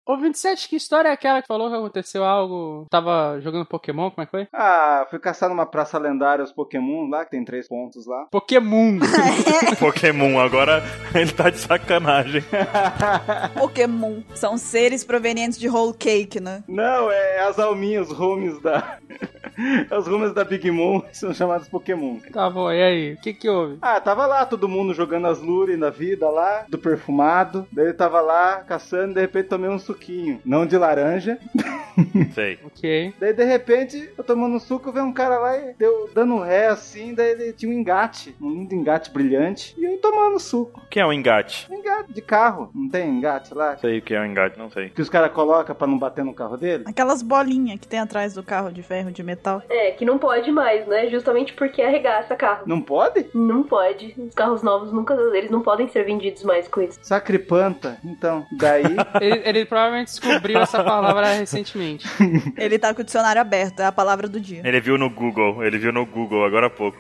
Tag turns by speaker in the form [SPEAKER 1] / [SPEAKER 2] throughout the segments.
[SPEAKER 1] Ô, 27, que história é aquela que falou que aconteceu algo? Tava jogando Pokémon, como é que foi?
[SPEAKER 2] Ah, fui caçar numa praça lendária os Pokémon lá, que tem 3 pontos lá.
[SPEAKER 1] Pokémon!
[SPEAKER 3] Pokémon, agora ele tá de sacanagem.
[SPEAKER 4] Pokémon. São seres provenientes de whole cake, né?
[SPEAKER 2] Não, é as alminhas, os homes da... Os homes da Big Mom são chamados Pokémon.
[SPEAKER 1] Tá bom, e aí? O que houve?
[SPEAKER 2] Ah, tava lá todo mundo jogando as lures na vida lá, do perfumado. Daí ele tava lá caçando e de repente tomei um suquinho. Não de laranja.
[SPEAKER 3] Sei.
[SPEAKER 1] Ok.
[SPEAKER 2] Daí de repente eu tomando um suco, eu vi um cara lá e deu dando ré assim. Daí ele tinha um engate, um lindo engate brilhante. E eu tomando suco.
[SPEAKER 3] O que é um engate?
[SPEAKER 2] Um engate de carro, não tem engate lá?
[SPEAKER 3] Sei o que é um engate, não sei.
[SPEAKER 2] Que os caras colocam pra não bater no carro dele?
[SPEAKER 4] Aquelas bolinhas que tem atrás do carro de ferro, de metal.
[SPEAKER 5] É, que não pode mais, né? Justamente porque arregaça carro.
[SPEAKER 2] Não pode?
[SPEAKER 5] Não pode. Os carros novos nunca, eles não podem ser vendidos mais com isso.
[SPEAKER 2] Sacripanta, então. Daí...
[SPEAKER 1] ele provavelmente descobriu essa palavra recentemente.
[SPEAKER 4] Ele tá com o dicionário aberto, é a palavra do dia.
[SPEAKER 3] Ele viu no Google agora há pouco.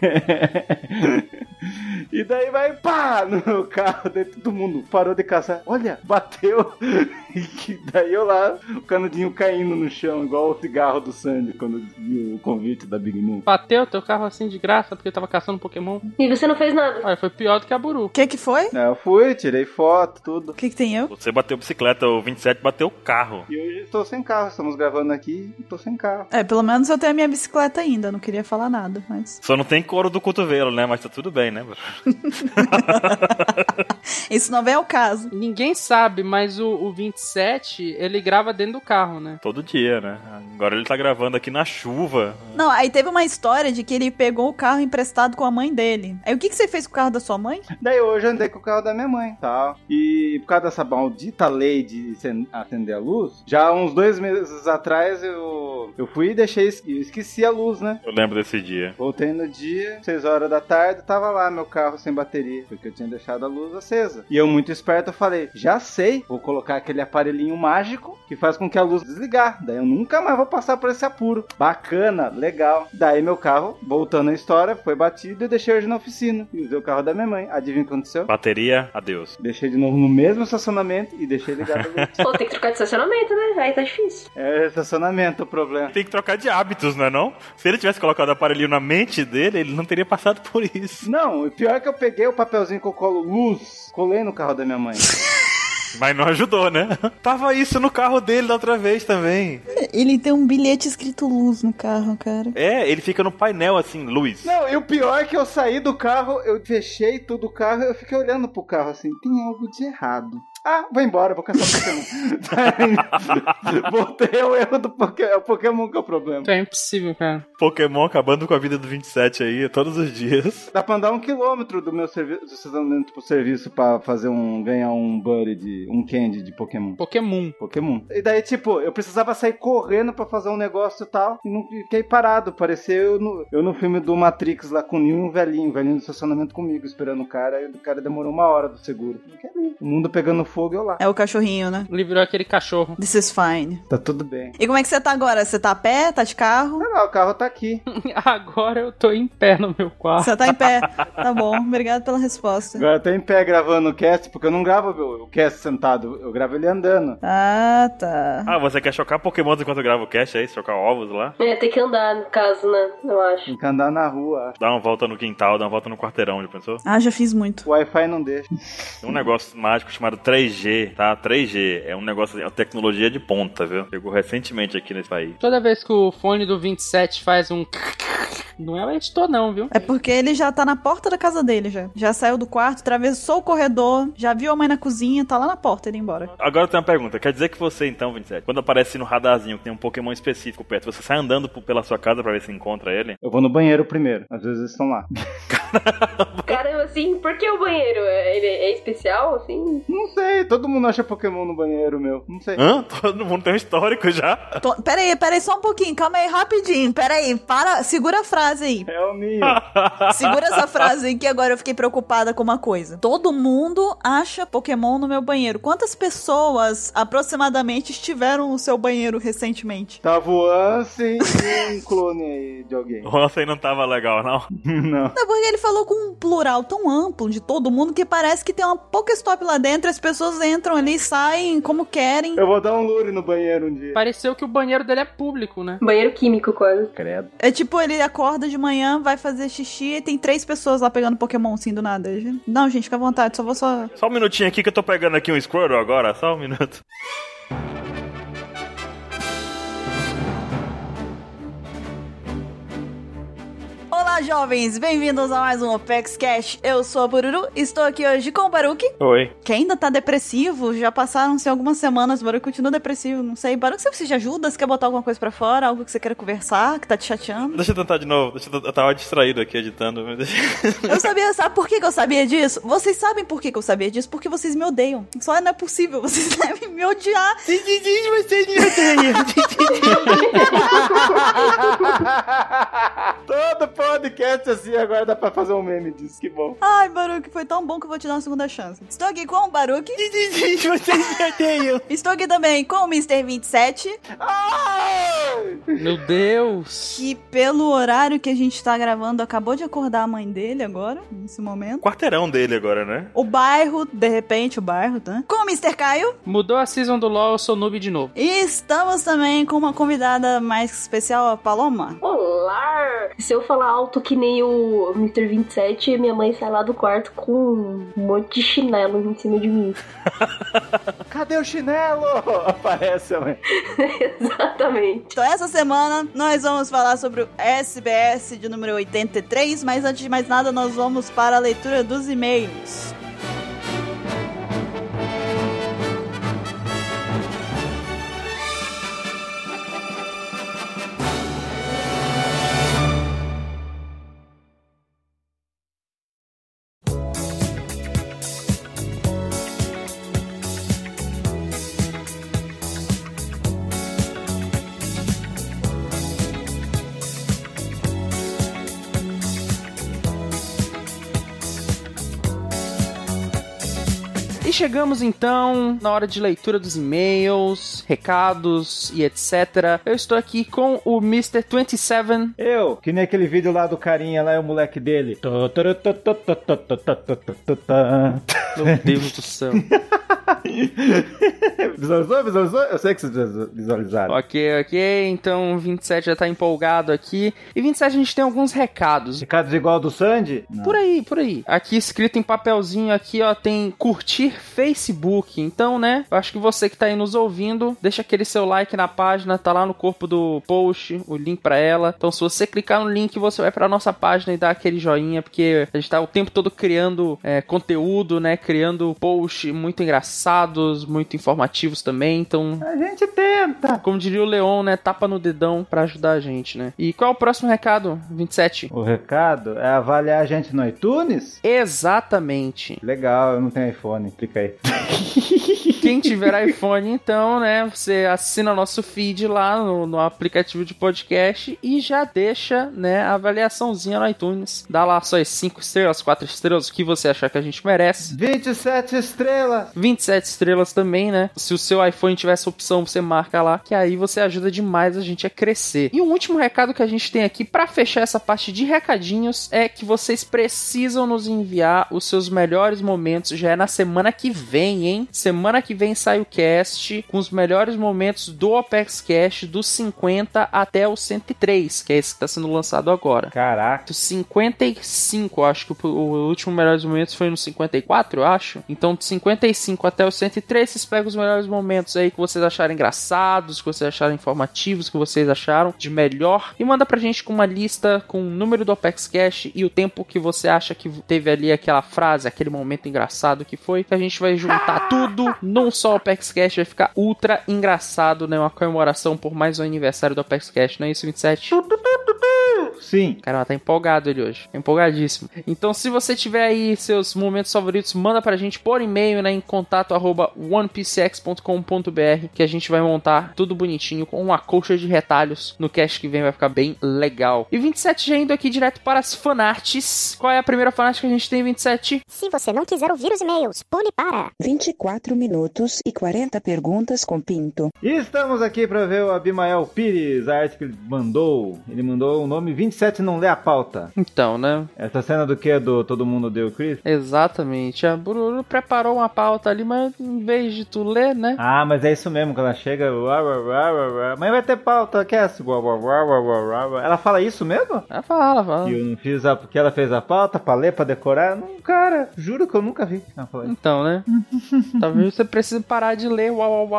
[SPEAKER 2] E daí vai, pá, no meu carro, daí todo mundo parou de caçar. Olha, bateu. E daí eu lá, o canudinho caindo no chão, igual o cigarro do Sandy, quando viu o convite da Big Mom.
[SPEAKER 1] Bateu teu carro assim de graça porque tava caçando Pokémon.
[SPEAKER 5] E você não fez nada.
[SPEAKER 1] Olha, foi pior do que a Buru.
[SPEAKER 4] O que foi?
[SPEAKER 2] Eu fui, tirei foto, tudo.
[SPEAKER 4] O que tem eu?
[SPEAKER 3] Você bateu bicicleta, o 27 bateu o carro.
[SPEAKER 2] E hoje estou sem carro, estamos gravando aqui e tô sem carro.
[SPEAKER 4] É, pelo menos eu tenho a minha bicicleta ainda, não queria falar nada, mas...
[SPEAKER 3] Só não tem couro do cotovelo, né? Mas tá tudo bem, né?
[SPEAKER 4] Isso não vem ao caso.
[SPEAKER 1] Ninguém sabe, mas o 27, ele grava dentro do carro, né?
[SPEAKER 3] Todo dia, né? Agora ele tá gravando aqui na chuva.
[SPEAKER 4] Não, aí teve uma história de que ele pegou o carro emprestado com a mãe dele. Aí o que você fez com o carro da sua mãe?
[SPEAKER 2] Daí hoje eu andei com o carro da minha mãe, tal. E por causa dessa maldita lei de acender a luz, já uns 2 meses atrás eu fui e deixei, eu esqueci a luz, né?
[SPEAKER 3] Eu lembro desse dia.
[SPEAKER 2] Voltei no dia, 6 horas da tarde, tava lá meu carro sem bateria, porque eu tinha deixado a luz acesa. E eu, muito esperto, eu falei, já sei, vou colocar aquele aparelhinho mágico que faz com que a luz desligar. Daí eu nunca mais vou passar por esse apuro. Bacana, legal. Daí meu carro, voltando à história, foi batido e eu deixei hoje na oficina. E usei o carro da minha mãe. Adivinha o que aconteceu?
[SPEAKER 3] Bateria, adeus.
[SPEAKER 2] Deixei de novo no mesmo estacionamento e deixei ligado a luz.
[SPEAKER 5] Pô, tem que trocar de estacionamento, né? Aí tá difícil.
[SPEAKER 2] É estacionamento o problema.
[SPEAKER 3] Tem que trocar de hábitos, não é não? Se ele tivesse colocado o aparelhinho na mente dele, ele não teria passado por isso.
[SPEAKER 2] Não, o pior é que eu peguei o papelzinho que eu colo luz, colei no carro da minha mãe.
[SPEAKER 3] Mas não ajudou, né? Tava isso no carro dele da outra vez também.
[SPEAKER 4] Ele tem um bilhete escrito luz no carro, cara.
[SPEAKER 3] É, ele fica no painel assim, luz.
[SPEAKER 2] Não, e o pior é que eu saí do carro, eu fechei tudo o carro, eu fiquei olhando pro carro assim, tem algo de errado. Ah, vou embora, vou caçar Pokémon. Voltei ao erro do Pokémon. É o Pokémon que é o problema.
[SPEAKER 1] É impossível, cara.
[SPEAKER 3] Pokémon acabando com a vida do 27 aí, todos os dias.
[SPEAKER 2] Dá pra andar 1 quilômetro do meu serviço, do estacionamento pro serviço pra fazer ganhar um buddy um candy de Pokémon.
[SPEAKER 1] Pokémon.
[SPEAKER 2] E daí, tipo, eu precisava sair correndo pra fazer um negócio e tal, e não fiquei parado. Pareceu eu no filme do Matrix lá com o Neo e um velhinho do estacionamento comigo, esperando o cara, e o cara demorou 1 hora do seguro. O mundo pegando fogo, eu lá.
[SPEAKER 4] É o cachorrinho, né?
[SPEAKER 1] Ele virou aquele cachorro.
[SPEAKER 4] This is fine.
[SPEAKER 2] Tá tudo bem.
[SPEAKER 4] E como é que você tá agora? Você tá a pé? Tá de carro?
[SPEAKER 2] Não, o carro tá aqui.
[SPEAKER 1] Agora eu tô em pé no meu quarto.
[SPEAKER 4] Você tá em pé. Tá bom, obrigado pela resposta.
[SPEAKER 2] Agora eu tô em pé gravando o cast, porque eu não gravo o cast sentado, eu gravo ele andando.
[SPEAKER 4] Ah, tá.
[SPEAKER 3] Ah, você quer chocar Pokémon enquanto grava o cast aí? Chocar ovos lá?
[SPEAKER 5] É, tem que andar, no caso, né? Eu acho.
[SPEAKER 2] Tem que andar na rua, acho.
[SPEAKER 3] Dar uma volta no quintal, dar uma volta no quarteirão, já pensou?
[SPEAKER 4] Ah, já fiz muito.
[SPEAKER 2] O Wi-Fi não deixa.
[SPEAKER 3] Tem um negócio mágico chamado 3G, tá? 3G é um negócio, é uma tecnologia de ponta, viu? Chegou recentemente aqui nesse país.
[SPEAKER 1] Toda vez que o fone do 27 faz um... Não é o editor não, viu?
[SPEAKER 4] É porque ele já tá na porta da casa dele, já. Já saiu do quarto, atravessou o corredor, já viu a mãe na cozinha, tá lá na porta, ele ir embora.
[SPEAKER 3] Agora eu tenho uma pergunta. Quer dizer que você, então, 27, quando aparece no radarzinho que tem um Pokémon específico perto, você sai andando pela sua casa pra ver se encontra ele?
[SPEAKER 2] Eu vou no banheiro primeiro. Às vezes eles estão lá.
[SPEAKER 5] Caramba, assim, por que o banheiro? Ele é especial, assim?
[SPEAKER 2] Não sei, todo mundo acha Pokémon no banheiro, meu. Não sei.
[SPEAKER 3] Hã? Todo mundo tem um histórico já.
[SPEAKER 4] Peraí, só um pouquinho, calma aí, rapidinho. Peraí, segura a frase aí.
[SPEAKER 2] É o meu.
[SPEAKER 4] Segura essa frase aí que agora eu fiquei preocupada com uma coisa. Todo mundo acha Pokémon no meu banheiro. Quantas pessoas aproximadamente estiveram no seu banheiro recentemente?
[SPEAKER 2] Tava o Ansem e um clone aí de alguém.
[SPEAKER 3] O Ansem não tava legal, não?
[SPEAKER 2] Não.
[SPEAKER 4] Não, porque ele falou com um plural tão amplo de todo mundo que parece que tem uma Pokéstop lá dentro e as pessoas entram ali, saem como querem.
[SPEAKER 2] Eu vou dar um lure no banheiro um dia.
[SPEAKER 1] Pareceu que o banheiro dele é público, né?
[SPEAKER 5] Banheiro químico, quase.
[SPEAKER 2] Credo.
[SPEAKER 4] É tipo, ele acorda de manhã, vai fazer xixi e tem 3 pessoas lá pegando Pokémon assim do nada. Não, gente, fica à vontade, só vou só...
[SPEAKER 3] Só um minutinho aqui que eu tô pegando aqui um Squirtle agora, só um minuto.
[SPEAKER 4] Olá, jovens! Bem-vindos a mais um Opex Cash. Eu sou a Bururu, estou aqui hoje com o Baruki,
[SPEAKER 3] Oi.
[SPEAKER 4] que ainda tá depressivo. Já passaram-se algumas semanas, o Baruki continua depressivo, não sei. Baruki, você precisa de ajuda? Você quer botar alguma coisa pra fora? Algo que você queira conversar, que tá te chateando?
[SPEAKER 3] Deixa eu tentar de novo, eu tava distraído aqui editando.
[SPEAKER 4] Eu sabia, sabe por que eu sabia disso? Vocês sabem por que eu sabia disso? Porque vocês me odeiam. Só não é possível, vocês devem me odiar.
[SPEAKER 3] Vocês me odeiam.
[SPEAKER 2] Todo podcast assim, agora dá pra fazer um meme disso, que bom.
[SPEAKER 4] Ai, Baruki, foi tão bom que eu vou te dar uma segunda chance. Estou aqui com o Baruki.
[SPEAKER 3] Vocês me odeiam.
[SPEAKER 4] Estou aqui também com o Mr. 27.
[SPEAKER 2] Ai!
[SPEAKER 1] Meu Deus!
[SPEAKER 4] Que pelo horário que a gente tá gravando, acabou de acordar a mãe dele agora, nesse momento.
[SPEAKER 3] Quarteirão dele agora, né?
[SPEAKER 4] O bairro, de repente, o bairro, tá? Com o Mr. Caio.
[SPEAKER 1] Mudou a season do LoL, eu sou noob de novo.
[SPEAKER 4] E estamos também com uma convidada mais especial, a Paloma.
[SPEAKER 5] Olá! Se eu falar alto que nem o Mr. 27, minha mãe sai lá do quarto com um monte de chinelo em cima de mim.
[SPEAKER 2] Cadê o chinelo? Aparece a mãe.
[SPEAKER 5] Exatamente.
[SPEAKER 4] Então essa semana nós vamos falar sobre o SBS de número 83, mas antes de mais nada nós vamos para a leitura dos e-mails.
[SPEAKER 1] Chegamos então na hora de leitura dos e-mails, recados e etc. Eu estou aqui com o Mr. 27.
[SPEAKER 2] Eu, que nem aquele vídeo lá do carinha, lá é o moleque dele.
[SPEAKER 1] Meu Deus do céu.
[SPEAKER 2] Visualizou? Eu sei que vocês visualizaram.
[SPEAKER 1] Ok. Então 27 já tá empolgado aqui. E 27 a gente tem alguns recados.
[SPEAKER 2] Recados igual do Sandy? Não.
[SPEAKER 1] Por aí. Aqui escrito em papelzinho aqui, ó, tem curtir Facebook. Então, né, eu acho que você que tá aí nos ouvindo, deixa aquele seu like na página, tá lá no corpo do post, o link pra ela. Então, se você clicar no link, você vai pra nossa página e dá aquele joinha, porque a gente tá o tempo todo criando conteúdo, né, criando posts muito engraçados, muito informativos também. Então,
[SPEAKER 2] a gente tenta.
[SPEAKER 1] Como diria o Leon, né, tapa no dedão pra ajudar a gente, né. E qual é o próximo recado, 27?
[SPEAKER 2] O recado é avaliar a gente no iTunes?
[SPEAKER 1] Exatamente.
[SPEAKER 2] Legal, eu não tenho iPhone, clica aí.
[SPEAKER 1] Quem tiver iPhone, então, né, você assina nosso feed lá no aplicativo de podcast e já deixa, né, a avaliaçãozinha no iTunes. Dá lá suas 5 estrelas, 4 estrelas, o que você achar que a gente merece.
[SPEAKER 2] 27 estrelas!
[SPEAKER 1] 27 estrelas também, né? Se o seu iPhone tiver essa opção, você marca lá, que aí você ajuda demais a gente a crescer. E o último recado que a gente tem aqui, pra fechar essa parte de recadinhos, é que vocês precisam nos enviar os seus melhores momentos. Já é na semana que vem, hein? Semana que vem sai o cast com os melhores momentos do Apex Cash dos 50 até o 103, que é esse que tá sendo lançado agora.
[SPEAKER 2] Caraca.
[SPEAKER 1] Do 55, eu acho que o último melhores momentos foi no 54, eu acho. Então, de 55 até o 103, vocês pegam os melhores momentos aí que vocês acharem engraçados, que vocês acharam informativos, que vocês acharam de melhor, e manda pra gente com uma lista com o número do Apex Cash e o tempo que você acha que teve ali aquela frase, aquele momento engraçado que foi, que a gente vai juntar tudo num só Apex Cash, vai ficar ultra engraçado, né? Uma comemoração por mais um aniversário do Apex Cash, não é isso, 27?
[SPEAKER 2] Sim.
[SPEAKER 1] Cara, tá empolgado ele hoje. Tá empolgadíssimo. Então, se você tiver aí seus momentos favoritos, manda pra gente por e-mail, né? Em contato@onepcx.com.br, que a gente vai montar tudo bonitinho com uma colcha de retalhos no cast que vem, vai ficar bem legal. E 27 já indo aqui direto para as fanarts. Qual é a primeira fanart que a gente tem, 27?
[SPEAKER 6] Se você não quiser ouvir os e-mails, pule para
[SPEAKER 7] 24 minutos e 40 perguntas com Pinto.
[SPEAKER 2] E estamos aqui para ver o Abimael Pires, a arte que ele mandou. Ele mandou o nome 27 27 não lê a pauta.
[SPEAKER 1] Então, né?
[SPEAKER 2] Essa cena do que? Do Todo Mundo Odeia o Chris?
[SPEAKER 1] Exatamente. A Bururu preparou uma pauta ali, mas em vez de tu ler, né?
[SPEAKER 2] Ah, mas é isso mesmo, quando ela chega... Mas vai ter pauta, Cass. Ela fala isso mesmo?
[SPEAKER 1] Ela fala.
[SPEAKER 2] Que eu não fiz que ela fez a pauta pra ler, pra decorar? Não, cara, juro que eu nunca vi. Não,
[SPEAKER 1] então, né? Talvez você precise parar de ler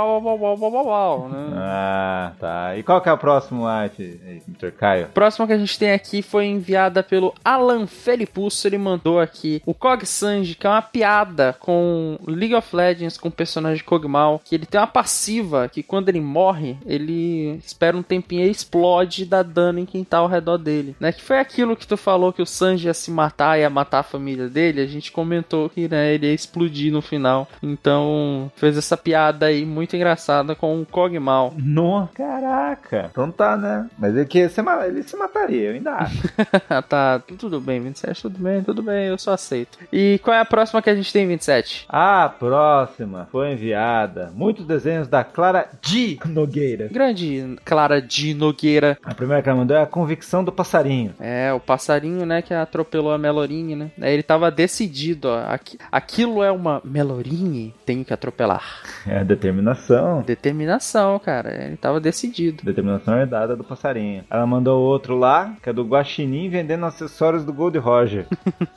[SPEAKER 1] uau, né?
[SPEAKER 2] Ah, tá. E qual que é o próximo arte, Mr. Caio?
[SPEAKER 1] A próxima que a gente tem aqui foi enviada pelo Alan Felipusso. Ele mandou aqui o Kog Sanji, que é uma piada com League of Legends, com o personagem Kog'Maw, que ele tem uma passiva que quando ele morre, ele espera um tempinho e explode e dá dano em quem tá ao redor dele, né? Que foi aquilo que tu falou que o Sanji ia se matar, ia matar a família dele. A gente comentou que, né, ele ia explodir no final. Então, fez essa piada aí muito engraçada com o Kog'Maw.
[SPEAKER 2] Nossa, caraca. Então tá, né? Mas ele se mataria, eu ainda acho.
[SPEAKER 1] Tá, tudo bem, 27, tudo bem, eu só aceito. E qual é a próxima que a gente tem, 27?
[SPEAKER 2] A próxima foi enviada. Muitos desenhos da Clara D. Nogueira.
[SPEAKER 1] Grande Clara D. Nogueira.
[SPEAKER 2] A primeira que ela mandou é A Convicção do Passarinho.
[SPEAKER 1] É, o passarinho, né, que atropelou a Melorini, né? Ele tava decidido, ó. Aquilo é uma Melorini, tenho que atropelar.
[SPEAKER 2] É determinação.
[SPEAKER 1] Determinação, cara. Ele tava decidido.
[SPEAKER 2] Determinação herdada do passarinho. Ela mandou outro lá, que é do Guaxinim vendendo acessórios do Gold Roger.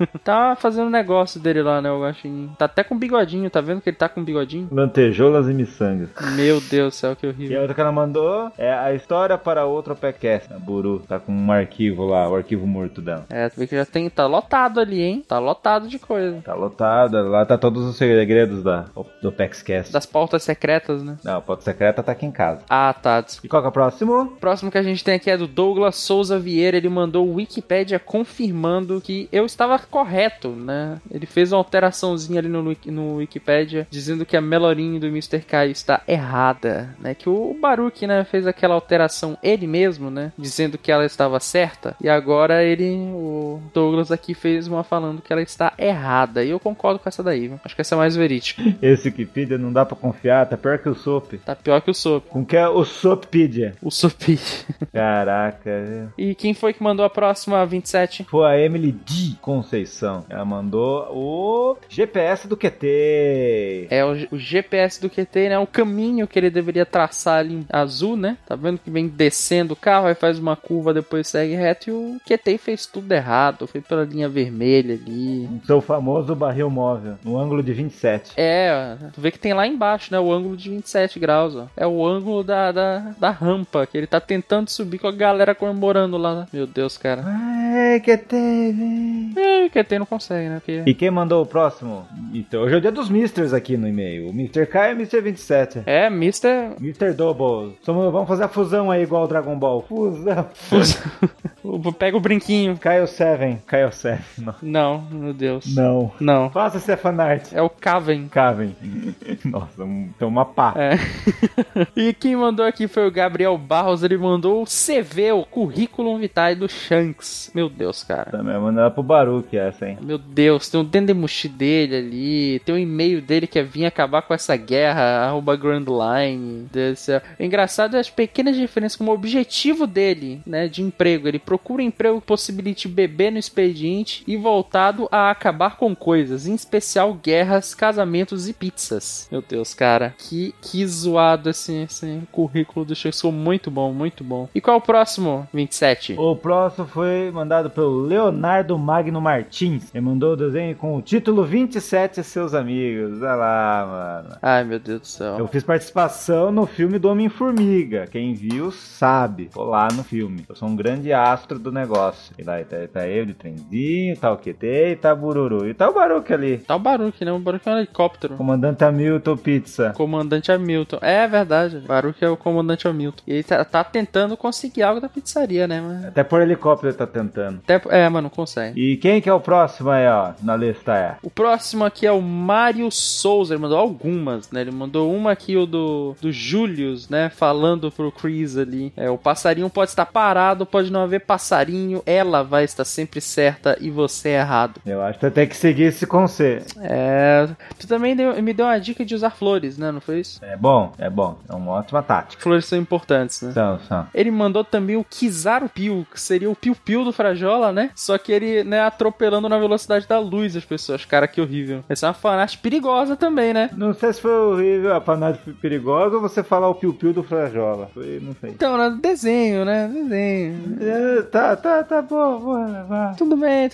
[SPEAKER 1] Tá fazendo negócio dele lá, né, o Guaxinim. Tá até com bigodinho, tá vendo que ele tá com bigodinho?
[SPEAKER 2] Lantejoulas e miçangas.
[SPEAKER 1] Meu Deus do céu, que horrível.
[SPEAKER 2] E a outra que ela mandou é A História para Outro Podcast. A Buru tá com um arquivo lá, o arquivo morto dela.
[SPEAKER 1] É, tu vê que já tem, tá lotado ali, hein? Tá lotado de coisa.
[SPEAKER 2] Tá lotada, lá tá todos os segredos do PEXCast.
[SPEAKER 1] Das pautas secretas, né?
[SPEAKER 2] Não, a pauta secreta tá aqui em casa.
[SPEAKER 1] Ah, tá.
[SPEAKER 2] E qual que é o próximo?
[SPEAKER 1] O próximo que a gente tem aqui é do Douglas Souza Vieira. Ele mandou o Wikipédia confirmando que eu estava correto, né? Ele fez uma alteraçãozinha ali no Wikipédia dizendo que a Melorini do Mr. Caio está errada, né? Que o Baruch, né, fez aquela alteração ele mesmo, né? Dizendo que ela estava certa. E agora o Douglas aqui fez uma falando que ela está errada. E eu concordo com essa daí, viu? Acho que essa é mais verídica.
[SPEAKER 2] Esse Wikipedia não dá pra confiar, tá pior que o Soap.
[SPEAKER 1] Tá pior que o Soap.
[SPEAKER 2] Com que é o Soappedia?
[SPEAKER 1] O Soappedia.
[SPEAKER 2] Caraca.
[SPEAKER 1] E quem foi que mandou a próxima, 27?
[SPEAKER 2] Foi a Emily D. Conceição. Ela mandou o GPS do QT.
[SPEAKER 1] É o GPS do QT, né? O caminho que ele deveria traçar ali em azul, né? Tá vendo que vem descendo o carro, aí faz uma curva, depois segue reto. E o QT fez tudo errado. Foi pela linha vermelha ali.
[SPEAKER 2] O seu famoso barril móvel, no ângulo de 27.
[SPEAKER 1] É, tu vê que tem lá embaixo, né? O ângulo de 27 graus, ó. É o ângulo da rampa, que ele tá tentando subir com a galera comemorando lá. Meu Deus, cara.
[SPEAKER 2] Ai, QT, vem.
[SPEAKER 1] O QT não consegue, né? Porque...
[SPEAKER 2] E quem mandou o próximo? Então, hoje é o dia dos Misters aqui no e-mail. O Mr. Kai e o Mr. 27.
[SPEAKER 1] É, Mr.
[SPEAKER 2] Double. Vamos fazer a fusão aí, igual o Dragon Ball. Fusão.
[SPEAKER 1] Pega o brinquinho.
[SPEAKER 2] Kyle 7.
[SPEAKER 1] Não, meu Deus.
[SPEAKER 2] Não. Faça essa fanart.
[SPEAKER 1] É o Caven.
[SPEAKER 2] Nossa, tem uma pá.
[SPEAKER 1] É. E quem mandou aqui foi o Gabriel Barros. Ele mandou o CV, o Curriculum Vitae do Shanks. Meu Deus, cara.
[SPEAKER 2] Também mandar pro Baruch essa, hein?
[SPEAKER 1] Meu Deus, tem o Dendemushi dele ali. Tem o e-mail dele que é vir acabar com essa guerra, @Grandline. O engraçado é as pequenas diferenças como o objetivo dele, né, de emprego. Ele procura um emprego que possibilite beber no expediente e voltado a acabar com coisas, em especial guerras, casamentos e pizzas. Meu Deus, cara. Que zoado esse currículo do Shanks. Ficou muito bom, muito bom. E qual é o próximo, 27?
[SPEAKER 2] O próximo foi mandado pelo Leonardo Magno Martins. Ele mandou o desenho com o título 27 Seus Amigos. Olha lá, mano.
[SPEAKER 1] Ai, meu Deus do céu.
[SPEAKER 2] Eu fiz participação no filme do Homem-Formiga. Quem viu, sabe. Tô lá no filme. Eu sou um grande astro do negócio. E lá tá eu de trenzinho, tá o QT e tá o Bururu. E tá o Baruch ali.
[SPEAKER 1] Tá o Baruch, né? O Baruch é um helicóptero.
[SPEAKER 2] Comandante Hamilton Pizza.
[SPEAKER 1] Comandante Hamilton. É verdade. O Baruch é o comandante Hamilton. E ele tá tentando conseguir algo da pizzaria, né? Mas...
[SPEAKER 2] Até por helicóptero ele tá tentando.
[SPEAKER 1] Mas não consegue.
[SPEAKER 2] E quem que é o próximo aí, ó, na lista?
[SPEAKER 1] O próximo aqui é o Mário Souza. Ele mandou algumas, né? Ele mandou uma aqui, o do Julius, né? Falando pro Chris ali. O passarinho pode estar parado, pode não haver passarinho, ela vai estar sempre certa e você errado.
[SPEAKER 2] Eu acho que tu tem que seguir esse conselho.
[SPEAKER 1] Tu também me deu uma dica de usar flores, né? Não foi isso?
[SPEAKER 2] É bom. É uma ótima tática.
[SPEAKER 1] Flores são importantes, né?
[SPEAKER 2] São.
[SPEAKER 1] Ele mandou também o Kizaru Piu, que seria o Piu-Piu do Frajola, né? Só que ele, né, atropelando na velocidade da luz as pessoas. Cara, que horrível. Essa é uma fanart perigosa também, né?
[SPEAKER 2] Não sei se foi horrível a fanart perigosa ou você falar o Piu-Piu do Frajola. Não sei.
[SPEAKER 1] Então, né? Desenho, né? Desenho.
[SPEAKER 2] Tá bom, vou levar.
[SPEAKER 1] Tudo bem.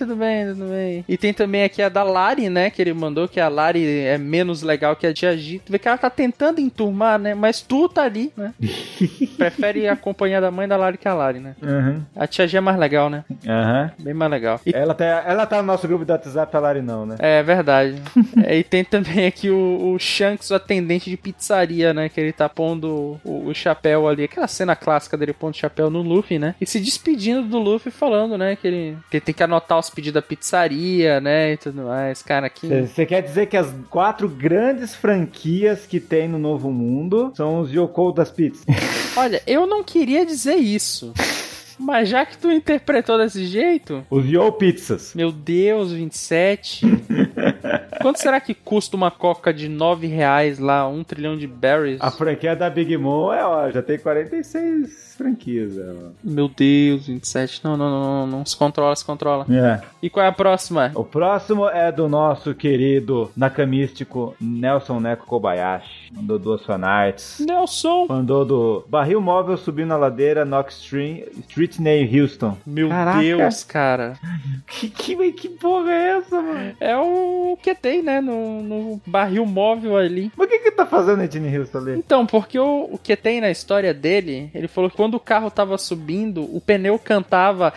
[SPEAKER 1] E tem também aqui a da Lari, né? Que ele mandou, que a Lari é menos legal que a Tia G. Tu vê que ela tá tentando enturmar, né? Mas tu tá ali, né? Prefere acompanhar da mãe da Lari que a Lari, né?
[SPEAKER 2] Uhum.
[SPEAKER 1] A Tia G é mais legal, né?
[SPEAKER 2] Uhum.
[SPEAKER 1] Bem mais legal. E
[SPEAKER 2] ela tá no nosso grupo do WhatsApp, a Lari não, né?
[SPEAKER 1] é verdade. E tem também aqui o Shanks, o atendente de pizzaria, né? Que ele tá pondo o chapéu ali. Aquela cena clássica dele pondo o chapéu no Luffy, né? E se despedindo do Luffy falando, né? Que ele tem que anotar os pedidos da pizzaria, né? E tudo mais. Cara, aqui...
[SPEAKER 2] Você quer dizer que as 4 grandes franquias que tem no Novo Mundo são os Yoko das pizzas?
[SPEAKER 1] Olha, eu não queria dizer isso. Mas já que tu interpretou desse jeito...
[SPEAKER 2] Os Yo Pizzas.
[SPEAKER 1] Meu Deus, 27. Quanto será que custa uma coca de R$9 lá, 1 trilhão de berries?
[SPEAKER 2] A franquia da Big Mom já tem 46 franquias.
[SPEAKER 1] Meu Deus, 27. Não. Se controla.
[SPEAKER 2] É.
[SPEAKER 1] E qual é a próxima?
[SPEAKER 2] O próximo é do nosso querido nakamístico Nelson Neko Kobayashi. Mandou 2 fanarts.
[SPEAKER 1] Nelson!
[SPEAKER 2] Mandou do barril móvel subindo a ladeira Knox Street Ney Houston.
[SPEAKER 1] Meu
[SPEAKER 2] Caraca.
[SPEAKER 1] Deus, cara.
[SPEAKER 2] Que porra é essa, mano?
[SPEAKER 1] É o que tem, né? No barril móvel ali.
[SPEAKER 2] Mas o que tá fazendo o Whitney Houston ali?
[SPEAKER 1] Então, porque o que tem na história dele, ele falou que quando o carro tava subindo, o pneu cantava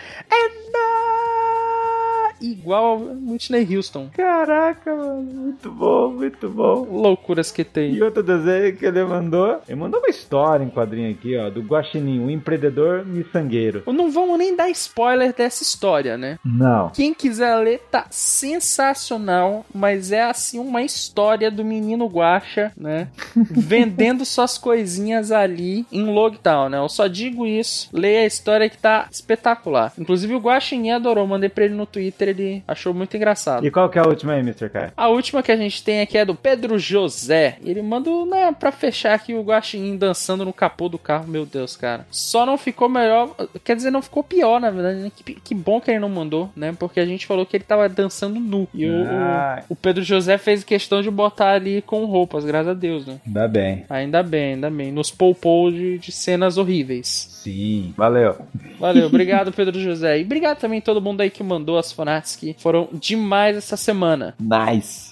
[SPEAKER 1] igual o Whitney Houston.
[SPEAKER 2] Caraca, mano. Muito bom.
[SPEAKER 1] Loucuras que tem.
[SPEAKER 2] E outro desenho que ele mandou uma história em quadrinho aqui, ó, do Guaxinim, o empreendedor miçangueiro.
[SPEAKER 1] Não vamos nem dar spoiler dessa história, né?
[SPEAKER 2] Não.
[SPEAKER 1] Quem quiser ler, tá sensacional, mas é assim uma história do menino Guaxa, né? Vendendo suas coisinhas ali em Logtown, né? Eu só digo isso, leia a história que tá espetacular. Inclusive o Guaxinim adorou, mandei pra ele no Twitter, ele achou muito engraçado.
[SPEAKER 2] E qual que é a última aí, Mr. Kai?
[SPEAKER 1] A última que a gente tem aqui é do Pedro José. Ele mandou, né, pra fechar aqui o Guaxinim dançando no capô do carro. Meu Deus, cara. Só não ficou melhor, quer dizer, não ficou pior, na verdade, né? Que bom que ele não mandou, né? Porque a gente falou que ele tava dançando nu. E o Pedro José fez questão de botar ali com roupas, graças a Deus, né?
[SPEAKER 2] Ainda bem.
[SPEAKER 1] Ainda bem. Nos poupou de cenas horríveis.
[SPEAKER 2] Sim. Valeu.
[SPEAKER 1] Obrigado, Pedro José. E obrigado também a todo mundo aí que mandou as fanarts que foram demais essa semana.
[SPEAKER 2] Nice.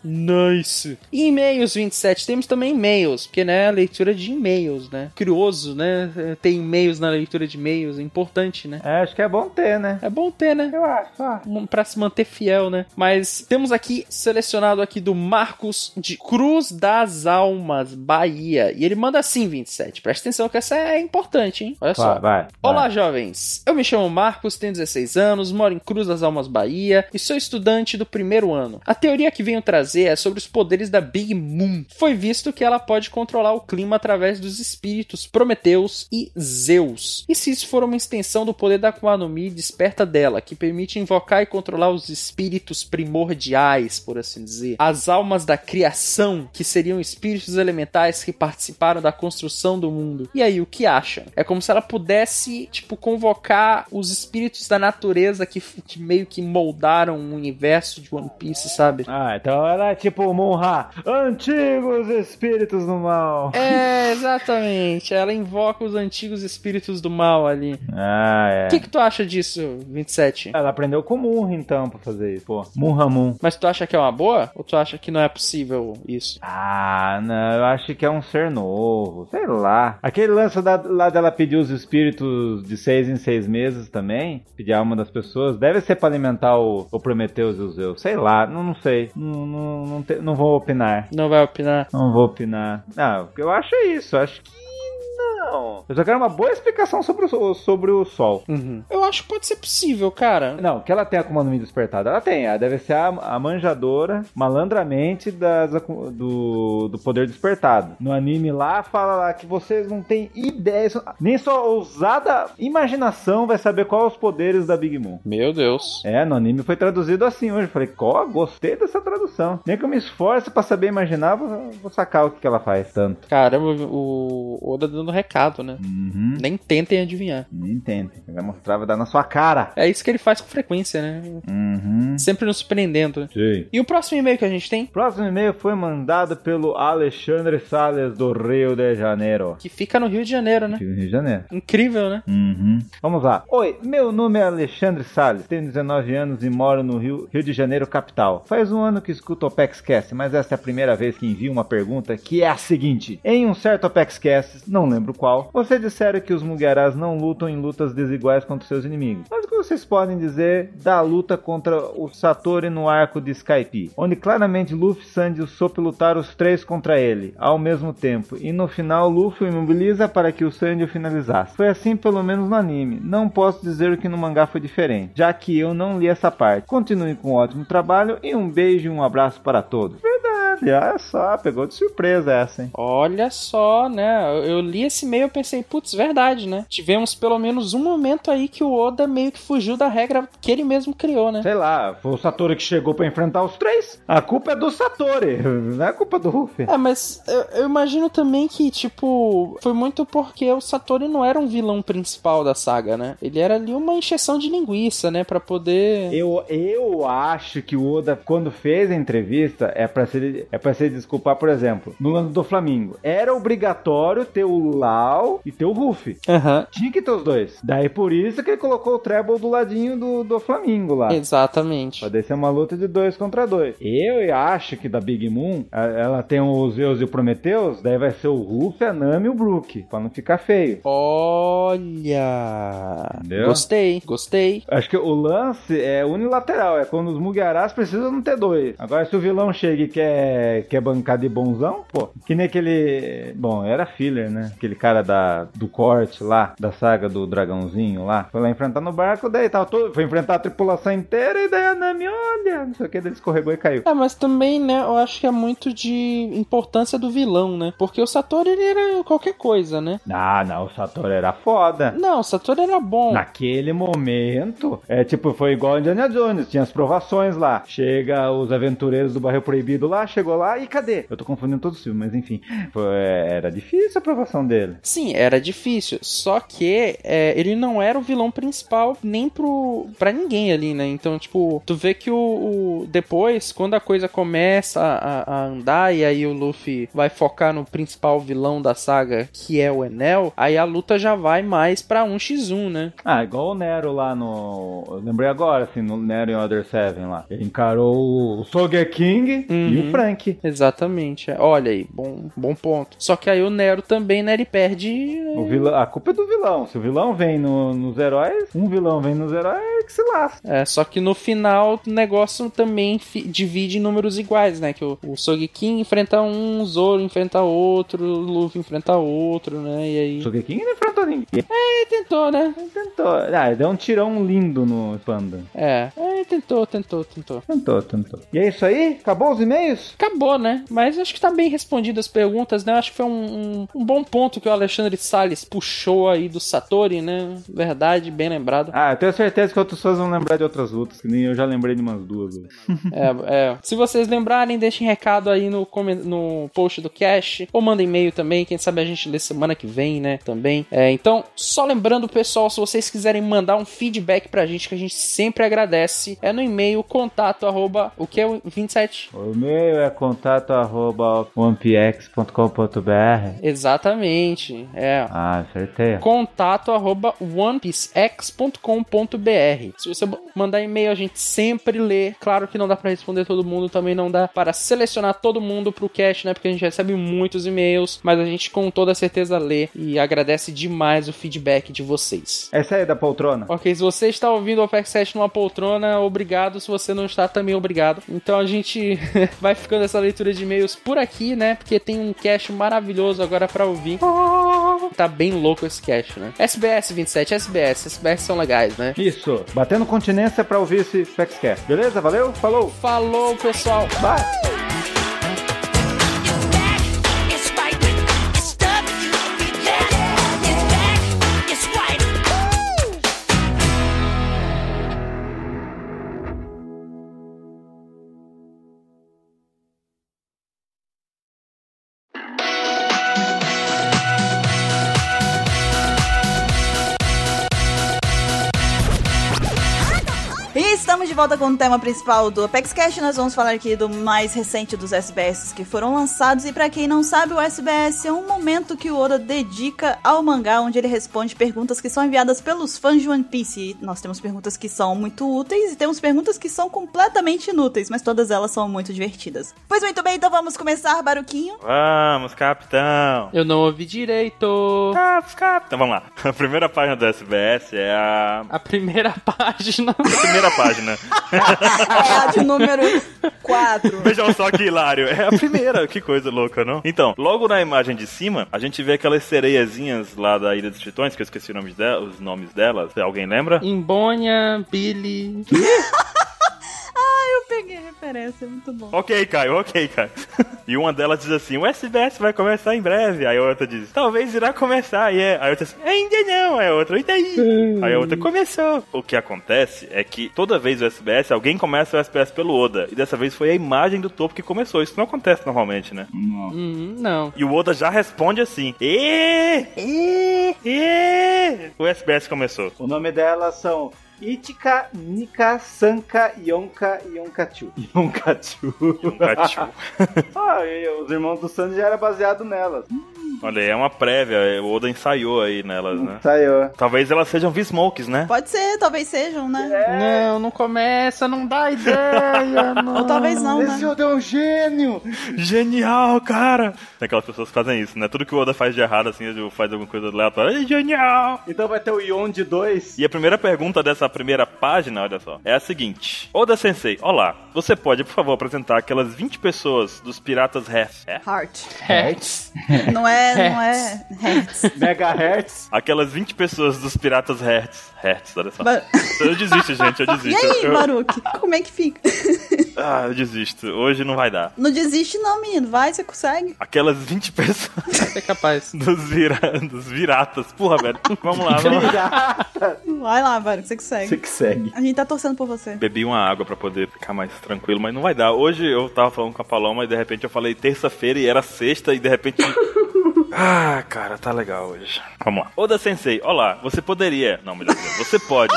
[SPEAKER 1] E e-mails, 27. Temos também e-mails, porque, né, a leitura de e-mails, né? Curioso, né? Tem e-mails na leitura de e-mails, é importante, né?
[SPEAKER 2] Acho que é bom ter, né?
[SPEAKER 1] É bom ter, né?
[SPEAKER 2] Eu acho.
[SPEAKER 1] Pra se manter fiel, né? Mas temos aqui, selecionado aqui do Marcos de Cruz das Almas, Bahia. E ele manda assim, 27. Presta atenção que essa é importante, hein? Olha só.
[SPEAKER 2] Vai.
[SPEAKER 1] Olá, jovens. Eu me chamo Marcos, tenho 16 anos, moro em Cruz das Almas, Bahia, e sou estudante do primeiro ano. A teoria que venho trazer é sobre os poderes da Big Moon. Foi visto que ela pode controlar o clima através dos espíritos Prometeus e Zeus. E se isso for uma extensão do poder da Akuma no Mi desperta dela, que permite invocar e controlar os espíritos primordiais, por assim dizer, as almas da criação, que seriam espíritos elementais que participaram da construção do mundo. E aí, o que acham? É como se ela pudesse, tipo, convocar os espíritos da natureza que meio que moldaram o universo de One Piece, sabe?
[SPEAKER 2] Então ela é tipo Monra, antigos espíritos do mal.
[SPEAKER 1] É, exatamente. Ela invoca os antigos espíritos do mal ali.
[SPEAKER 2] É.
[SPEAKER 1] O que tu acha disso, 27?
[SPEAKER 2] Ela aprendeu com Munra, então, pra fazer isso. Pô, Munramun.
[SPEAKER 1] Mas tu acha que é uma boa? Ou tu acha que não é possível isso?
[SPEAKER 2] Não, eu acho que é um ser novo. Sei lá. Aquele lance lá dela pedir os espíritos de 6 em 6 meses também, pedir a alma das pessoas, deve ser pra alimentar o Prometeus e o Zeus. Sei lá, não sei. Não vou opinar.
[SPEAKER 1] Não vai opinar?
[SPEAKER 2] Não vou opinar. Não, eu acho isso. Acho que não. Eu só quero uma boa explicação sobre o Sol.
[SPEAKER 1] Eu acho que pode ser possível, cara.
[SPEAKER 2] Não, que ela tem a Akuma no Mi despertada. Ela tem. Ela deve ser a manjadora, malandramente, do poder despertado. No anime lá, fala lá que vocês não têm ideia, nem só ousada imaginação vai saber quais os poderes da Big Mom.
[SPEAKER 1] Meu Deus.
[SPEAKER 2] No anime foi traduzido assim hoje. Falei, gostei dessa tradução. Nem que eu me esforce pra saber imaginar, vou sacar o que ela faz tanto.
[SPEAKER 1] Caramba, o Oda dando recado, né? Nem tentem adivinhar.
[SPEAKER 2] Nem tentem. Ele vai mostrar, vai dar na sua cara.
[SPEAKER 1] É isso que ele faz com frequência, né? Sempre nos surpreendendo.
[SPEAKER 2] Sim.
[SPEAKER 1] E o próximo e-mail que a gente tem?
[SPEAKER 2] O próximo e-mail foi mandado pelo Alexandre Salles do Rio de Janeiro.
[SPEAKER 1] Que fica no Rio de Janeiro, né?
[SPEAKER 2] Aqui no Rio de Janeiro.
[SPEAKER 1] Incrível, né?
[SPEAKER 2] Vamos lá. Oi, meu nome é Alexandre Salles, tenho 19 anos e moro no Rio de Janeiro, capital. Faz um ano que escuto o OpexCast, mas essa é a primeira vez que envio uma pergunta que é a seguinte. Em um certo OpexCast, não lembro qual, vocês disseram que os Mugiarás não lutam em lutas desiguais contra seus inimigos. Mas o que vocês podem dizer da luta contra o Satori no arco de Skype, onde claramente Luffy, Sanji e Usopp lutaram os três contra ele, ao mesmo tempo, e no final Luffy o imobiliza para que o Sanji o finalizasse. Foi assim pelo menos no anime. Não posso dizer que no mangá foi diferente, já que eu não li essa parte. Continue com um ótimo trabalho e um beijo e um abraço para todos. Verdade, olha só, pegou de surpresa essa, hein?
[SPEAKER 1] Olha só, né? Eu li esse e-mail e pensei, putz, verdade, né? Tivemos pelo menos um momento aí que o Oda meio que fugiu da regra que ele mesmo criou, né?
[SPEAKER 2] Sei lá, foi o Satori que chegou pra enfrentar os três. A culpa é do Satori, não é culpa do Luffy.
[SPEAKER 1] Mas eu imagino também que, tipo, foi muito porque o Satori não era um vilão principal da saga, né? Ele era ali uma encheção de linguiça, né? Pra poder...
[SPEAKER 2] Eu acho que o Oda, quando fez a entrevista, é pra se desculpar, por exemplo, no lance do Flamengo. Era obrigatório ter o Lau e ter o Luffy. Tinha que ter os dois. Daí por isso que ele colocou o Treble do ladinho do Flamengo lá.
[SPEAKER 1] Exatamente.
[SPEAKER 2] Pra ser uma luta de 2 contra 2. Eu acho que da Big Moon, ela tem os Zeus e o Prometheus, daí vai ser o Luffy, a Nami e o Brook, pra não ficar feio.
[SPEAKER 1] Olha!
[SPEAKER 2] Entendeu?
[SPEAKER 1] Gostei.
[SPEAKER 2] Acho que o lance é unilateral, é quando os Mugiarás precisam não ter dois. Agora, se o vilão chega e quer bancar de bonzão, pô, que nem aquele... Bom, era filler, né? Aquele cara do corte lá, da saga do dragãozinho lá, foi lá enfrentar no barco, daí tava foi enfrentar a tripulação inteira e daí a Nami, olha, não sei o que, ele escorregou e caiu.
[SPEAKER 1] Mas também, né, eu acho que é muito de importância do vilão, né? Porque o Satori, ele era qualquer coisa, né?
[SPEAKER 2] Não, o Satori era foda.
[SPEAKER 1] Não, o Satori era bom.
[SPEAKER 2] Naquele momento, foi igual a Indiana Jones, tinha as provações lá. Chega os aventureiros do Barril Proibido lá, chegou lá e cadê? Eu tô confundindo todos os filmes, mas enfim. Era difícil a aprovação dele.
[SPEAKER 1] Sim, era difícil. Só que ele não era o vilão principal nem pra ninguém ali, né? Então, tipo, tu vê que depois, quando a coisa começa a andar e aí o Luffy vai focar no principal vilão da saga, que é o Enel, aí a luta já vai mais pra 1x1, né?
[SPEAKER 2] Igual o Nero lá no... Eu lembrei agora, assim, no Nero em Other Seven lá. Ele encarou o Sogeking e o Frank.
[SPEAKER 1] Exatamente. Olha aí, bom ponto. Só que aí o Nero também, né, ele perde...
[SPEAKER 2] A culpa é do vilão. Se o vilão vem nos heróis, um vilão vem nos heróis, que se lasca.
[SPEAKER 1] Só que no final o negócio também divide em números iguais, né? Que o Sogeking enfrenta um, o Zoro enfrenta outro, o Luffy enfrenta outro, né? E aí...
[SPEAKER 2] O Sogeking não enfrentou ninguém.
[SPEAKER 1] Ele tentou, né?
[SPEAKER 2] Ele tentou. Deu um tirão lindo no Panda.
[SPEAKER 1] Tentou.
[SPEAKER 2] E é isso aí? Acabou os e-mails?
[SPEAKER 1] Acabou, né? Mas acho que tá bem respondido as perguntas, né? Acho que foi um bom ponto que o Alexandre Salles puxou aí do Satori, né? Verdade, bem lembrado.
[SPEAKER 2] Eu tenho certeza que outras pessoas vão lembrar de outras lutas, que nem eu já lembrei de umas duas.
[SPEAKER 1] Se vocês lembrarem, deixem recado aí no post do cast, ou mandem e-mail também, quem sabe a gente lê semana que vem, né? Também. Então, só lembrando, pessoal, se vocês quiserem mandar um feedback pra gente, que a gente sempre agradece, é no e-mail contato arroba, o que é o 27?
[SPEAKER 2] O e-mail é contato arroba onepx.com.br.
[SPEAKER 1] Exatamente,
[SPEAKER 2] acertei.
[SPEAKER 1] Contato arroba onepx.com.br. Se você mandar e-mail, a gente sempre lê. Claro que não dá pra responder todo mundo, também não dá para selecionar todo mundo pro cast, né? Porque a gente recebe muitos e-mails, mas a gente com toda certeza lê e agradece demais o feedback de vocês.
[SPEAKER 2] Essa aí é da poltrona?
[SPEAKER 1] Ok, se você está ouvindo o Opex 7 numa poltrona, obrigado. Se você não está, também obrigado. Então a gente vai ficando essa leitura de e-mails por aqui, né? Porque tem um cast maravilhoso agora pra ouvir. novo. Tá bem louco esse cast, né? SBS 27, SBS são legais, né?
[SPEAKER 2] Isso. Batendo continência pra ouvir esse Spexcast. Beleza? Valeu? Falou.
[SPEAKER 1] Falou, pessoal.
[SPEAKER 2] Bye.
[SPEAKER 4] Estamos de volta com o tema principal do ApexCast. Nós vamos falar aqui do mais recente dos SBS que foram lançados. E pra quem não sabe, o SBS é um momento que o Oda dedica ao mangá, onde ele responde perguntas que são enviadas pelos fãs de One Piece. E nós temos perguntas que são muito úteis e temos perguntas que são completamente inúteis, mas todas elas são muito divertidas. Pois muito bem, então vamos começar, Baruquinho.
[SPEAKER 3] Vamos, capitão.
[SPEAKER 1] Eu não ouvi direito.
[SPEAKER 3] Capitão. Vamos lá. A primeira página do SBS é
[SPEAKER 1] A primeira página.
[SPEAKER 3] primeira página.
[SPEAKER 4] É a de número 4.
[SPEAKER 3] Vejam só que hilário. É a primeira. Que coisa louca, não? Então, logo na imagem de cima, a gente vê aquelas sereiazinhas lá da Ilha dos Tritões, que eu esqueci os nomes delas. Alguém lembra?
[SPEAKER 1] Embonha, Billy...
[SPEAKER 4] Eu peguei a referência, muito bom.
[SPEAKER 3] Ok, Caio. E uma delas diz assim, o SBS vai começar em breve. Aí a outra diz, talvez irá começar. Aí a outra diz, ainda não. Aí a outra, e daí? Aí a outra, começou. O que acontece é que toda vez o SBS, alguém começa o SBS pelo Oda. E dessa vez foi a imagem do topo que começou. Isso não acontece normalmente, né?
[SPEAKER 1] Não.
[SPEAKER 3] E o Oda já responde assim, o SBS começou.
[SPEAKER 2] O nome delas são Ichika, Nika, Sanka, Yonka e Yonkachu. E os irmãos do Sanji já era baseado nelas.
[SPEAKER 3] Olha aí, é uma prévia. O Oda ensaiou aí nelas, né?
[SPEAKER 2] Ensaiou.
[SPEAKER 3] Talvez elas sejam V-Smokes, né?
[SPEAKER 4] Pode ser, talvez sejam, né?
[SPEAKER 1] Não começa, não dá ideia, não.
[SPEAKER 4] Ou talvez não, né?
[SPEAKER 2] Esse Oda é um gênio!
[SPEAKER 3] Genial, cara! Tem aquelas pessoas que fazem isso, né? Tudo que o Oda faz de errado, assim, ele faz alguma coisa aleatória. É genial!
[SPEAKER 2] Então vai ter o Yon de 2.
[SPEAKER 3] E a primeira pergunta dessa primeira página, olha só, é a seguinte. Oda Sensei, olá. Você pode, por favor, apresentar aquelas 20 pessoas dos Piratas Hertz?
[SPEAKER 4] Hertz. Não é Hertz.
[SPEAKER 2] Megahertz.
[SPEAKER 3] Aquelas 20 pessoas dos Piratas Hertz, olha só. Eu desisto, gente, eu desisto.
[SPEAKER 4] E aí, Baruque? Como é que fica?
[SPEAKER 3] Eu desisto. Hoje não vai dar.
[SPEAKER 4] Não desiste não, menino. Vai, você consegue.
[SPEAKER 3] Aquelas 20 pessoas
[SPEAKER 1] É capaz.
[SPEAKER 3] dos viratas. Porra, velho. Vamos lá.
[SPEAKER 4] Vai lá, Baruque, você consegue.
[SPEAKER 2] Você que segue.
[SPEAKER 4] A gente tá torcendo por você.
[SPEAKER 3] Bebi uma água pra poder ficar mais tranquilo, mas não vai dar. Hoje eu tava falando com a Paloma e de repente eu falei terça-feira e era sexta e de repente... cara, tá legal hoje. Vamos lá. Oda Sensei, olá, você poderia... Não, melhor dizer, você pode...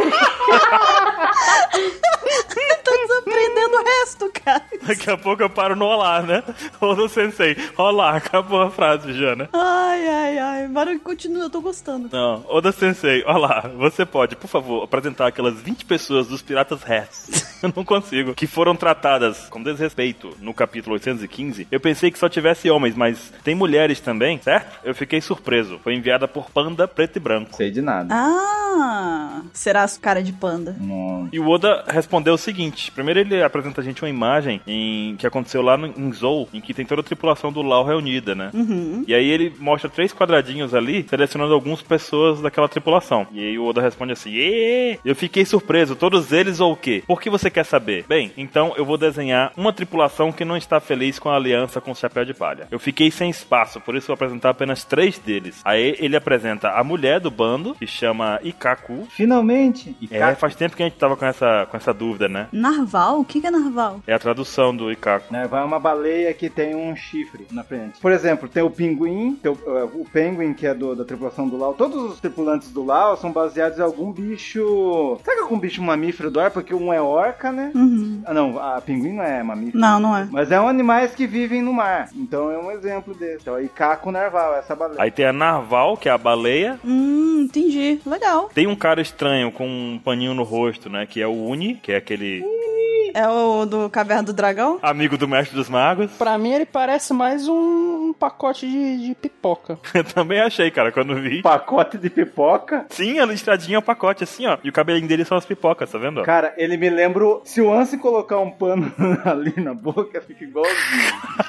[SPEAKER 4] Tá desaprendendo o resto, cara.
[SPEAKER 3] Daqui a pouco eu paro no olá, né? Oda Sensei, olá, acabou a frase já, né?
[SPEAKER 4] Ai. Baruque, continua, eu tô gostando.
[SPEAKER 3] Não, Oda Sensei, olá, você pode, por favor, apresentar aquelas 20 pessoas dos Piratas Hertz. Eu não consigo. Que foram tratadas com desrespeito no capítulo 815. Eu pensei que só tivesse homens, mas tem mulheres também, certo? Eu fiquei surpreso. Foi enviada por Panda Preto e Branco.
[SPEAKER 2] Sei de nada.
[SPEAKER 4] Será cara de panda?
[SPEAKER 2] Não.
[SPEAKER 3] E o Oda respondeu o seguinte. Primeiro ele apresenta a gente uma imagem que aconteceu lá em Zou, em que tem toda a tripulação do Lau reunida, né? E aí ele mostra 3 quadradinhos ali, selecionando algumas pessoas daquela tripulação. E aí o Oda responde assim, eu fiquei surpreso, todos eles ou o quê? Por que você quer saber? Bem, então eu vou desenhar uma tripulação que não está feliz com a aliança com o Chapéu de Palha. Eu fiquei sem espaço, por isso vou apresentar apenas 3 deles. Aí ele apresenta a mulher do bando, que chama Ikaku.
[SPEAKER 2] Finalmente!
[SPEAKER 3] Faz tempo que a gente tava com essa dúvida, né?
[SPEAKER 4] Narval? O que é narval?
[SPEAKER 3] É a tradução do Ikaku.
[SPEAKER 2] Vai uma baleia que tem um chifre na frente. Por exemplo, tem o pinguim, tem o penguin, que é da tripulação do Lau. Todos os tripulantes do Lau são baseados em algum bicho... Sabe algum bicho mamífero do ar? Porque um é orca, né? Não, a pinguim não é mamífero.
[SPEAKER 4] Não é.
[SPEAKER 2] Mas é animais que vivem no mar. Então é um exemplo desse. Então, Ikaku narval, essa baleia.
[SPEAKER 3] Aí tem a narval, que é a baleia.
[SPEAKER 4] Entendi. Legal.
[SPEAKER 3] Tem um cara estranho com um paninho no rosto, né? Que é o Uni, que é aquele...
[SPEAKER 4] É o do Caverna do Dragão?
[SPEAKER 3] Amigo do Mestre dos Magos.
[SPEAKER 1] Pra mim ele parece mais um pacote de pipoca.
[SPEAKER 3] Eu também achei, cara, quando vi.
[SPEAKER 2] Pacote de pipoca?
[SPEAKER 3] Sim, a listradinha é um pacote assim, ó. E o cabelinho dele são as pipocas, tá vendo?
[SPEAKER 2] Cara, ele me lembra... Se o Ansem colocar um pano ali na boca, fica igualzinho.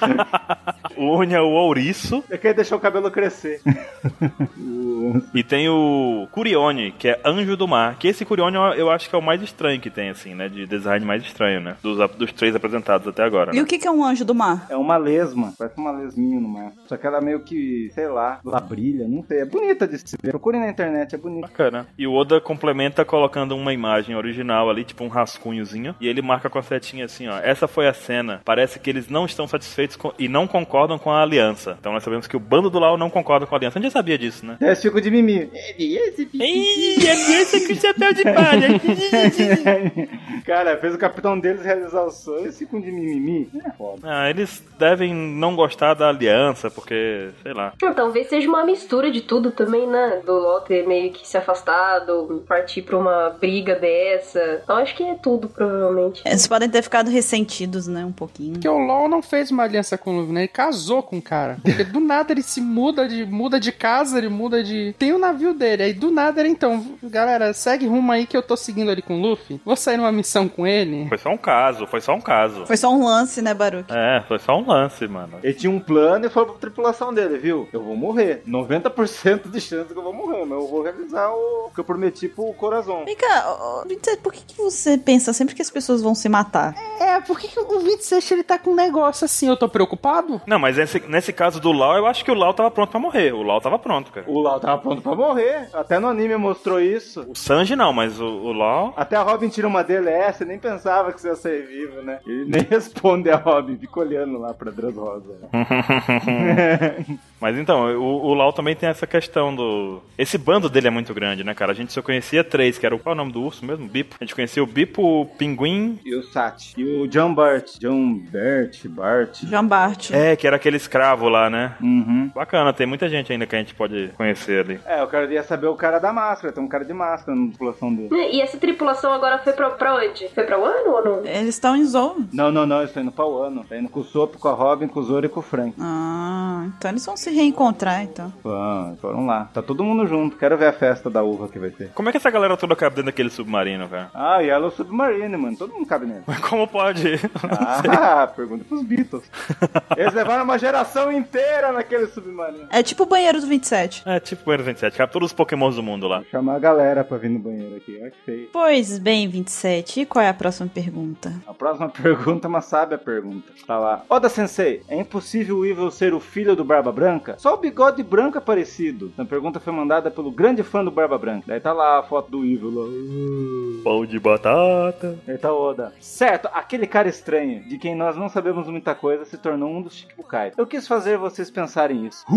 [SPEAKER 3] O Oni é o ouriço.
[SPEAKER 2] É que ele deixou o cabelo crescer.
[SPEAKER 3] E tem o Curione, que é Anjo do Mar. Que esse Curione eu acho que é o mais estranho que tem, assim, né? De design mais estranho, né? Dos 3 apresentados até agora.
[SPEAKER 4] E
[SPEAKER 3] né?
[SPEAKER 4] o que é um anjo do mar?
[SPEAKER 2] É uma lesma, parece uma lesminha no mar. Só que ela meio que, sei lá, ela brilha, não sei. É bonita de se ver. Procure na internet, é bonita.
[SPEAKER 3] Bacana. E o Oda complementa colocando uma imagem original ali, tipo um rascunhozinho. E ele marca com a setinha assim, ó. Essa foi a cena. Parece que eles não estão satisfeitos e não concordam com a aliança. Então nós sabemos que o bando do Lau não concorda com a aliança. A gente já sabia disso, né?
[SPEAKER 2] Eles ficam de mimimi.
[SPEAKER 3] Esse com o chapéu de palha.
[SPEAKER 2] Cara, fez o capitão deles realizar o sonho. Eles ficam de mimimi. É foda.
[SPEAKER 3] Ah, eles devem não gostar da aliança, porque, sei lá.
[SPEAKER 5] Talvez seja uma mistura de tudo também, né? Do Lau ter meio que se afastado, partir pra uma briga dessa. Então acho que é tudo, provavelmente.
[SPEAKER 4] Eles podem ter ficado ressentidos, né? Um pouquinho.
[SPEAKER 1] Porque o LOL não fez uma aliança com o Luffy, né? Ele casou com o cara. Porque do nada ele se muda de casa, ele muda de... Tem o navio dele, aí do nada ele, então, galera, segue rumo aí que eu tô seguindo ali com o Luffy. Vou sair numa missão com ele.
[SPEAKER 3] Foi só um caso.
[SPEAKER 4] Foi só um lance, né, Baruch?
[SPEAKER 3] É, foi só um lance, mano.
[SPEAKER 2] Ele tinha um plano e falou pra tripulação dele, viu? Eu vou morrer. 90% de chance que eu vou morrer, mas eu vou realizar o que eu prometi pro Corazon.
[SPEAKER 4] Vem cá, 27, por que você pensa sempre que as pessoas vão se matar?
[SPEAKER 1] Por que o 27 ele tá com um negócio assim? Eu tô preocupado?
[SPEAKER 3] Não, mas nesse caso do Lau, eu acho que o Lau tava pronto pra morrer. O Lau tava pronto, cara.
[SPEAKER 2] O Lau tava pronto pra morrer. Até no anime mostrou isso.
[SPEAKER 3] O Sanji não, mas o Lau...
[SPEAKER 2] Até a Robin tira uma dele, você nem pensava que você ia sair vivo, né? Ele nem responde a Robin, fica olhando lá pra Dressrosa.
[SPEAKER 3] Mas então, o Lau também tem essa questão do... Esse bando dele é muito grande, né, cara? A gente só conhecia 3, que era qual é o nome do urso mesmo? Bipo. A gente conhecia o Bipo, o Pinguim...
[SPEAKER 2] E o Sati. E o John Bart. John Bart.
[SPEAKER 3] É, que era aquele escravo lá, né?
[SPEAKER 2] Uhum.
[SPEAKER 3] Bacana, tem muita gente ainda que a gente pode conhecer ali.
[SPEAKER 2] Eu queria saber o cara da máscara. Tem um cara de máscara na tripulação dele.
[SPEAKER 5] E essa tripulação agora foi pra onde? Foi pra Wano ou não?
[SPEAKER 4] Eles estão em Zou.
[SPEAKER 2] Não, eles estão indo pra Wano. Tá indo com o Sop, com a Robin, com o Zoro e com o Frank.
[SPEAKER 4] Então eles vão se reencontrar, então.
[SPEAKER 2] Foram lá. Tá todo mundo junto. Quero ver a festa da uva que vai ter.
[SPEAKER 3] Como é que essa galera toda cabe dentro daquele submarino, cara?
[SPEAKER 2] E ela é o Submarine, mano. Todo mundo cabe nele.
[SPEAKER 3] Mas como pode?
[SPEAKER 2] Pergunta pros Beatles. Eles levaram uma geração inteira naquele submarino.
[SPEAKER 4] É tipo o banheiro do 27.
[SPEAKER 3] É tipo o banheiro do 27. Cabe todos os pokémons do mundo lá.
[SPEAKER 2] Vou chamar a galera pra vir no banheiro aqui. Olha que feio.
[SPEAKER 4] Pois bem, 27. E qual é a próxima pergunta?
[SPEAKER 2] A próxima pergunta é uma sábia pergunta. Tá lá. Oda Sensei, é impossível o Evil ser o filho do Barba Branca? Só o bigode branco é parecido. A pergunta foi mandada pelo grande fã do Barba Branca. Daí tá lá a foto do Evil lá.
[SPEAKER 3] Pão de batata.
[SPEAKER 2] Daí tá Oda. Certo, aquele cara estranho, de quem nós não sabemos muita coisa, se tornou um dos Shichibukai. Eu quis fazer vocês pensarem isso.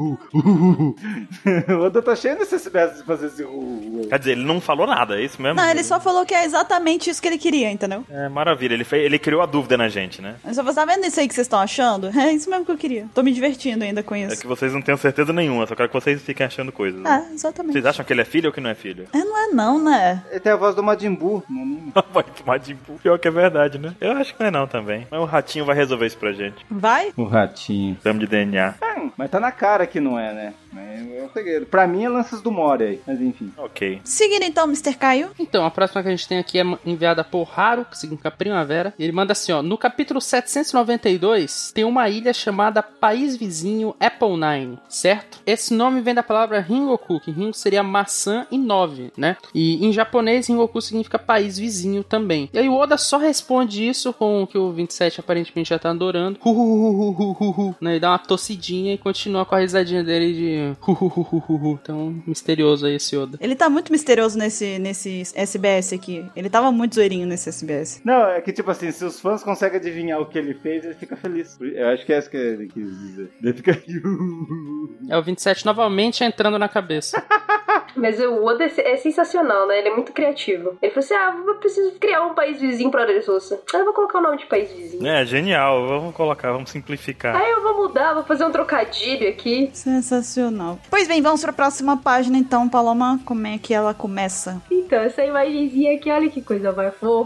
[SPEAKER 2] O Oda tá cheio de necessidade de fazer esse...
[SPEAKER 3] Quer dizer, ele não falou nada, é isso mesmo?
[SPEAKER 4] Não, ele só falou que é exatamente isso que ele queria, entendeu?
[SPEAKER 3] É, maravilha. Ele criou a dúvida na gente, né?
[SPEAKER 4] Eu só falei, tá vendo isso aí que vocês estão achando? É isso mesmo que eu queria. Tô me divertindo ainda com isso.
[SPEAKER 3] É que vocês não tenham certeza nenhuma, só quero que vocês fiquem achando coisas. Né?
[SPEAKER 4] Exatamente.
[SPEAKER 3] Vocês acham que ele é filho ou que não é filho?
[SPEAKER 4] Não é não, né?
[SPEAKER 2] Ele tem a voz do Majin Buu no anime.
[SPEAKER 3] Vai tomar de pior que é verdade, né? Eu acho que não é não também. Mas o ratinho vai resolver isso pra gente.
[SPEAKER 4] Vai?
[SPEAKER 2] O ratinho.
[SPEAKER 3] Exame de DNA.
[SPEAKER 2] Mas tá na cara que não é, né? É um segredo. Pra mim é lanças do Mori aí. Mas enfim.
[SPEAKER 3] Ok.
[SPEAKER 4] Seguindo então, Mr. Caio.
[SPEAKER 1] Então, a próxima que a gente tem aqui é enviada por Haru, que significa primavera. Ele manda assim, ó. No capítulo 792, tem uma ilha chamada País Vizinho Apple Nine, certo? Esse nome vem da palavra Ringoku, que Ringo seria maçã e 9, né? E em japonês, Ringoku significa país vizinho também. E aí o Oda só responde isso com o que o 27 aparentemente já tá adorando. Né? Ele dá uma tossidinha e continua com a risadinha dele de Então, misterioso aí esse Oda.
[SPEAKER 4] Ele tá muito misterioso nesse SBS aqui. Ele tava muito zoeirinho nesse SBS.
[SPEAKER 2] Não, é que tipo assim, se os fãs conseguem adivinhar o que ele fez, ele fica feliz. Eu acho que é isso que ele quis dizer. Ele fica...
[SPEAKER 1] É o 27 novamente entrando na cabeça.
[SPEAKER 5] Mas o Oda é sensacional, né? Ele é muito criativo. Ele falou assim, eu preciso criar um país vizinho pra Dressrosa. Eu vou colocar o nome de país vizinho.
[SPEAKER 3] É, genial. Vamos simplificar.
[SPEAKER 5] Aí eu vou mudar, vou fazer um trocadilho aqui.
[SPEAKER 4] Sensacional. Pois bem, vamos pra próxima página então, Paloma. Como é que ela começa?
[SPEAKER 5] Então, essa imagenzinha aqui, olha que coisa mais fofa.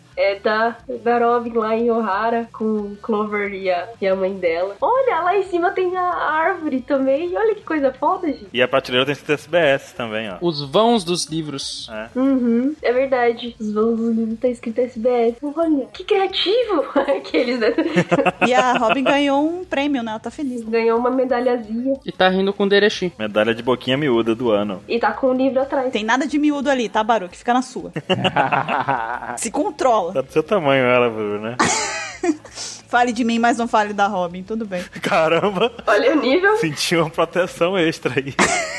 [SPEAKER 5] É da Robin lá em Ohara, com Clover e a mãe dela. Olha, lá em cima tem a árvore também. Olha que coisa foda, gente.
[SPEAKER 3] E a prateleira tem escrito SBS também, ó.
[SPEAKER 1] Os vãos dos livros.
[SPEAKER 5] Uhum, é verdade. Os vãos do livro tá escrito SBS. Olha, que criativo. Aqueles, né?
[SPEAKER 4] E a Robin ganhou um prêmio, né? Ela tá feliz.
[SPEAKER 5] Ganhou uma medalhazinha.
[SPEAKER 1] E tá rindo com o Derechi.
[SPEAKER 3] Medalha de boquinha miúda do ano.
[SPEAKER 5] E tá com o livro atrás.
[SPEAKER 4] Tem nada de miúdo ali, tá, Baruque? Fica na sua. Se controla.
[SPEAKER 3] Tá do seu tamanho ela, Bruno, né?
[SPEAKER 4] Fale de mim, mas não fale da Robin. Tudo bem.
[SPEAKER 3] Caramba.
[SPEAKER 5] Olha o nível.
[SPEAKER 3] Senti uma proteção extra aí.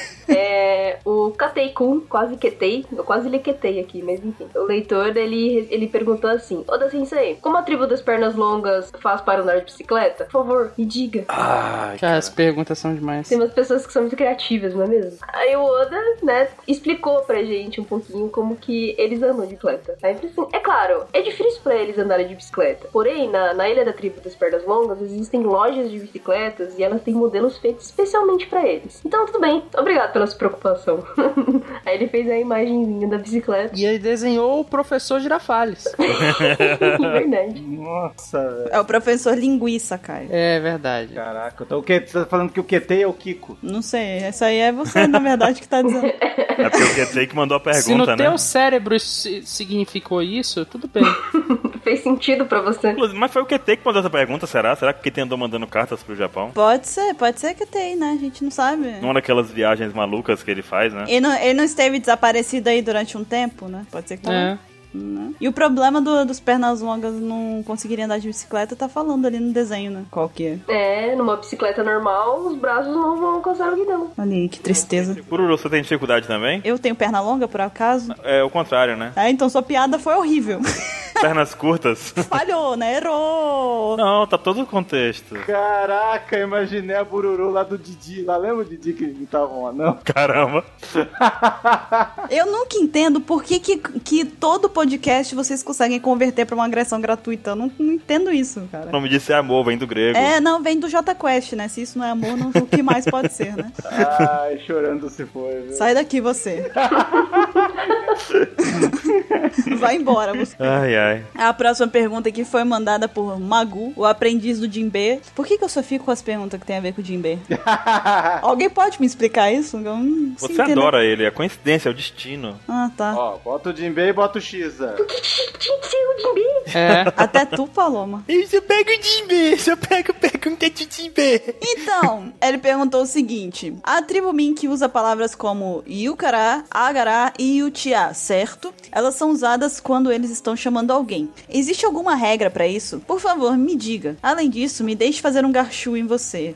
[SPEAKER 5] O Katei-kun, quase quetei, eu quase liquetei aqui, mas enfim. O leitor, ele perguntou assim: Oda Sensei, como a tribo das pernas longas faz para andar de bicicleta? Por favor, me diga.
[SPEAKER 1] Cara, as perguntas são demais.
[SPEAKER 5] Tem umas pessoas que são muito criativas, não é mesmo? Aí o Oda, né, explicou pra gente um pouquinho como que eles andam de bicicleta. Aí assim, é claro, é difícil pra eles andarem de bicicleta. Porém, na ilha da tribo das pernas longas, existem lojas de bicicletas e elas têm modelos feitos especialmente pra eles. Então, tudo bem. Obrigado pela sua preocupação. Aí ele fez a imagenzinha da bicicleta.
[SPEAKER 1] E ele desenhou o professor Girafales.
[SPEAKER 5] Verdade.
[SPEAKER 2] Nossa, velho.
[SPEAKER 4] É o professor linguiça, Caio.
[SPEAKER 1] É verdade.
[SPEAKER 2] Caraca, então você tá falando que o QT é o Kiko?
[SPEAKER 4] Não sei, isso aí é você, na verdade, que tá dizendo.
[SPEAKER 3] É porque o QT que mandou a pergunta,
[SPEAKER 1] Se no
[SPEAKER 3] né?
[SPEAKER 1] teu cérebro significou isso, tudo bem.
[SPEAKER 5] Fez sentido pra você.
[SPEAKER 3] Mas foi o QT que mandou essa pergunta, será? Será que o QT andou mandando cartas pro Japão?
[SPEAKER 4] Pode ser que tem, né? A gente não sabe.
[SPEAKER 3] Numa daquelas viagens malucas que ele faz, né?
[SPEAKER 4] Ele não esteve desaparecido aí durante um tempo, né? Pode ser que tá.
[SPEAKER 1] É.
[SPEAKER 4] Né? E o problema dos pernas longas não conseguirem andar de bicicleta tá falando ali no desenho, né? Qual que é?
[SPEAKER 5] Numa bicicleta normal, os braços não conseguem não.
[SPEAKER 4] Olha aí, que tristeza.
[SPEAKER 3] Bururu, você tem dificuldade também?
[SPEAKER 4] Eu tenho perna longa, por acaso?
[SPEAKER 3] É o contrário, né?
[SPEAKER 4] Então sua piada foi horrível.
[SPEAKER 3] Pernas curtas.
[SPEAKER 4] Falhou, né? Errou.
[SPEAKER 3] Não, tá todo o contexto.
[SPEAKER 2] Caraca, imaginei a Bururu lá do Didi. Lá lembra o Didi que imitava um anão?
[SPEAKER 3] Caramba.
[SPEAKER 4] Eu nunca entendo por que todo podcast vocês conseguem converter pra uma agressão gratuita. Eu não entendo isso, cara.
[SPEAKER 3] O nome disso é amor, vem do grego.
[SPEAKER 4] Não, vem do J-Quest, né? Se isso não é amor, o que mais pode ser, né?
[SPEAKER 2] Ai, chorando se foi, viu?
[SPEAKER 4] Sai daqui, você. Vai embora, você.
[SPEAKER 3] Ai, ai.
[SPEAKER 4] A próxima pergunta aqui foi mandada por Magu, o aprendiz do Jinbe. Por que eu só fico com as perguntas que tem a ver com o Jinbe? Alguém pode me explicar isso?
[SPEAKER 3] Você adora ele, é coincidência, é o destino.
[SPEAKER 4] Ah, tá.
[SPEAKER 2] Ó, bota o Jinbe e bota o Shiza.
[SPEAKER 5] Por que tinha que ser o Jinbe?
[SPEAKER 4] Até tu, Paloma.
[SPEAKER 3] Eu só pego o Jinbe, só pego pergunta de Jinbe.
[SPEAKER 4] Então, ele perguntou o seguinte: a tribo Mink usa palavras como Yukara, Agara e Yutia, certo? Elas são usadas quando eles estão chamando alguém. Existe alguma regra pra isso? Por favor, me diga. Além disso, me deixe fazer um garchu em você.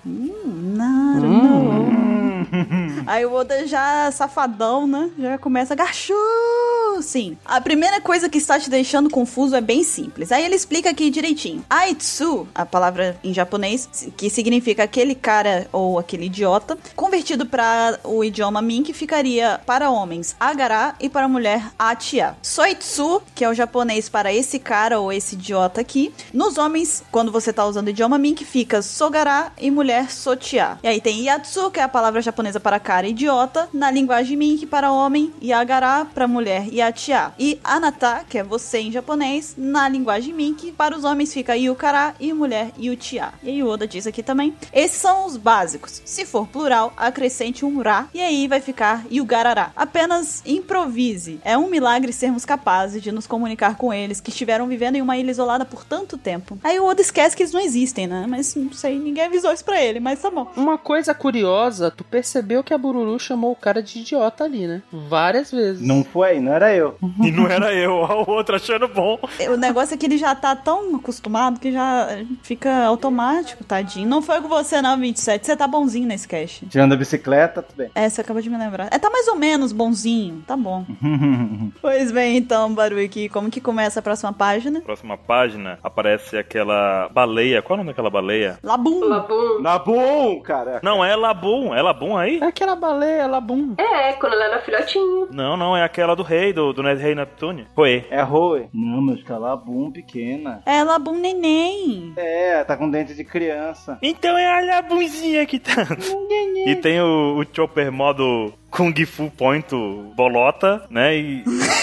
[SPEAKER 4] Não. Aí o Oda já safadão, né? Já começa garchu. Sim. A primeira coisa que está te deixando confuso é bem simples. Aí ele explica aqui direitinho. Aitsu, a palavra em japonês, que significa aquele cara ou aquele idiota, convertido para o idioma Mink, ficaria para homens Agara e para mulher Atia. Soitsu, que é o japonês para esse cara ou esse idiota aqui. Nos homens, quando você tá usando o idioma Mink, fica Sogara e mulher Sotia. E aí tem Yatsu, que é a palavra japonesa para cara idiota, na linguagem Mink para homem, e Agara para mulher Yatia. E Anata, que é você em japonês, na linguagem Mink, para os homens fica Yukara e mulher Yutia. E aí o Oda diz aqui também. Esses são os básicos. Se for plural, acrescente um ra e aí vai ficar Yugarara. Apenas improvise. É um milagre sermos capazes de nos comunicar com eles que estiveram vivendo em uma ilha isolada por tanto tempo. Aí o Oda esquece que eles não existem, né? Mas não sei, ninguém avisou isso pra ele, mas tá bom.
[SPEAKER 1] Uma coisa curiosa, tu percebeu que a Bururu chamou o cara de idiota ali, né? Várias vezes.
[SPEAKER 2] Não foi, não era eu.
[SPEAKER 3] E não era eu, ó, o outro achando bom.
[SPEAKER 4] O negócio é que ele já tá tão acostumado que já fica automático, tadinho. Não foi com você não, 27. Você tá bonzinho nesse cast.
[SPEAKER 2] Tirando a bicicleta, tudo bem.
[SPEAKER 4] Você acabou de me lembrar. Tá mais ou menos bonzinho. Tá bom. Pois bem, então, Baruiki, como que começa a próxima página?
[SPEAKER 3] Próxima página, aparece aquela baleia. Qual é o nome daquela baleia?
[SPEAKER 4] Labum.
[SPEAKER 2] Labum, cara.
[SPEAKER 3] Não, é Labum. É Labum aí?
[SPEAKER 1] É aquela baleia, Labum.
[SPEAKER 5] Quando ela era filhotinha.
[SPEAKER 3] Não, é aquela do rei, do rei Neptune. Foi.
[SPEAKER 2] É Roe. Não, mas que é Labum pequena.
[SPEAKER 4] É Labum neném.
[SPEAKER 2] Tá com dente de criança.
[SPEAKER 3] Então é a Labumzinha que tá. E tem o Chopper modo Kung Fu Point bolota, né? E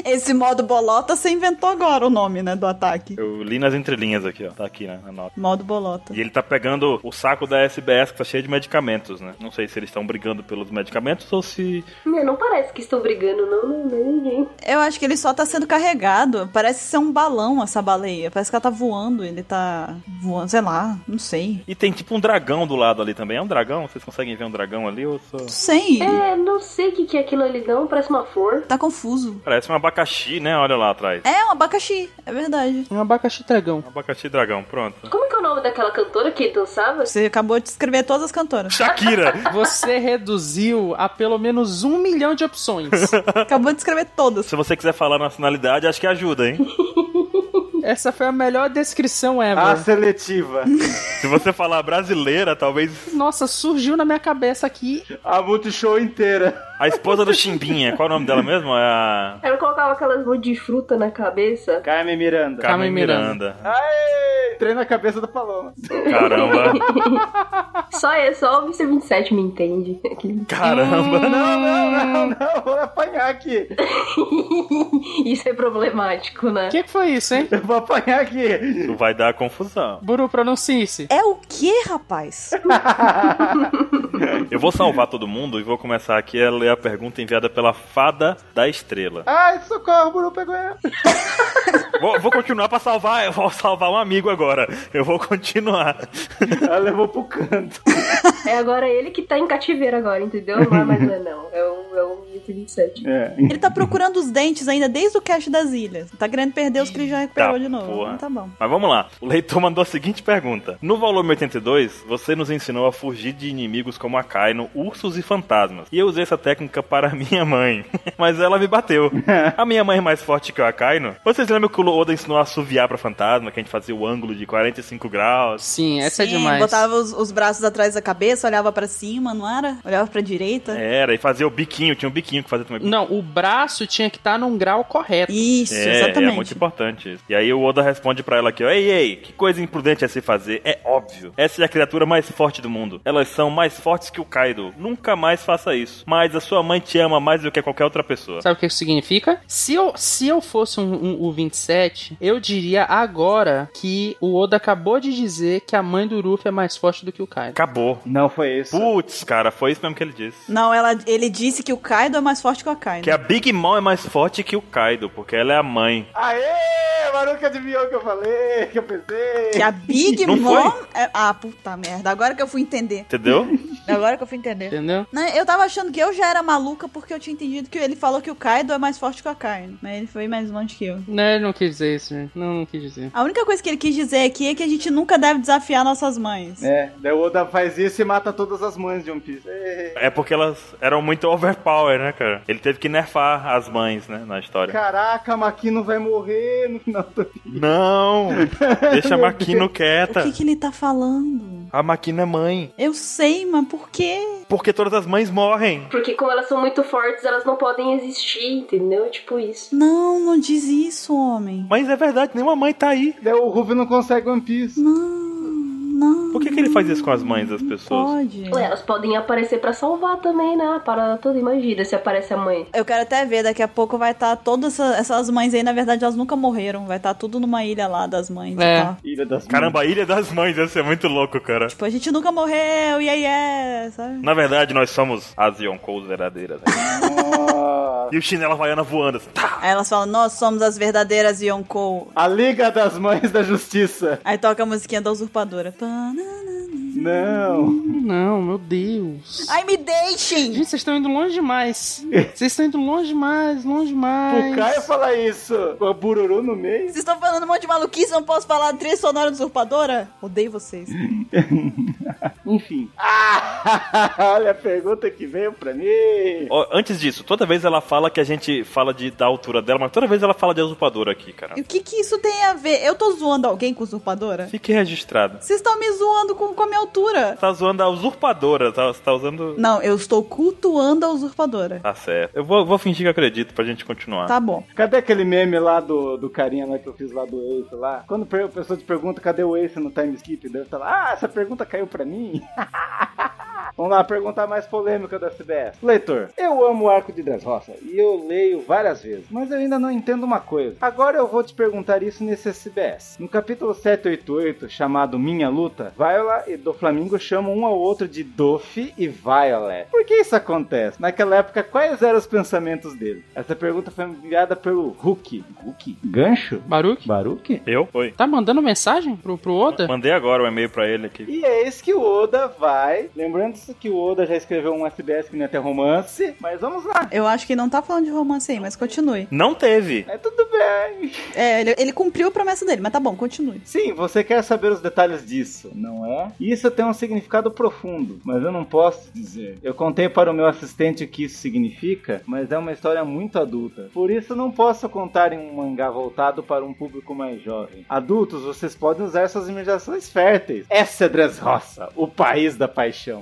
[SPEAKER 4] Esse modo bolota você inventou agora o nome, né, do ataque.
[SPEAKER 3] Eu li nas entrelinhas aqui, ó. Tá aqui, né, na nota.
[SPEAKER 4] Modo bolota.
[SPEAKER 3] E ele tá pegando o saco da SBS, que tá cheio de medicamentos, né? Não sei se eles estão brigando pelos medicamentos ou se...
[SPEAKER 5] Não parece que estão brigando, não é ninguém.
[SPEAKER 4] Eu acho que ele só tá sendo carregado. Parece ser um balão, essa baleia. Parece que ela tá voando, ele tá voando, sei lá, não sei.
[SPEAKER 3] E tem tipo um dragão do lado ali também. É um dragão? Vocês conseguem ver um dragão ali ou só...
[SPEAKER 4] Não sei.
[SPEAKER 5] Não sei o que é aquilo ali não, parece uma flor.
[SPEAKER 4] Tá confuso.
[SPEAKER 3] Parece um abacaxi, né? Olha lá atrás.
[SPEAKER 4] É um abacaxi, é verdade.
[SPEAKER 1] Um abacaxi dragão.
[SPEAKER 3] Abacaxi dragão, pronto.
[SPEAKER 5] Como que é o nome daquela cantora que dançava?
[SPEAKER 4] Você acabou de escrever todas as cantoras.
[SPEAKER 3] Shakira!
[SPEAKER 1] Você reduziu a pelo menos 1 milhão de opções.
[SPEAKER 4] Acabou de escrever todas.
[SPEAKER 3] Se você quiser falar nacionalidade, acho que ajuda, hein?
[SPEAKER 1] Essa foi a melhor descrição ever.
[SPEAKER 2] A seletiva.
[SPEAKER 3] Se você falar brasileira, talvez...
[SPEAKER 1] Nossa, surgiu na minha cabeça aqui.
[SPEAKER 2] A Multishow inteira.
[SPEAKER 3] A esposa do Chimbinha, qual é o nome dela mesmo? É a...
[SPEAKER 5] Ela colocava aquelas monte de fruta na cabeça.
[SPEAKER 2] Carmen Miranda.
[SPEAKER 3] Carmen Miranda.
[SPEAKER 2] Aê! Entrei na cabeça da Paloma.
[SPEAKER 3] Caramba.
[SPEAKER 5] Só o Mr. 27 me entende.
[SPEAKER 3] Caramba.
[SPEAKER 2] Não, vou apanhar aqui.
[SPEAKER 5] Isso é problemático, né?
[SPEAKER 1] O que foi isso, hein?
[SPEAKER 2] Eu vou apanhar aqui.
[SPEAKER 3] Isso vai dar confusão.
[SPEAKER 1] Buru, pronuncie-se.
[SPEAKER 4] É o que, rapaz?
[SPEAKER 3] Eu vou salvar todo mundo e vou começar aqui a ler a pergunta enviada pela Fada da Estrela.
[SPEAKER 2] Ai, socorro, o Buru pegou ela.
[SPEAKER 3] Vou continuar pra salvar, eu vou salvar um amigo agora. Eu vou continuar.
[SPEAKER 2] Ela levou pro canto.
[SPEAKER 5] É agora ele que tá em cativeiro agora, entendeu? Mas não. É o Mr. 27.
[SPEAKER 2] É.
[SPEAKER 4] Ele tá procurando os dentes ainda desde o Cache das Ilhas. Tá querendo perder os que ele já recuperou
[SPEAKER 3] Tá,
[SPEAKER 4] de novo.
[SPEAKER 3] porra.
[SPEAKER 4] Então tá bom.
[SPEAKER 3] Mas vamos lá. O leitor mandou a seguinte pergunta. No volume 82, você nos ensinou a fugir de inimigos como Akainu, ursos e fantasmas. E eu usei essa técnica para minha mãe. Mas ela me bateu. A minha mãe é mais forte que o Akainu. Vocês lembram que o Oda ensinou a assoviar pra fantasma? Que a gente fazia o ângulo de 45 graus?
[SPEAKER 1] Sim, essa
[SPEAKER 4] Sim,
[SPEAKER 1] é demais.
[SPEAKER 4] botava os braços atrás da cabeça, olhava pra cima, não era? Olhava pra direita.
[SPEAKER 3] Era, e fazia o biquinho. Tinha um biquinho que fazia também.
[SPEAKER 1] Não, o braço tinha que estar num grau correto.
[SPEAKER 4] Isso,
[SPEAKER 3] É
[SPEAKER 4] exatamente.
[SPEAKER 3] muito importante isso. E aí o Oda responde pra ela aqui, ó. Ei, que coisa imprudente é se fazer. É óbvio. Essa é a criatura mais forte do mundo. Elas são mais fortes que o Kaido. Nunca mais faça isso. Mas a sua mãe te ama mais do que qualquer outra pessoa.
[SPEAKER 1] Sabe o que isso significa? Se eu fosse o 27, eu diria agora que o Oda acabou de dizer que a mãe do Ruffy é mais forte do que o Kaido.
[SPEAKER 3] Acabou.
[SPEAKER 2] Não foi isso.
[SPEAKER 3] Putz, cara, foi isso mesmo que ele disse.
[SPEAKER 4] Não, ele disse que o Kaido é mais forte que o Akainu.
[SPEAKER 3] Que a Big Mom é mais forte que o Kaido, porque ela é a mãe.
[SPEAKER 2] Aê! Maruca adivinhou o que eu falei, que eu pensei.
[SPEAKER 4] Que a Big
[SPEAKER 3] Não
[SPEAKER 4] Mom...
[SPEAKER 3] foi?
[SPEAKER 4] Ah, puta merda. Agora que eu fui entender.
[SPEAKER 3] Entendeu?
[SPEAKER 4] Agora que eu fui entender.
[SPEAKER 1] Entendeu?
[SPEAKER 4] Não, eu tava achando que eu já era maluca porque eu tinha entendido que ele falou que o Kaido é mais forte que o Akainu. Mas ele foi mais longe que eu.
[SPEAKER 1] Não, ele não quis dizer isso, gente. Não quis dizer.
[SPEAKER 4] A única coisa que ele quis dizer aqui é que a gente nunca deve desafiar nossas mães.
[SPEAKER 2] É, daí o Oda faz isso e mata todas as mães de One Piece.
[SPEAKER 3] É porque elas eram muito overpower, né, cara? Ele teve que nerfar as mães, né, na história.
[SPEAKER 2] Caraca, a Makino vai morrer no final do vídeo.
[SPEAKER 3] Não! Deixa a Makino
[SPEAKER 4] O
[SPEAKER 3] quieta.
[SPEAKER 4] que ele tá falando?
[SPEAKER 3] A Makino é mãe.
[SPEAKER 4] Eu sei, mas por quê?
[SPEAKER 3] Porque todas as mães morrem.
[SPEAKER 5] Porque como elas são muito fortes, elas não podem existir, entendeu? Tipo isso.
[SPEAKER 4] Não diz isso, homem.
[SPEAKER 3] Mas é verdade, nenhuma mãe tá aí.
[SPEAKER 2] Daí o Ruffy não consegue One Piece.
[SPEAKER 4] Não.
[SPEAKER 3] Por que ele faz isso com as mães das pessoas?
[SPEAKER 4] Pode.
[SPEAKER 5] Ué, elas podem aparecer pra salvar também, né? A parada toda, imagina se aparece a mãe.
[SPEAKER 4] Eu quero até ver, daqui a pouco vai estar todas essas mães aí, na verdade elas nunca morreram. Vai estar tudo numa ilha lá das mães
[SPEAKER 1] É.
[SPEAKER 4] e tal.
[SPEAKER 2] Ilha das
[SPEAKER 3] Caramba, a Ilha das Mães deve ser muito louco, cara.
[SPEAKER 4] Tipo, a gente nunca morreu, sabe?
[SPEAKER 3] Na verdade, nós somos as Yonkous verdadeiras. Né?
[SPEAKER 2] Nossa.
[SPEAKER 3] E o chinelo havaiana voando assim. Tá.
[SPEAKER 4] Aí elas falam, nós somos as verdadeiras Yonkou.
[SPEAKER 2] A Liga das Mães da Justiça.
[SPEAKER 4] Aí toca a musiquinha da usurpadora.
[SPEAKER 2] Não.
[SPEAKER 1] Não, meu Deus.
[SPEAKER 4] Ai, me deixem!
[SPEAKER 1] Gente, vocês estão indo longe demais. Vocês estão indo longe demais, longe demais.
[SPEAKER 2] O Caio fala isso com a Bururu no meio.
[SPEAKER 4] Vocês estão falando um monte de maluquice, não posso falar trilha sonora da usurpadora? Odeio vocês.
[SPEAKER 2] Enfim. Olha a pergunta que veio pra mim.
[SPEAKER 3] Ó, antes disso, toda vez ela fala que a gente fala da altura dela, mas toda vez ela fala de usurpadora aqui, cara.
[SPEAKER 4] E o que isso tem a ver? Eu tô zoando alguém com usurpadora?
[SPEAKER 3] Fique registrado.
[SPEAKER 4] Vocês estão me zoando com a minha altura.
[SPEAKER 3] Tá zoando a usurpadora, você tá usando...
[SPEAKER 4] Não, eu estou cultuando a usurpadora.
[SPEAKER 3] Tá certo. Eu vou fingir que acredito pra gente continuar.
[SPEAKER 4] Tá bom.
[SPEAKER 2] Cadê aquele meme lá do carinha lá que eu fiz lá do Ace lá? Quando a pessoa te pergunta cadê o Ace no time skip, deve estar lá, essa pergunta caiu pra mim. Vamos lá, pergunta mais polêmica da SBS. Leitor, eu amo o arco de Dressrosa e eu leio várias vezes, mas eu ainda não entendo uma coisa. Agora eu vou te perguntar isso nesse SBS. No capítulo 788, chamado Minha Luta, Viola e Doflamingo chamam um ao outro de Doff e Violet. Por que isso acontece? Naquela época, quais eram os pensamentos dele? Essa pergunta foi enviada pelo Hulk. Hulk? Gancho? Baruch?
[SPEAKER 3] Eu? Oi.
[SPEAKER 1] Tá mandando mensagem pro Oda?
[SPEAKER 3] Mandei agora o e-mail pra ele aqui.
[SPEAKER 2] E é esse que o Oda vai... Lembrando-se que o Oda já escreveu um SBS que não ia ter romance, mas vamos lá.
[SPEAKER 4] Eu acho que não tá falando de romance aí, mas continue.
[SPEAKER 3] Não teve.
[SPEAKER 2] É tudo bem.
[SPEAKER 4] Ele cumpriu a promessa dele, mas tá bom, continue.
[SPEAKER 2] Sim, você quer saber os detalhes disso, não é? Isso tem um significado profundo, mas eu não posso dizer. Eu contei para o meu assistente o que isso significa, mas é uma história muito adulta. Por isso não posso contar em um mangá voltado para um público mais jovem. Adultos, vocês podem usar suas imaginações férteis. Essa é Dressrosa, o país da paixão.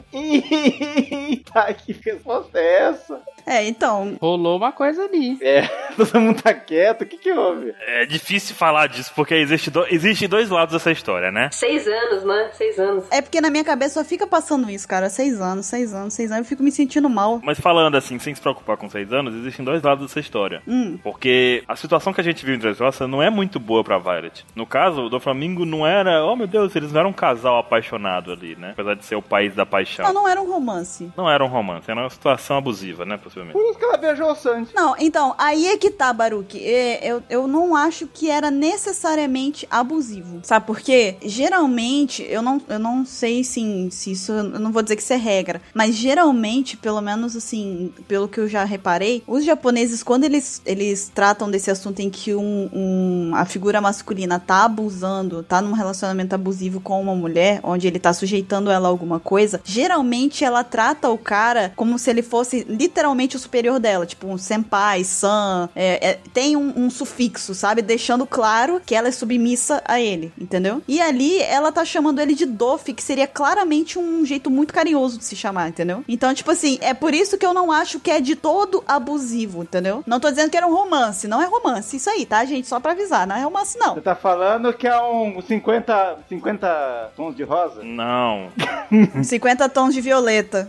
[SPEAKER 2] Eita, que resposta é essa?
[SPEAKER 4] Então...
[SPEAKER 1] Rolou uma coisa ali.
[SPEAKER 2] Todo mundo tá quieto, o que houve?
[SPEAKER 3] É difícil falar disso, porque existem dois lados dessa história, né?
[SPEAKER 5] 6 anos, né? 6 anos.
[SPEAKER 4] É porque na minha cabeça só fica passando isso, cara. 6 anos, eu fico me sentindo mal.
[SPEAKER 3] Mas falando assim, sem se preocupar com 6 anos, existem dois lados dessa história. Porque a situação que a gente viu em Dressrosa não é muito boa pra Violet. No caso, o Doflamingo não era... Oh, meu Deus, eles não eram um casal apaixonado ali, né? Apesar de ser o país da paixão.
[SPEAKER 4] Não era um romance.
[SPEAKER 3] Não era um romance, era uma situação abusiva, né? Possivelmente.
[SPEAKER 2] Por isso que ela beijou o Sanji.
[SPEAKER 4] Não, então, aí é que tá, Baruch. Eu não acho que era necessariamente abusivo. Sabe por quê? Geralmente, eu não sei se isso... Eu não vou dizer que isso é regra. Mas geralmente, pelo menos assim, pelo que eu já reparei, os japoneses, quando eles tratam desse assunto em que a figura masculina tá abusando, tá num relacionamento abusivo com uma mulher, onde ele tá sujeitando ela a alguma coisa, geralmente ela trata o cara como se ele fosse literalmente o superior dela, tipo um senpai, san, tem um sufixo, sabe? Deixando claro que ela é submissa a ele, entendeu? E ali ela tá chamando ele de Doff, que seria claramente um jeito muito carinhoso de se chamar, entendeu? Então, tipo assim, é por isso que eu não acho que é de todo abusivo, entendeu? Não tô dizendo que era um romance, não é romance, isso aí, tá, gente? Só pra avisar, não é romance, não.
[SPEAKER 2] Você tá falando que é um 50 tons de rosa?
[SPEAKER 3] Não.
[SPEAKER 4] 50 tons de violeta.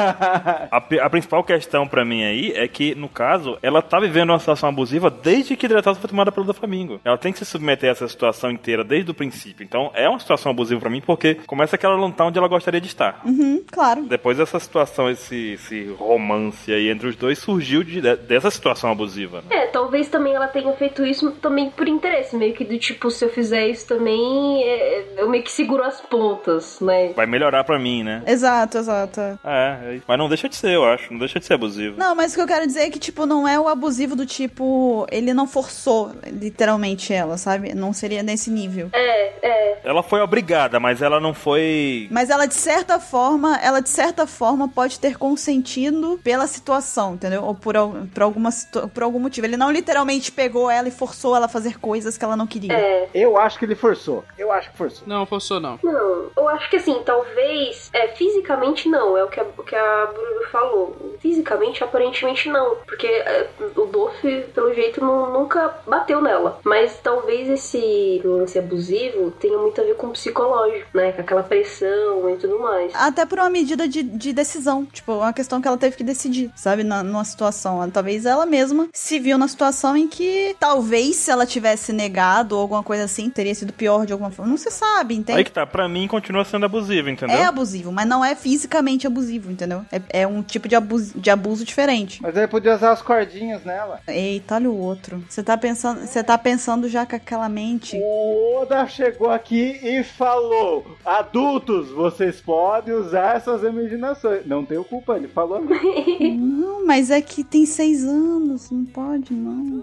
[SPEAKER 3] A principal questão pra mim aí é que, no caso, ela tá vivendo uma situação abusiva desde que Dressrosa foi tomada pelo Doflamingo. Ela tem que se submeter a essa situação inteira desde o princípio. Então, é uma situação abusiva pra mim, porque começa que ela não tá onde ela gostaria de estar.
[SPEAKER 4] Claro.
[SPEAKER 3] Depois dessa situação, esse romance aí entre os dois surgiu dessa situação abusiva, né?
[SPEAKER 5] Talvez também ela tenha feito isso também por interesse, meio que do tipo, se eu fizer isso também, eu meio que seguro as pontas, né?
[SPEAKER 3] Vai melhorar pra mim, né?
[SPEAKER 4] Exato.
[SPEAKER 3] Mas não deixa de ser, eu acho. Não deixa de ser abusivo.
[SPEAKER 4] Não, mas o que eu quero dizer é que, tipo, não é o abusivo do tipo, ele não forçou literalmente ela, sabe? Não seria nesse nível.
[SPEAKER 3] Ela foi obrigada, mas ela não foi...
[SPEAKER 4] Mas ela, de certa forma, pode ter consentido pela situação, entendeu? Ou por algum motivo. Ele não literalmente pegou ela e forçou ela a fazer coisas que ela não queria.
[SPEAKER 2] Eu acho que ele forçou. Eu acho que forçou.
[SPEAKER 1] Não, forçou não.
[SPEAKER 5] Não, eu acho que assim, talvez... fisicamente não, é o que a Bruno falou. Fisicamente, aparentemente não. Porque o Doff, pelo jeito, nunca bateu nela. Mas talvez esse lance abusivo tenha muito a ver com o psicológico, né? Com aquela pressão e tudo mais.
[SPEAKER 4] Até por uma medida de decisão. Tipo, uma questão que ela teve que decidir, sabe? Numa situação. Talvez ela mesma se viu na situação em que talvez se ela tivesse negado ou alguma coisa assim, teria sido pior de alguma forma. Não se sabe, entende?
[SPEAKER 3] Aí que tá, pra mim continua sendo abusivo, entendeu?
[SPEAKER 4] É abusivo, mas não é fisicamente abusivo, entendeu? É um tipo de abuso diferente.
[SPEAKER 2] Mas aí podia usar as cordinhas nela.
[SPEAKER 4] Eita, olha o outro. Você tá pensando já com aquela mente.
[SPEAKER 2] O Oda chegou aqui e falou: adultos, vocês podem usar suas imaginações. Não tenho culpa, ele falou.
[SPEAKER 4] Não, mas é que tem 6 anos, não pode, não.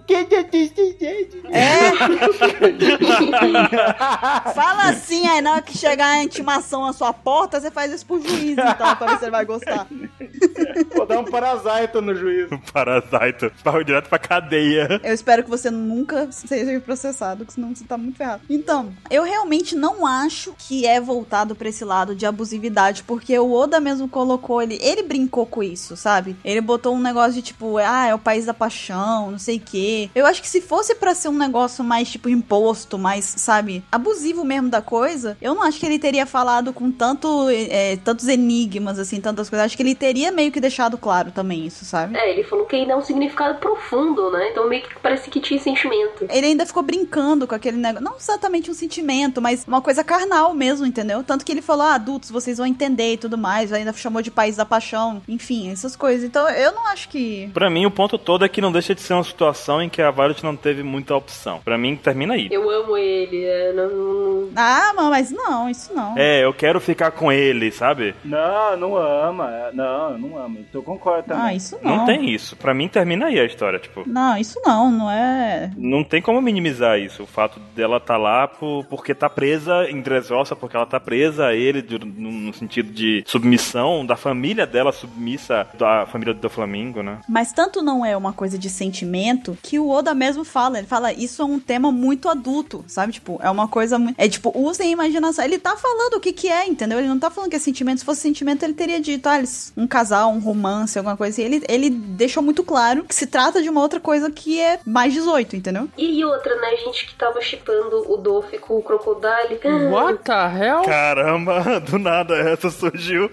[SPEAKER 4] Fala assim, aí na hora que chegar a intimação à sua porta, você faz isso pro juiz, então, pra ver se ele vai gostar.
[SPEAKER 2] Vou dar um parazar Parasito no juízo.
[SPEAKER 3] Parasito. Vai direto pra cadeia.
[SPEAKER 4] Eu espero que você nunca seja processado, senão você tá muito ferrado. Então, eu realmente não acho que é voltado pra esse lado de abusividade, porque o Oda mesmo colocou, ele brincou com isso, sabe? Ele botou um negócio de tipo, é o país da paixão, não sei o quê. Eu acho que se fosse pra ser um negócio mais tipo imposto, mais, sabe, abusivo mesmo da coisa, eu não acho que ele teria falado com tantos enigmas, assim, tantas coisas. Acho que ele teria meio que deixado claro também isso, sabe?
[SPEAKER 5] Ele falou que ainda é um significado profundo, né? Então meio que parece que tinha sentimento.
[SPEAKER 4] Ele ainda ficou brincando com aquele negócio, não exatamente um sentimento, mas uma coisa carnal mesmo, entendeu? Tanto que ele falou, adultos, vocês vão entender e tudo mais, ainda chamou de país da paixão, enfim, essas coisas. Então eu não acho que...
[SPEAKER 3] Pra mim, o ponto todo é que não deixa de ser uma situação em que a Violet não teve muita opção. Pra mim, termina aí.
[SPEAKER 5] Eu amo ele, não...
[SPEAKER 4] Ah, mas não, isso não.
[SPEAKER 3] Eu quero ficar com ele, sabe?
[SPEAKER 2] Não ama. Não ama. Então eu concordo também.
[SPEAKER 4] Ah, isso não.
[SPEAKER 3] Não tem isso. Pra mim, termina aí a história, tipo...
[SPEAKER 4] Não, isso não é...
[SPEAKER 3] Não tem como minimizar isso. O fato dela tá lá porque tá presa em Dressrosa, porque ela tá presa a ele no sentido de submissão da família dela, submissa da família do Flamingo, né?
[SPEAKER 4] Mas tanto não é uma coisa de sentimento que o Oda mesmo fala. Ele fala, isso é um tema muito adulto, sabe? Tipo, é uma coisa muito... É tipo, usem a imaginação. Ele tá falando o que é, entendeu? Ele não tá falando que é sentimento. Se fosse sentimento, ele teria dito, um casal, um romance, alguma coisa assim. Ele deixou muito claro que se trata de uma outra coisa que é mais 18, entendeu?
[SPEAKER 5] E outra, né? A gente que tava shippando o Doffy com o Crocodile.
[SPEAKER 1] What the hell?
[SPEAKER 3] Caramba, do nada essa surgiu.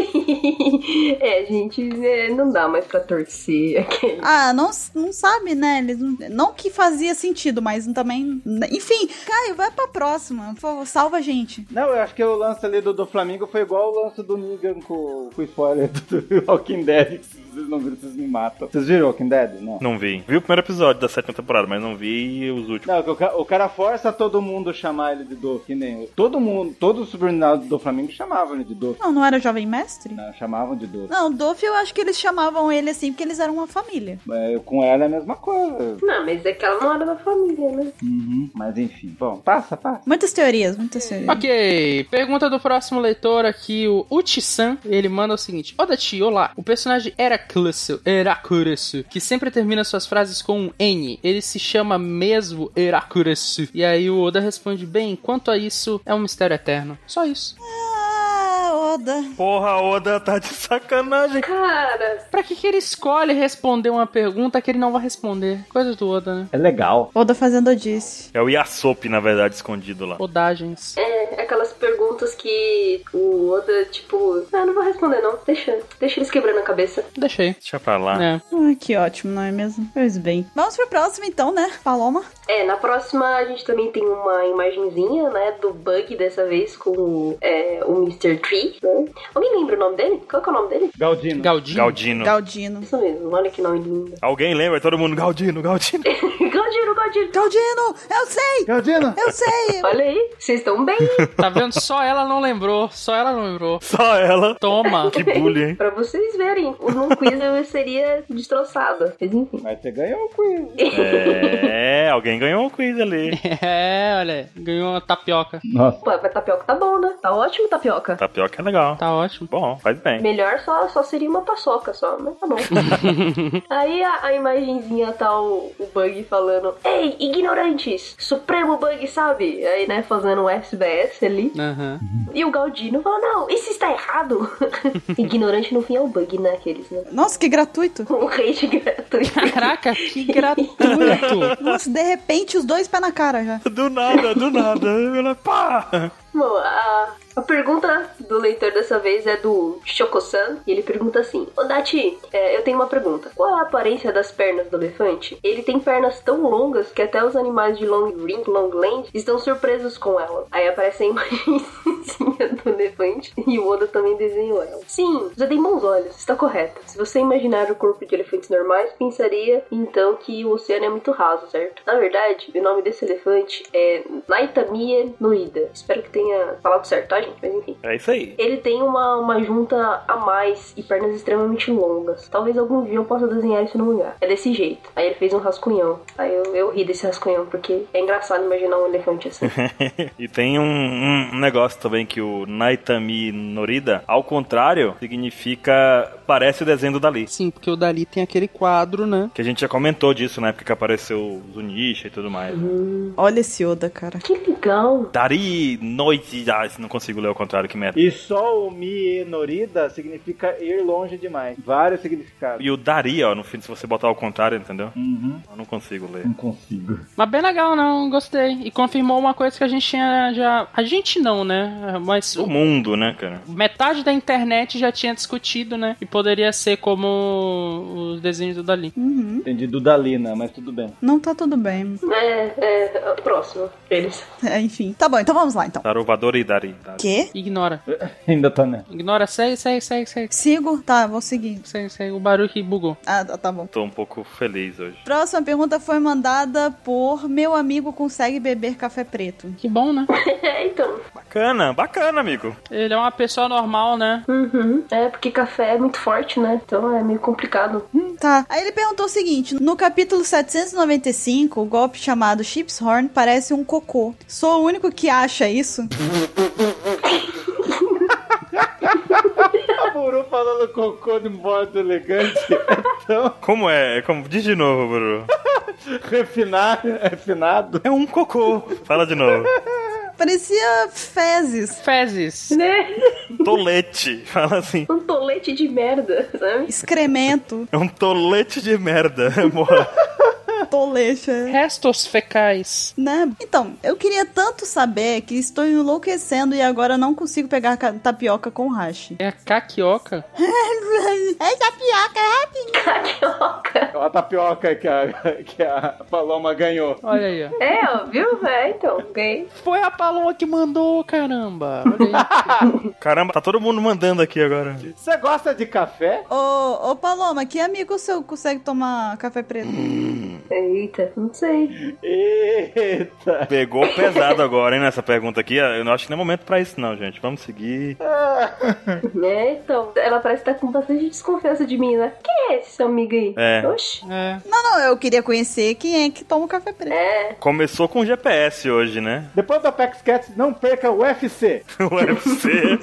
[SPEAKER 5] Gente, não dá mais pra torcer aquele.
[SPEAKER 4] Não sabe, né? Eles não que fazia sentido, mas também... Enfim, Caio, vai pra próxima. Por favor, salva a gente.
[SPEAKER 2] Não, eu acho que o lance ali do Flamingo foi igual o lance do Negan com o spoiler do Walking Dead. Vocês não viram, vocês me matam. Vocês viram Walking Dead?
[SPEAKER 3] Não vi. Vi o primeiro episódio da 7ª temporada, mas não vi os últimos.
[SPEAKER 2] Não, o cara força todo mundo a chamar ele de Doffy, que nem todo mundo, todos os subordinados do Flamengo chamavam ele de Doffy.
[SPEAKER 4] Não era Jovem Mestre?
[SPEAKER 2] Não, chamavam de Doffy.
[SPEAKER 4] Não, Doffy eu acho que eles chamavam ele assim porque eles eram uma família.
[SPEAKER 2] Com ela é a mesma coisa.
[SPEAKER 5] Não, mas é que ela não era da família, né?
[SPEAKER 2] Mas enfim. Bom, passa.
[SPEAKER 4] Muitas teorias.
[SPEAKER 1] Ok, pergunta do próximo leitor aqui, o Uchi-san. Ele manda o seguinte: Odachi, olá. O personagem Herakurasu, que sempre termina suas frases com um N, ele se chama mesmo Herakurasu. E aí o Oda responde: bem, quanto a isso, é um mistério eterno. Só isso.
[SPEAKER 4] Oda.
[SPEAKER 3] Porra, Oda tá de sacanagem.
[SPEAKER 5] Cara,
[SPEAKER 1] Pra que ele escolhe responder uma pergunta que ele não vai responder? Coisa do Oda, né?
[SPEAKER 2] É legal.
[SPEAKER 4] Oda fazendo Odice.
[SPEAKER 3] É o Yasop, na verdade, escondido lá.
[SPEAKER 1] Odagens.
[SPEAKER 5] aquelas perguntas que o Oda, tipo, não vou responder não, deixa eles quebrando a cabeça.
[SPEAKER 1] Deixei.
[SPEAKER 3] Deixa pra lá.
[SPEAKER 1] É.
[SPEAKER 4] Que ótimo, não é mesmo? Pois bem. Vamos pra próxima então, né, Paloma?
[SPEAKER 5] Na próxima a gente também tem uma imagenzinha, né, do Bug, dessa vez com o Mr. Tree, né? Alguém lembra o nome dele? Qual que é o nome dele?
[SPEAKER 2] Galdino.
[SPEAKER 4] Galdino.
[SPEAKER 5] Isso mesmo, olha que nome lindo.
[SPEAKER 3] Alguém lembra? Todo mundo, Galdino.
[SPEAKER 5] Galdino!
[SPEAKER 4] Eu sei!
[SPEAKER 2] Galdino!
[SPEAKER 4] Eu sei!
[SPEAKER 5] Olha aí, vocês estão bem.
[SPEAKER 1] Tá vendo? Só ela não lembrou.
[SPEAKER 3] Só ela.
[SPEAKER 1] Toma.
[SPEAKER 3] Que bullying, hein?
[SPEAKER 5] Pra vocês verem, num quiz eu seria destroçada. Mas enfim.
[SPEAKER 2] Mas você ganhou o quiz.
[SPEAKER 3] Alguém ganhou um quiz ali.
[SPEAKER 1] Olha, ganhou uma tapioca.
[SPEAKER 2] Nossa.
[SPEAKER 5] Pô, mas tapioca tá bom, né? Tá ótimo, tapioca.
[SPEAKER 3] Tapioca é legal.
[SPEAKER 1] Tá ótimo.
[SPEAKER 3] Bom, faz bem.
[SPEAKER 5] Melhor só seria uma paçoca só, mas tá bom. Aí a imagenzinha tá o Bug falando: ei, ignorantes, Supremo Bug, sabe? Aí, né, fazendo um SBS ali.
[SPEAKER 1] Aham.
[SPEAKER 5] E o Galdino fala: não, isso está errado. Ignorante no fim é o Bug, né, aqueles, né?
[SPEAKER 4] Nossa, que gratuito.
[SPEAKER 5] Um hate gratuito.
[SPEAKER 1] Caraca, que gratuito.
[SPEAKER 4] Nossa, de repente os dois pés na cara já.
[SPEAKER 3] Do nada. Ela, pá!
[SPEAKER 5] Bom, a pergunta do leitor dessa vez é do Shoko-san, e ele pergunta assim: Odachi, eu tenho uma pergunta. Qual é a aparência das pernas do elefante? Ele tem pernas tão longas que até os animais de Long Land estão surpresos com ela. Aí aparece a imagenzinha do elefante e o Oda também desenhou ela. Sim, você tem bons olhos, está correta. Se você imaginar o corpo de elefantes normais, pensaria então que o oceano é muito raso, certo? Na verdade, o nome desse elefante é Naitamiya Noida. Espero que tenha falado certo, tá, gente? Mas enfim.
[SPEAKER 3] É isso sei.
[SPEAKER 5] Ele tem uma junta a mais e pernas extremamente longas. Talvez algum dia eu possa desenhar isso no mangá. É desse jeito. Aí ele fez um rascunhão. Aí eu ri desse rascunhão, porque é engraçado imaginar um elefante assim.
[SPEAKER 3] E tem um negócio também que o Naitami Norida, ao contrário, significa... parece o desenho do Dali.
[SPEAKER 1] Sim, porque o Dali tem aquele quadro, né?
[SPEAKER 3] Que a gente já comentou disso na época que apareceu o Zunisha e tudo mais.
[SPEAKER 4] Olha esse Oda, cara.
[SPEAKER 5] Que legal.
[SPEAKER 3] Dari Noite... Ah, não consigo ler ao contrário, que merda.
[SPEAKER 2] E só o Mi Norida significa ir longe demais. Vários significados.
[SPEAKER 3] E o Dari, ó, no fim, se você botar ao contrário, entendeu? Eu não consigo ler.
[SPEAKER 2] Não consigo.
[SPEAKER 1] Mas bem legal, não, gostei. E confirmou uma coisa que a gente tinha já... A gente não, né? Mas...
[SPEAKER 3] O mundo, né, cara?
[SPEAKER 1] Metade da internet já tinha discutido, né? E poderia ser como os desenhos do Dali.
[SPEAKER 2] Entendi do Dalina, mas tudo bem.
[SPEAKER 4] Não tá tudo bem.
[SPEAKER 5] Próximo. Eles.
[SPEAKER 4] Enfim. Tá bom, então vamos lá, então.
[SPEAKER 3] Taruvador e Dari.
[SPEAKER 4] Quê?
[SPEAKER 1] Ignora.
[SPEAKER 2] Ainda tá, né?
[SPEAKER 1] Ignora, segue.
[SPEAKER 4] Sigo? Tá, vou seguir.
[SPEAKER 1] Segue. O Baruch bugou.
[SPEAKER 4] Ah, tá bom.
[SPEAKER 3] Tô um pouco feliz hoje.
[SPEAKER 4] Próxima pergunta foi mandada por meu amigo consegue beber café preto.
[SPEAKER 1] Que bom, né?
[SPEAKER 5] Então.
[SPEAKER 3] Bacana, amigo.
[SPEAKER 1] Ele é uma pessoa normal, né?
[SPEAKER 5] É, porque café é muito forte, né? Então é meio complicado.
[SPEAKER 4] Tá. Aí ele perguntou o seguinte: no capítulo 795, o golpe chamado Ship's Horn parece um cocô. Sou o único que acha isso?
[SPEAKER 2] A Buru falando cocô de modo elegante. Então,
[SPEAKER 3] Como é? Diz de novo, Buru.
[SPEAKER 2] refinado.
[SPEAKER 3] É um cocô. Fala de novo.
[SPEAKER 4] Parecia fezes.
[SPEAKER 1] Fezes.
[SPEAKER 5] Né?
[SPEAKER 3] Tolete. Fala assim.
[SPEAKER 5] Um tolete de merda, sabe?
[SPEAKER 4] Excremento.
[SPEAKER 3] É um tolete de merda. Morra.
[SPEAKER 4] Tolete,
[SPEAKER 1] Restos fecais.
[SPEAKER 4] né? Então, eu queria tanto saber que estou enlouquecendo e agora não consigo pegar tapioca com hashi.
[SPEAKER 1] É a caquioca.
[SPEAKER 4] É tapioca,
[SPEAKER 5] Carioca.
[SPEAKER 2] É uma tapioca que a Paloma ganhou.
[SPEAKER 1] Olha aí, ó.
[SPEAKER 5] Ó, viu? Então, ganhei.
[SPEAKER 1] Foi a Paloma que mandou, caramba. Olha aí.
[SPEAKER 3] Caramba, tá todo mundo mandando aqui agora.
[SPEAKER 2] Você gosta de café?
[SPEAKER 4] Ô, Paloma, que amigo seu consegue tomar café preto?
[SPEAKER 5] Eita, não sei.
[SPEAKER 2] Eita.
[SPEAKER 3] Pegou pesado agora, hein, nessa pergunta aqui. Eu não acho que não é momento pra isso, não, gente. Vamos seguir.
[SPEAKER 5] Então, ela parece estar com bastante desconfiança de mim, né? Quem é esse seu amigo aí?
[SPEAKER 3] É.
[SPEAKER 5] Oxi.
[SPEAKER 4] Não, eu queria conhecer quem é que toma o café preto.
[SPEAKER 3] Começou com GPS hoje, né?
[SPEAKER 2] Depois do Apex Cats, não perca o UFC.
[SPEAKER 3] O UFC.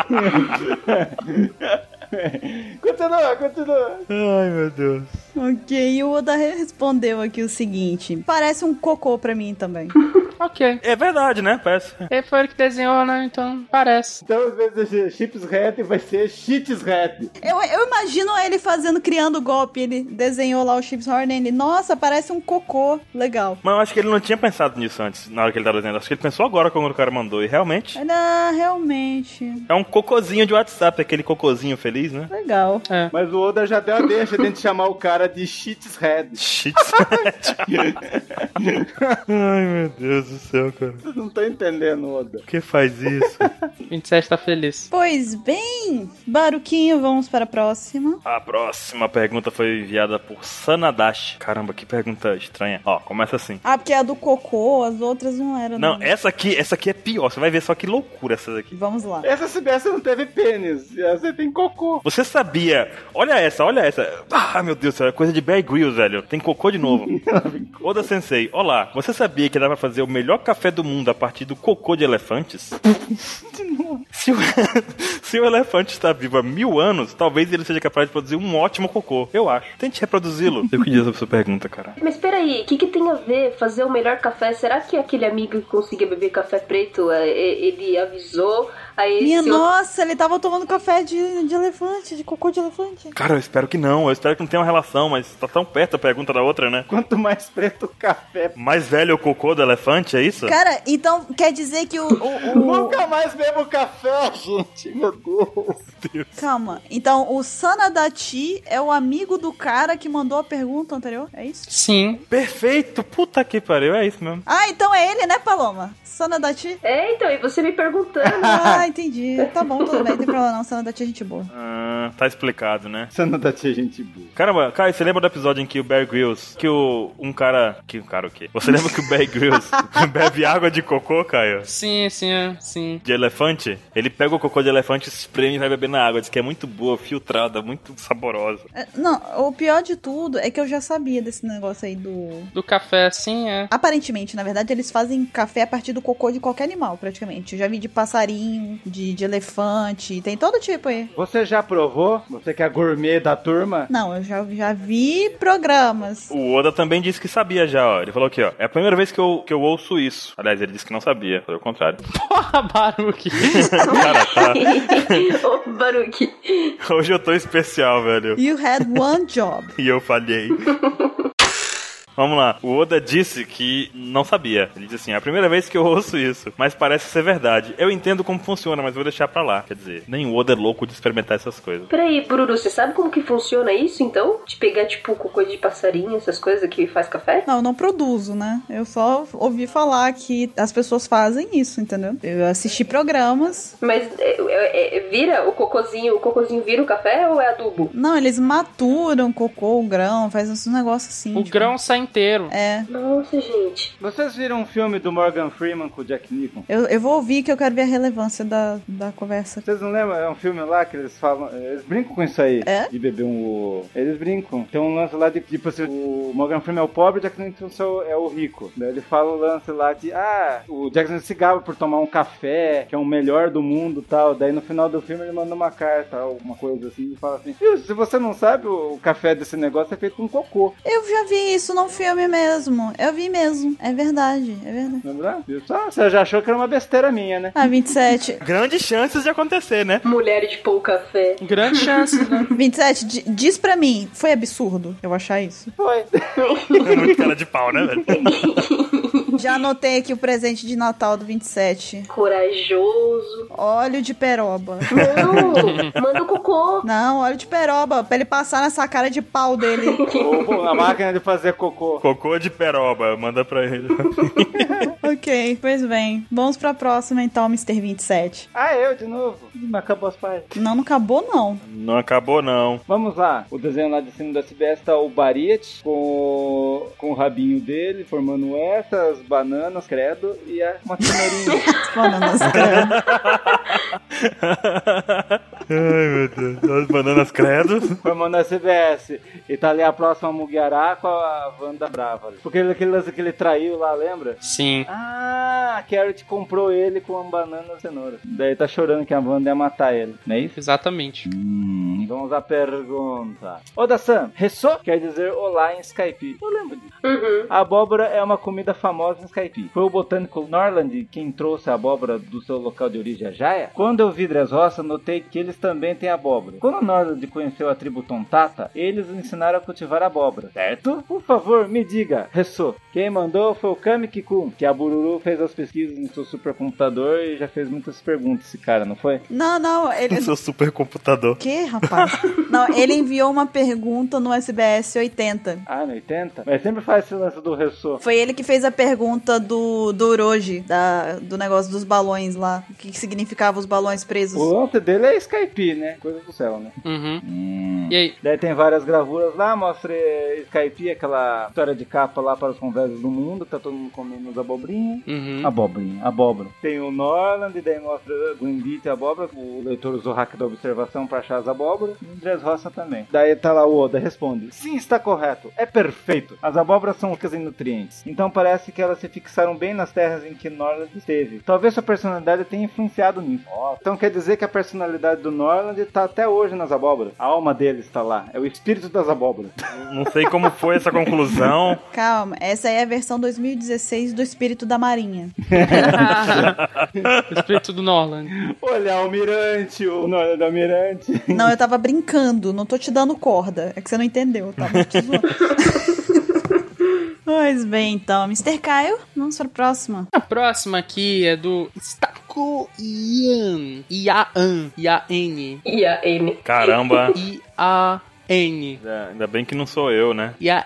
[SPEAKER 2] Continua.
[SPEAKER 3] Ai, meu Deus.
[SPEAKER 4] Ok, e o Oda respondeu aqui o seguinte: parece um cocô pra mim também.
[SPEAKER 1] Ok.
[SPEAKER 3] É verdade, né? Parece.
[SPEAKER 1] Ele foi ele que desenhou, né? Então, parece.
[SPEAKER 2] Então, às vezes, de Chips Red vai ser Cheats Red.
[SPEAKER 4] Eu imagino ele criando o golpe. Ele desenhou lá o Chips Horn e ele, nossa, parece um cocô. Legal.
[SPEAKER 3] Mas eu acho que ele não tinha pensado nisso antes, na hora que ele tava desenhando. Acho que ele pensou agora quando o cara mandou. E realmente,
[SPEAKER 4] Realmente.
[SPEAKER 3] é um cocôzinho de WhatsApp, aquele cocôzinho feliz, né?
[SPEAKER 4] Legal.
[SPEAKER 2] Mas o Oda já deu a deixa de chamar o cara de Cheats Red.
[SPEAKER 3] Shit. Ai, meu Deus do céu, cara.
[SPEAKER 2] Vocês não estão entendendo, Oda.
[SPEAKER 3] Por que faz isso?
[SPEAKER 1] 27 tá feliz.
[SPEAKER 4] Pois bem, Baruquinho, vamos para a próxima.
[SPEAKER 3] A próxima pergunta foi enviada por Sanadashi. Caramba, que pergunta estranha. Ó, começa assim.
[SPEAKER 4] Ah, porque a do cocô, as outras não eram.
[SPEAKER 3] Não, essa aqui é pior. Você vai ver só que loucura essa daqui.
[SPEAKER 4] Vamos lá.
[SPEAKER 2] Essa CBS não teve pênis. Essa tem cocô.
[SPEAKER 3] Você sabia? Olha essa. Ah, meu Deus do céu, é coisa de Bear Grylls, velho. Tem cocô de novo. Oda Sensei, olá. Você sabia que dá pra fazer o melhor café do mundo a partir do cocô de elefantes? De novo. Se o elefante está vivo há 1000 anos, talvez ele seja capaz de produzir um ótimo cocô. Eu acho. Tente reproduzi-lo. Eu que diz a sua pergunta, cara.
[SPEAKER 5] Mas peraí, o que tem a ver fazer o melhor café? Será que aquele amigo que conseguia beber café preto, ele avisou a esse...
[SPEAKER 4] Minha nossa, ele tava tomando café de elefante, de cocô de elefante.
[SPEAKER 3] Cara, eu espero que não. Eu espero que não tenha uma relação, mas tá tão perto a pergunta da outra, né?
[SPEAKER 2] Quanto mais preto o café.
[SPEAKER 3] Mais velho é o cocô do elefante, é isso?
[SPEAKER 4] Cara, então quer dizer que o...
[SPEAKER 2] Nunca mais bebo café, gente. Meu Deus.
[SPEAKER 4] Calma. Então, o Sanadachi é o amigo do cara que mandou a pergunta anterior? É isso?
[SPEAKER 1] Sim.
[SPEAKER 3] Perfeito. Puta que pariu. É isso mesmo.
[SPEAKER 4] Ah, então é ele, né, Paloma? Sanadachi?
[SPEAKER 5] Então, e você me perguntando.
[SPEAKER 4] Ah, entendi. Tá bom, tudo bem. Não tem problema não. Sanadachi é gente boa.
[SPEAKER 3] Tá explicado, né?
[SPEAKER 2] Sanadachi é gente boa.
[SPEAKER 3] Caramba, cara, Caio, você lembra do episódio em que o Bear Grylls, um cara o quê? Você lembra que o Bear Grylls bebe água de cocô, Caio?
[SPEAKER 1] Sim.
[SPEAKER 3] De elefante? Ele pega o cocô de elefante, espreme e vai beber na água. Diz que é muito boa, filtrada, muito saborosa.
[SPEAKER 4] Não, o pior de tudo é que eu já sabia desse negócio aí do
[SPEAKER 1] café, sim, é.
[SPEAKER 4] Aparentemente, na verdade, eles fazem café a partir do cocô de qualquer animal, praticamente. Eu já vi de passarinho, de elefante, tem todo tipo aí.
[SPEAKER 2] Você já provou? Você que é gourmet da turma?
[SPEAKER 4] Não, eu já vi programas.
[SPEAKER 3] O Oda também disse que sabia já, ó. Ele falou aqui, ó. É a primeira vez que eu ouço isso. Aliás, ele disse que não sabia. Foi o contrário.
[SPEAKER 1] Porra, Baruque.
[SPEAKER 3] Cara, tá.
[SPEAKER 5] Ô, Baruque.
[SPEAKER 3] Hoje eu tô especial, velho.
[SPEAKER 4] You had one job.
[SPEAKER 3] E eu falhei. Vamos lá. O Oda disse que não sabia. Ele disse assim, é a primeira vez que eu ouço isso, mas parece ser verdade. Eu entendo como funciona, mas vou deixar pra lá. Quer dizer, nem o Oda é louco de experimentar essas coisas.
[SPEAKER 5] Peraí, Bururu, você sabe como que funciona isso, então? De pegar, tipo, cocô de passarinho, essas coisas que faz café?
[SPEAKER 4] Não, eu não produzo, né? Eu só ouvi falar que as pessoas fazem isso, entendeu? Eu assisti programas.
[SPEAKER 5] Mas vira o cocôzinho vira o café ou é adubo?
[SPEAKER 4] Não, eles maturam cocô, o grão, faz uns negócios assim.
[SPEAKER 1] O grão sai inteiro.
[SPEAKER 4] É.
[SPEAKER 5] Nossa, gente.
[SPEAKER 2] Vocês viram um filme do Morgan Freeman com o Jack Nicholson?
[SPEAKER 4] Eu vou ouvir que eu quero ver a relevância da conversa.
[SPEAKER 2] Vocês não lembram? É um filme lá que eles falam... Eles brincam com isso aí.
[SPEAKER 4] É?
[SPEAKER 2] De beber Eles brincam. Tem um lance lá de... Tipo assim, o Morgan Freeman é o pobre, o Jack Nicholson é o rico. Daí ele fala o lance lá de... o Jack Nicholson se gaba por tomar um café, que é o melhor do mundo e tal. Daí no final do filme ele manda uma carta, alguma coisa assim, e fala assim... Se você não sabe, o café desse negócio é feito com cocô.
[SPEAKER 4] Eu já vi isso num filme mesmo. Eu vi mesmo. É verdade.
[SPEAKER 2] Lembra? Você já achou que era uma besteira minha, né?
[SPEAKER 4] 27.
[SPEAKER 3] Grandes chances de acontecer, né?
[SPEAKER 5] Mulher de pôr café.
[SPEAKER 1] Grande chance, né?
[SPEAKER 4] 27, diz pra mim, foi absurdo eu achar isso?
[SPEAKER 2] Foi.
[SPEAKER 3] É muito cara de pau, né, velho?
[SPEAKER 4] Já anotei aqui o presente de Natal do 27.
[SPEAKER 5] Corajoso.
[SPEAKER 4] Óleo de peroba.
[SPEAKER 5] Não, manda o cocô.
[SPEAKER 4] Não, óleo de peroba, pra ele passar nessa cara de pau dele.
[SPEAKER 2] Ou a máquina de fazer cocô.
[SPEAKER 3] Cocô de peroba, manda pra ele.
[SPEAKER 4] Ok, pois bem. Vamos pra próxima então, Mr. 27.
[SPEAKER 2] Eu de novo. Não acabou as partes.
[SPEAKER 4] Não acabou não.
[SPEAKER 3] Não acabou, não.
[SPEAKER 2] Vamos lá. O desenho lá de cima do SBS tá o Bariete com o rabinho dele, formando essas bananas, credo, e uma cenourinha.
[SPEAKER 4] Bananas, credo.
[SPEAKER 3] Ai, meu Deus. As bananas credo.
[SPEAKER 2] Formando a SBS. E tá ali a próxima Mugiará com a Wanda Brava. Porque aquele lance que ele traiu lá, lembra?
[SPEAKER 1] Sim.
[SPEAKER 2] A Carrot comprou ele com uma banana e cenoura. Daí tá chorando que a Wanda ia matar ele, não é isso?
[SPEAKER 1] Exatamente.
[SPEAKER 2] Vamos à pergunta. Oda-san, Resso quer dizer olá em Skype. Eu lembro disso.
[SPEAKER 5] Uhum.
[SPEAKER 2] A abóbora é uma comida famosa em Skype. Foi o botânico Norland quem trouxe a abóbora do seu local de origem, a Jaya? Quando eu vi Dressrosa, notei que eles também têm abóbora. Quando Norland conheceu a tribo Tontata, eles o ensinaram a cultivar abóbora, certo? Por favor, me diga, Resso. Quem mandou foi o Kamiki-kun, que a Bururu fez as pesquisas no seu supercomputador e já fez muitas perguntas, esse cara, não foi?
[SPEAKER 4] Não, ele...
[SPEAKER 3] Seu supercomputador.
[SPEAKER 4] Que, rapaz? Não, ele enviou uma pergunta no SBS 80.
[SPEAKER 2] No 80? Mas sempre faz esse lance do Resso.
[SPEAKER 4] Foi ele que fez a pergunta do Orochi, do negócio dos balões lá. O que significava os balões presos.
[SPEAKER 2] O lance dele é Skype, né? Coisa do céu, né?
[SPEAKER 1] Uhum. E aí?
[SPEAKER 2] Daí tem várias gravuras lá, mostra Skype, aquela história de capa lá para os conversos do mundo, tá todo mundo comendo as abobrinhas.
[SPEAKER 1] Uhum.
[SPEAKER 2] Abóbora. Tem o Norland, daí mostra Gambit e a abóbora, o leitor usou o hack da observação para achar as abóboras, e o Dressrosa também. Daí tá lá o Oda, responde: sim, está correto, é perfeito. As abóboras são ricas em nutrientes, então parece que elas se fixaram bem nas terras em que Norland esteve. Talvez sua personalidade tenha influenciado nisso. Então quer dizer que a personalidade do Norland tá até hoje nas abóboras. A alma dele está lá, é o espírito das abóboras.
[SPEAKER 3] Não sei como foi essa conclusão.
[SPEAKER 4] Calma, essa aí é a versão 2016 do espírito da marinha.
[SPEAKER 1] O espírito do Norland.
[SPEAKER 2] Olha, Almirante, o Norland do Almirante.
[SPEAKER 4] Não, eu tava brincando, não tô te dando corda. É que você não entendeu, tá? Tava te zoando. Pois bem, então, Mr. Caio, vamos para a próxima.
[SPEAKER 1] A próxima aqui é do Staku Ian. Ian.
[SPEAKER 3] Caramba.
[SPEAKER 1] Ian.
[SPEAKER 3] Ainda bem que não sou eu, né?
[SPEAKER 1] Ian.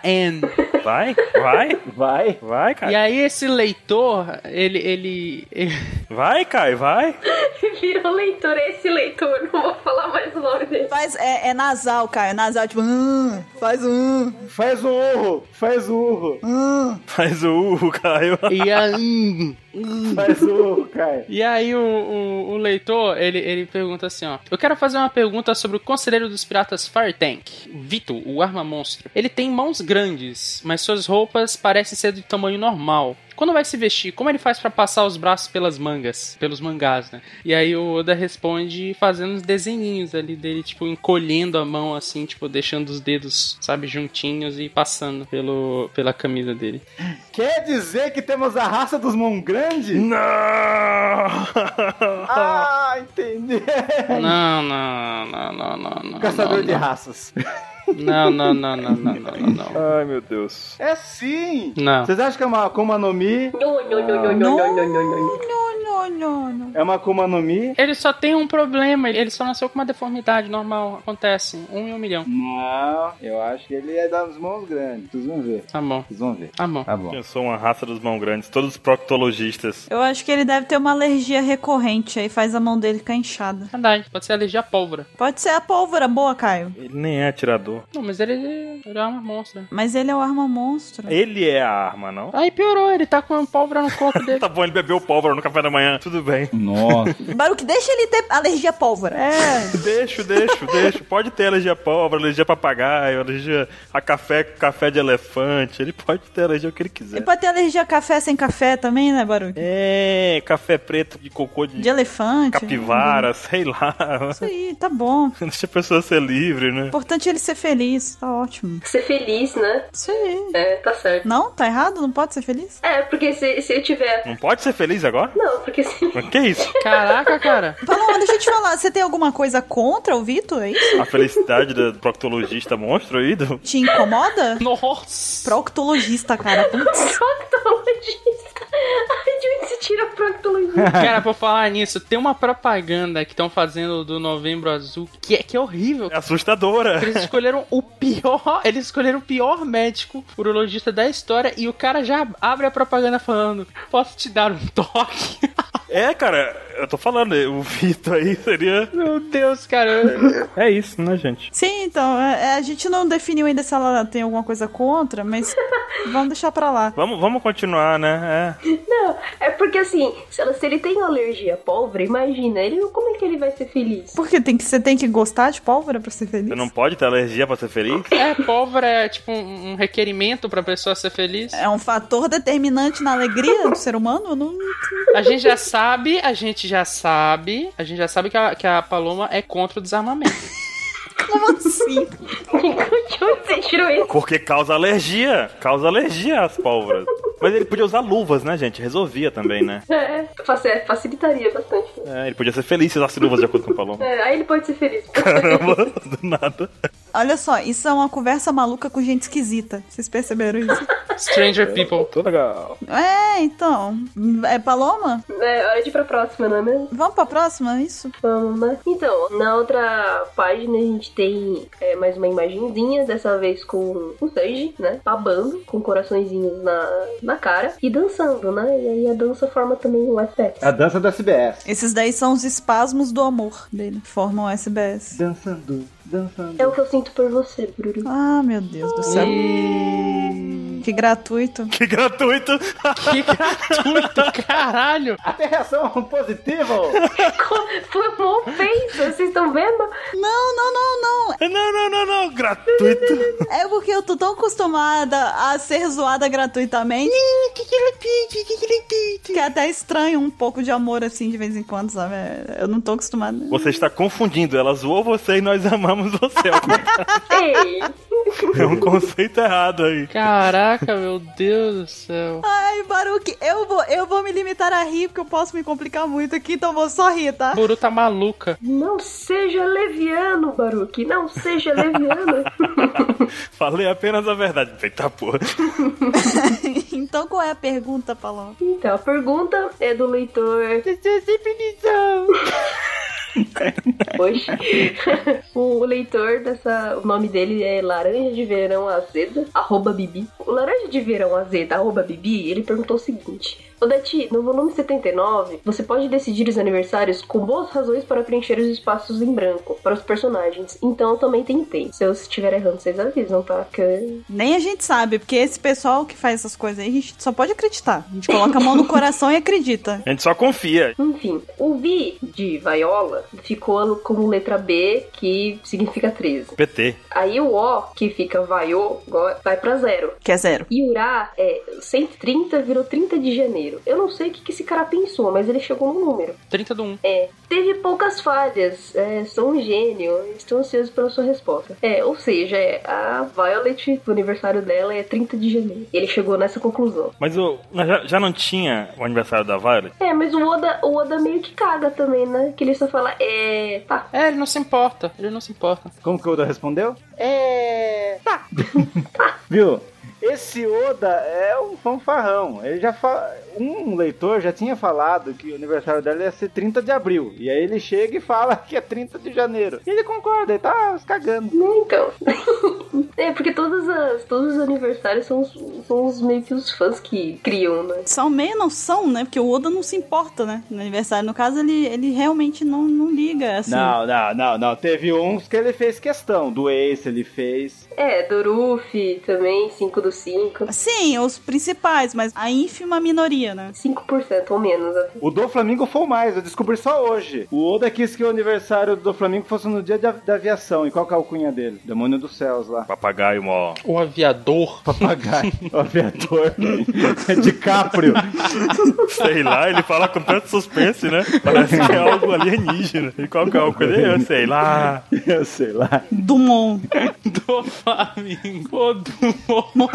[SPEAKER 3] Vai, cara.
[SPEAKER 1] E aí esse leitor, ele...
[SPEAKER 3] Vai, Caio, vai.
[SPEAKER 5] prefiro o leitor, esse leitor. Não vou falar mais o nome dele.
[SPEAKER 4] É nasal, Caio. É nasal, tipo, faz
[SPEAKER 2] Faz o urro.
[SPEAKER 3] Faz o urro, Caio.
[SPEAKER 1] E aí...
[SPEAKER 2] Faz o urro, Caio.
[SPEAKER 1] E aí o leitor, ele pergunta assim, ó. Eu quero fazer uma pergunta sobre o conselheiro dos piratas Firetank, Vito, o arma monstro. Ele tem mãos grandes, mas suas roupas parecem ser de tamanho normal. Quando vai se vestir, como ele faz pra passar os braços pelos mangás, né? E aí o Oda responde fazendo uns desenhinhos ali dele, tipo, encolhendo a mão assim, tipo, deixando os dedos, sabe, juntinhos e passando pela camisa dele.
[SPEAKER 2] Quer dizer que temos a raça dos mão grandes?
[SPEAKER 3] Não!
[SPEAKER 2] Ah, entendi.
[SPEAKER 1] Não.
[SPEAKER 2] Caçador de raças.
[SPEAKER 1] Não.
[SPEAKER 3] Ai, meu Deus.
[SPEAKER 2] É sim.
[SPEAKER 1] Não.
[SPEAKER 2] Vocês acham que é uma Akuma no Mi?
[SPEAKER 5] Não.
[SPEAKER 2] É uma Akuma no Mi?
[SPEAKER 1] Ele só tem um problema, ele só nasceu com uma deformidade normal, acontece, 1 em 1 milhão.
[SPEAKER 2] Não, eu acho que ele é das mãos grandes. Vocês vão ver.
[SPEAKER 1] Tá bom.
[SPEAKER 2] Vocês vão ver.
[SPEAKER 1] Tá bom.
[SPEAKER 2] Tá bom.
[SPEAKER 3] Eu sou uma raça dos mãos grandes, todos proctologistas.
[SPEAKER 4] Eu acho que ele deve ter uma alergia recorrente, aí faz a mão dele ficar inchada.
[SPEAKER 1] Verdade, pode ser alergia à pólvora.
[SPEAKER 4] Pode ser a pólvora, boa, Caio.
[SPEAKER 3] Ele nem é atirador.
[SPEAKER 1] Não, mas ele é uma monstra.
[SPEAKER 4] Mas ele é o arma monstro.
[SPEAKER 3] Ele é a arma, não?
[SPEAKER 1] Aí piorou, ele tá com pólvora no corpo dele.
[SPEAKER 3] Tá bom, ele bebeu pólvora no café da manhã. Tudo bem.
[SPEAKER 2] Nossa.
[SPEAKER 4] Baruque, deixa ele ter alergia à pólvora.
[SPEAKER 3] Deixa. Pode ter alergia a pólvora, alergia a papagaio, alergia a café de elefante. Ele pode ter alergia ao que ele quiser.
[SPEAKER 4] Ele pode ter alergia a café sem café também, né, Baruque?
[SPEAKER 3] É, café preto de cocô
[SPEAKER 4] De elefante.
[SPEAKER 3] capivara, sei lá.
[SPEAKER 4] Isso aí, tá bom.
[SPEAKER 3] Deixa a pessoa ser livre, né?
[SPEAKER 4] O importante é ele ser feliz, tá ótimo.
[SPEAKER 5] Ser feliz, né?
[SPEAKER 4] Isso aí.
[SPEAKER 5] É, tá certo.
[SPEAKER 4] Não? Tá errado? Não pode ser feliz?
[SPEAKER 5] É, porque se eu tiver...
[SPEAKER 3] Não pode ser feliz agora?
[SPEAKER 5] Não, porque se...
[SPEAKER 3] Mas que isso?
[SPEAKER 1] Caraca, cara.
[SPEAKER 4] Paloma, deixa eu te falar, você tem alguma coisa contra o Vitor, é isso?
[SPEAKER 3] A felicidade do proctologista monstro aí?
[SPEAKER 4] Te incomoda?
[SPEAKER 1] Nossa.
[SPEAKER 4] Proctologista, cara. Putz.
[SPEAKER 5] Proctologista. Ai, de onde se tira proctologista?
[SPEAKER 1] Cara, por falar nisso, tem uma propaganda que estão fazendo do Novembro Azul que é horrível.
[SPEAKER 3] É assustadora.
[SPEAKER 1] Eles escolheram o pior médico urologista da história e o cara já abre a propaganda falando: posso te dar um toque?
[SPEAKER 3] É, cara, eu tô falando, o Vitor aí seria...
[SPEAKER 1] Meu Deus, cara.
[SPEAKER 3] É isso, né, gente?
[SPEAKER 4] Sim, então, a gente não definiu ainda se ela tem alguma coisa contra, mas vamos deixar pra lá.
[SPEAKER 3] Vamos continuar, né?
[SPEAKER 5] Não, é porque assim, se ele tem alergia à pólvora, imagina, como é que ele vai ser feliz?
[SPEAKER 4] Porque você tem que gostar de pólvora pra ser feliz?
[SPEAKER 3] Você não pode ter alergia pra ser feliz?
[SPEAKER 1] Pólvora é tipo um requerimento pra pessoa ser feliz.
[SPEAKER 4] É um fator determinante na alegria do ser humano? Não...
[SPEAKER 1] A gente já sabe que a Paloma é contra o desarmamento.
[SPEAKER 4] Como assim?
[SPEAKER 5] De onde você tirou isso?
[SPEAKER 3] Porque causa alergia às pólvoras. Mas ele podia usar luvas, né, gente? Resolvia também, né?
[SPEAKER 5] Facilitaria bastante.
[SPEAKER 3] Ele podia ser feliz se usasse luvas de acordo com o Paloma.
[SPEAKER 5] Aí ele pode ser feliz.
[SPEAKER 3] Caramba, do nada.
[SPEAKER 4] Olha só, isso é uma conversa maluca com gente esquisita. Vocês perceberam isso?
[SPEAKER 1] Stranger People.
[SPEAKER 3] Tô legal.
[SPEAKER 4] Então. É Paloma?
[SPEAKER 5] É hora de ir pra próxima, não é mesmo?
[SPEAKER 4] Vamos pra próxima, isso?
[SPEAKER 5] Vamos, né? Então, na outra página a gente tem mais uma imagenzinha, dessa vez com o Sanji, né? Babando, com coraçõezinhos na cara e dançando, né? E aí a dança forma também o SBS.
[SPEAKER 2] A dança do SBS.
[SPEAKER 4] Esses daí são os espasmos do amor dele, que formam o SBS.
[SPEAKER 2] Dançando.
[SPEAKER 5] É o que eu sinto por você, Bruru.
[SPEAKER 4] Ah, meu Deus do céu. Que gratuito.
[SPEAKER 3] Que gratuito.
[SPEAKER 1] Que gratuito, caralho.
[SPEAKER 2] Até reação positiva.
[SPEAKER 5] Foi uma ofensa, vocês estão vendo?
[SPEAKER 4] Não.
[SPEAKER 3] Não, gratuito.
[SPEAKER 4] É porque eu tô tão acostumada a ser zoada gratuitamente que é até estranho um pouco de amor assim de vez em quando, sabe? Eu não tô acostumada.
[SPEAKER 3] Você está confundindo. Ela zoou você e nós amamos você.
[SPEAKER 5] Ei.
[SPEAKER 3] É um conceito errado aí.
[SPEAKER 1] Caraca, meu Deus do céu.
[SPEAKER 4] Ai, Baruque, eu vou me limitar a rir porque eu posso me complicar muito aqui, então vou só rir, tá?
[SPEAKER 1] Buru tá maluca.
[SPEAKER 5] Não seja leviano, Baruque. Não seja leviano.
[SPEAKER 3] Falei apenas a verdade. Eita porra.
[SPEAKER 4] Então qual é a pergunta, Paloma?
[SPEAKER 5] Então, a pergunta é do leitor... Hoje. O leitor o nome dele é Laranja de Verão Azeda, @Bibi. O Laranja de Verão Azeda, @Bibi, ele perguntou o seguinte: Odete, no volume 79, você pode decidir os aniversários com boas razões para preencher os espaços em branco para os personagens. Então eu também tentei. Se eu estiver errando, vocês avisam, tá? Porque...
[SPEAKER 4] Nem a gente sabe, porque esse pessoal que faz essas coisas aí, a gente só pode acreditar. A gente coloca a mão no coração e acredita.
[SPEAKER 3] A gente só confia.
[SPEAKER 5] Enfim, o Vi de Viola ficou como letra B, que significa 13.
[SPEAKER 3] PT.
[SPEAKER 5] Aí o O, que fica Vaiô, vai pra 0.
[SPEAKER 4] Que é 0.
[SPEAKER 5] E Urá é 130, virou 30 de janeiro. Eu não sei o que esse cara pensou, mas ele chegou no número.
[SPEAKER 1] 30 do 1.
[SPEAKER 5] Teve poucas falhas. Sou um gênio. Estou ansioso pela sua resposta. Ou seja, a Violet, o aniversário dela é 30 de janeiro. Ele chegou nessa conclusão.
[SPEAKER 3] Mas já não tinha o aniversário da Violet?
[SPEAKER 5] Mas o Oda meio que caga também, né? Que ele só fala, tá.
[SPEAKER 1] Ele não se importa. Ele não se importa.
[SPEAKER 2] Como que o Oda respondeu? Tá. Viu? Esse Oda é um fanfarrão. Ele já um leitor já tinha falado que o aniversário dela ia ser 30 de abril. E aí ele chega e fala que é 30 de janeiro. E ele concorda, ele tá cagando.
[SPEAKER 5] Então. Porque todos os aniversários são os meio que os fãs que criam, né?
[SPEAKER 4] São meio não são, né? Porque o Oda não se importa, né? No aniversário. No caso, ele realmente não liga, assim.
[SPEAKER 2] Não. Teve uns que ele fez questão. Do Ace ele fez.
[SPEAKER 5] Do Ruffy também, 5 do 5.
[SPEAKER 4] Sim, os principais, mas a ínfima minoria, né?
[SPEAKER 5] 5% ou menos. Assim.
[SPEAKER 2] O do Flamengo foi o mais, eu descobri só hoje. O Oda quis que o aniversário do Flamengo fosse no dia da aviação. E qual que é a alcunha dele? Demônio dos céus lá.
[SPEAKER 3] Papagaio, mó.
[SPEAKER 1] O aviador.
[SPEAKER 2] Papagaio. O aviador. É DiCaprio.
[SPEAKER 3] Sei lá, ele fala com tanto suspense, né? Parece que é algo alienígena. E qual que é a alcunha? Eu sei lá.
[SPEAKER 4] Dumont.
[SPEAKER 1] Do Flamengo. Dumont.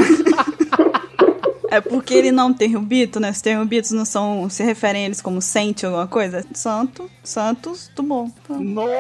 [SPEAKER 4] É porque ele não tem Rubito, né? Os terrubitos não são... Se referem a eles como Sente alguma coisa. Santos, Dumont.
[SPEAKER 2] Nossa!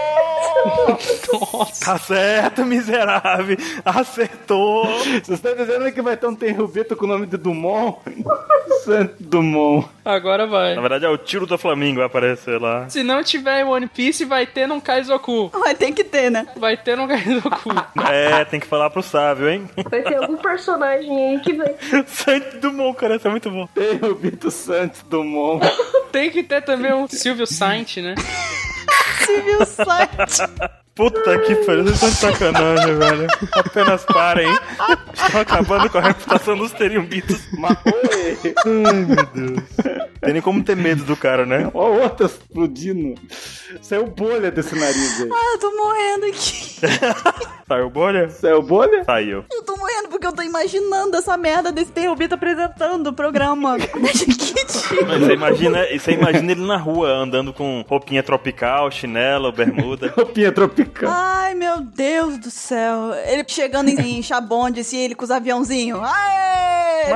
[SPEAKER 3] Tá certo, miserável. Acertou.
[SPEAKER 2] Você está dizendo que vai ter um terrubito com o nome de Dumont? Santo Dumont.
[SPEAKER 1] Agora vai.
[SPEAKER 3] Na verdade é o tiro do Flamengo vai aparecer lá.
[SPEAKER 1] Se não tiver em One Piece, vai ter num Kaizoku.
[SPEAKER 4] Vai ter que ter, né?
[SPEAKER 1] Vai ter num Kaizoku.
[SPEAKER 3] Tem que falar pro sábio, hein?
[SPEAKER 5] Vai ter algum personagem aí que vai...
[SPEAKER 3] Santos Dumont, cara, isso é muito bom.
[SPEAKER 2] Terrubito Santos Dumont.
[SPEAKER 1] Tem que ter também um Silvio Saint, né?
[SPEAKER 4] Silvio Saint.
[SPEAKER 3] Puta que pariu, vocês estão de sacanagem, velho. Apenas parem. Estão acabando com a reputação dos terrumbitos. Ai, meu Deus. Tem nem como ter medo do cara, né?
[SPEAKER 2] Ó, o outro explodindo. Saiu bolha desse nariz aí.
[SPEAKER 4] Eu tô morrendo aqui.
[SPEAKER 3] Saiu bolha?
[SPEAKER 2] Saiu bolha?
[SPEAKER 3] Saiu.
[SPEAKER 4] Eu tô morrendo porque eu tô imaginando essa merda desse terrubito apresentando o programa.
[SPEAKER 3] Mas você imagina ele na rua, andando com roupinha tropical, chinelo, bermuda.
[SPEAKER 2] Roupinha tropical.
[SPEAKER 4] Ai, meu Deus do céu. Ele chegando em Chabonde, assim, ele com os aviãozinhos. Aê!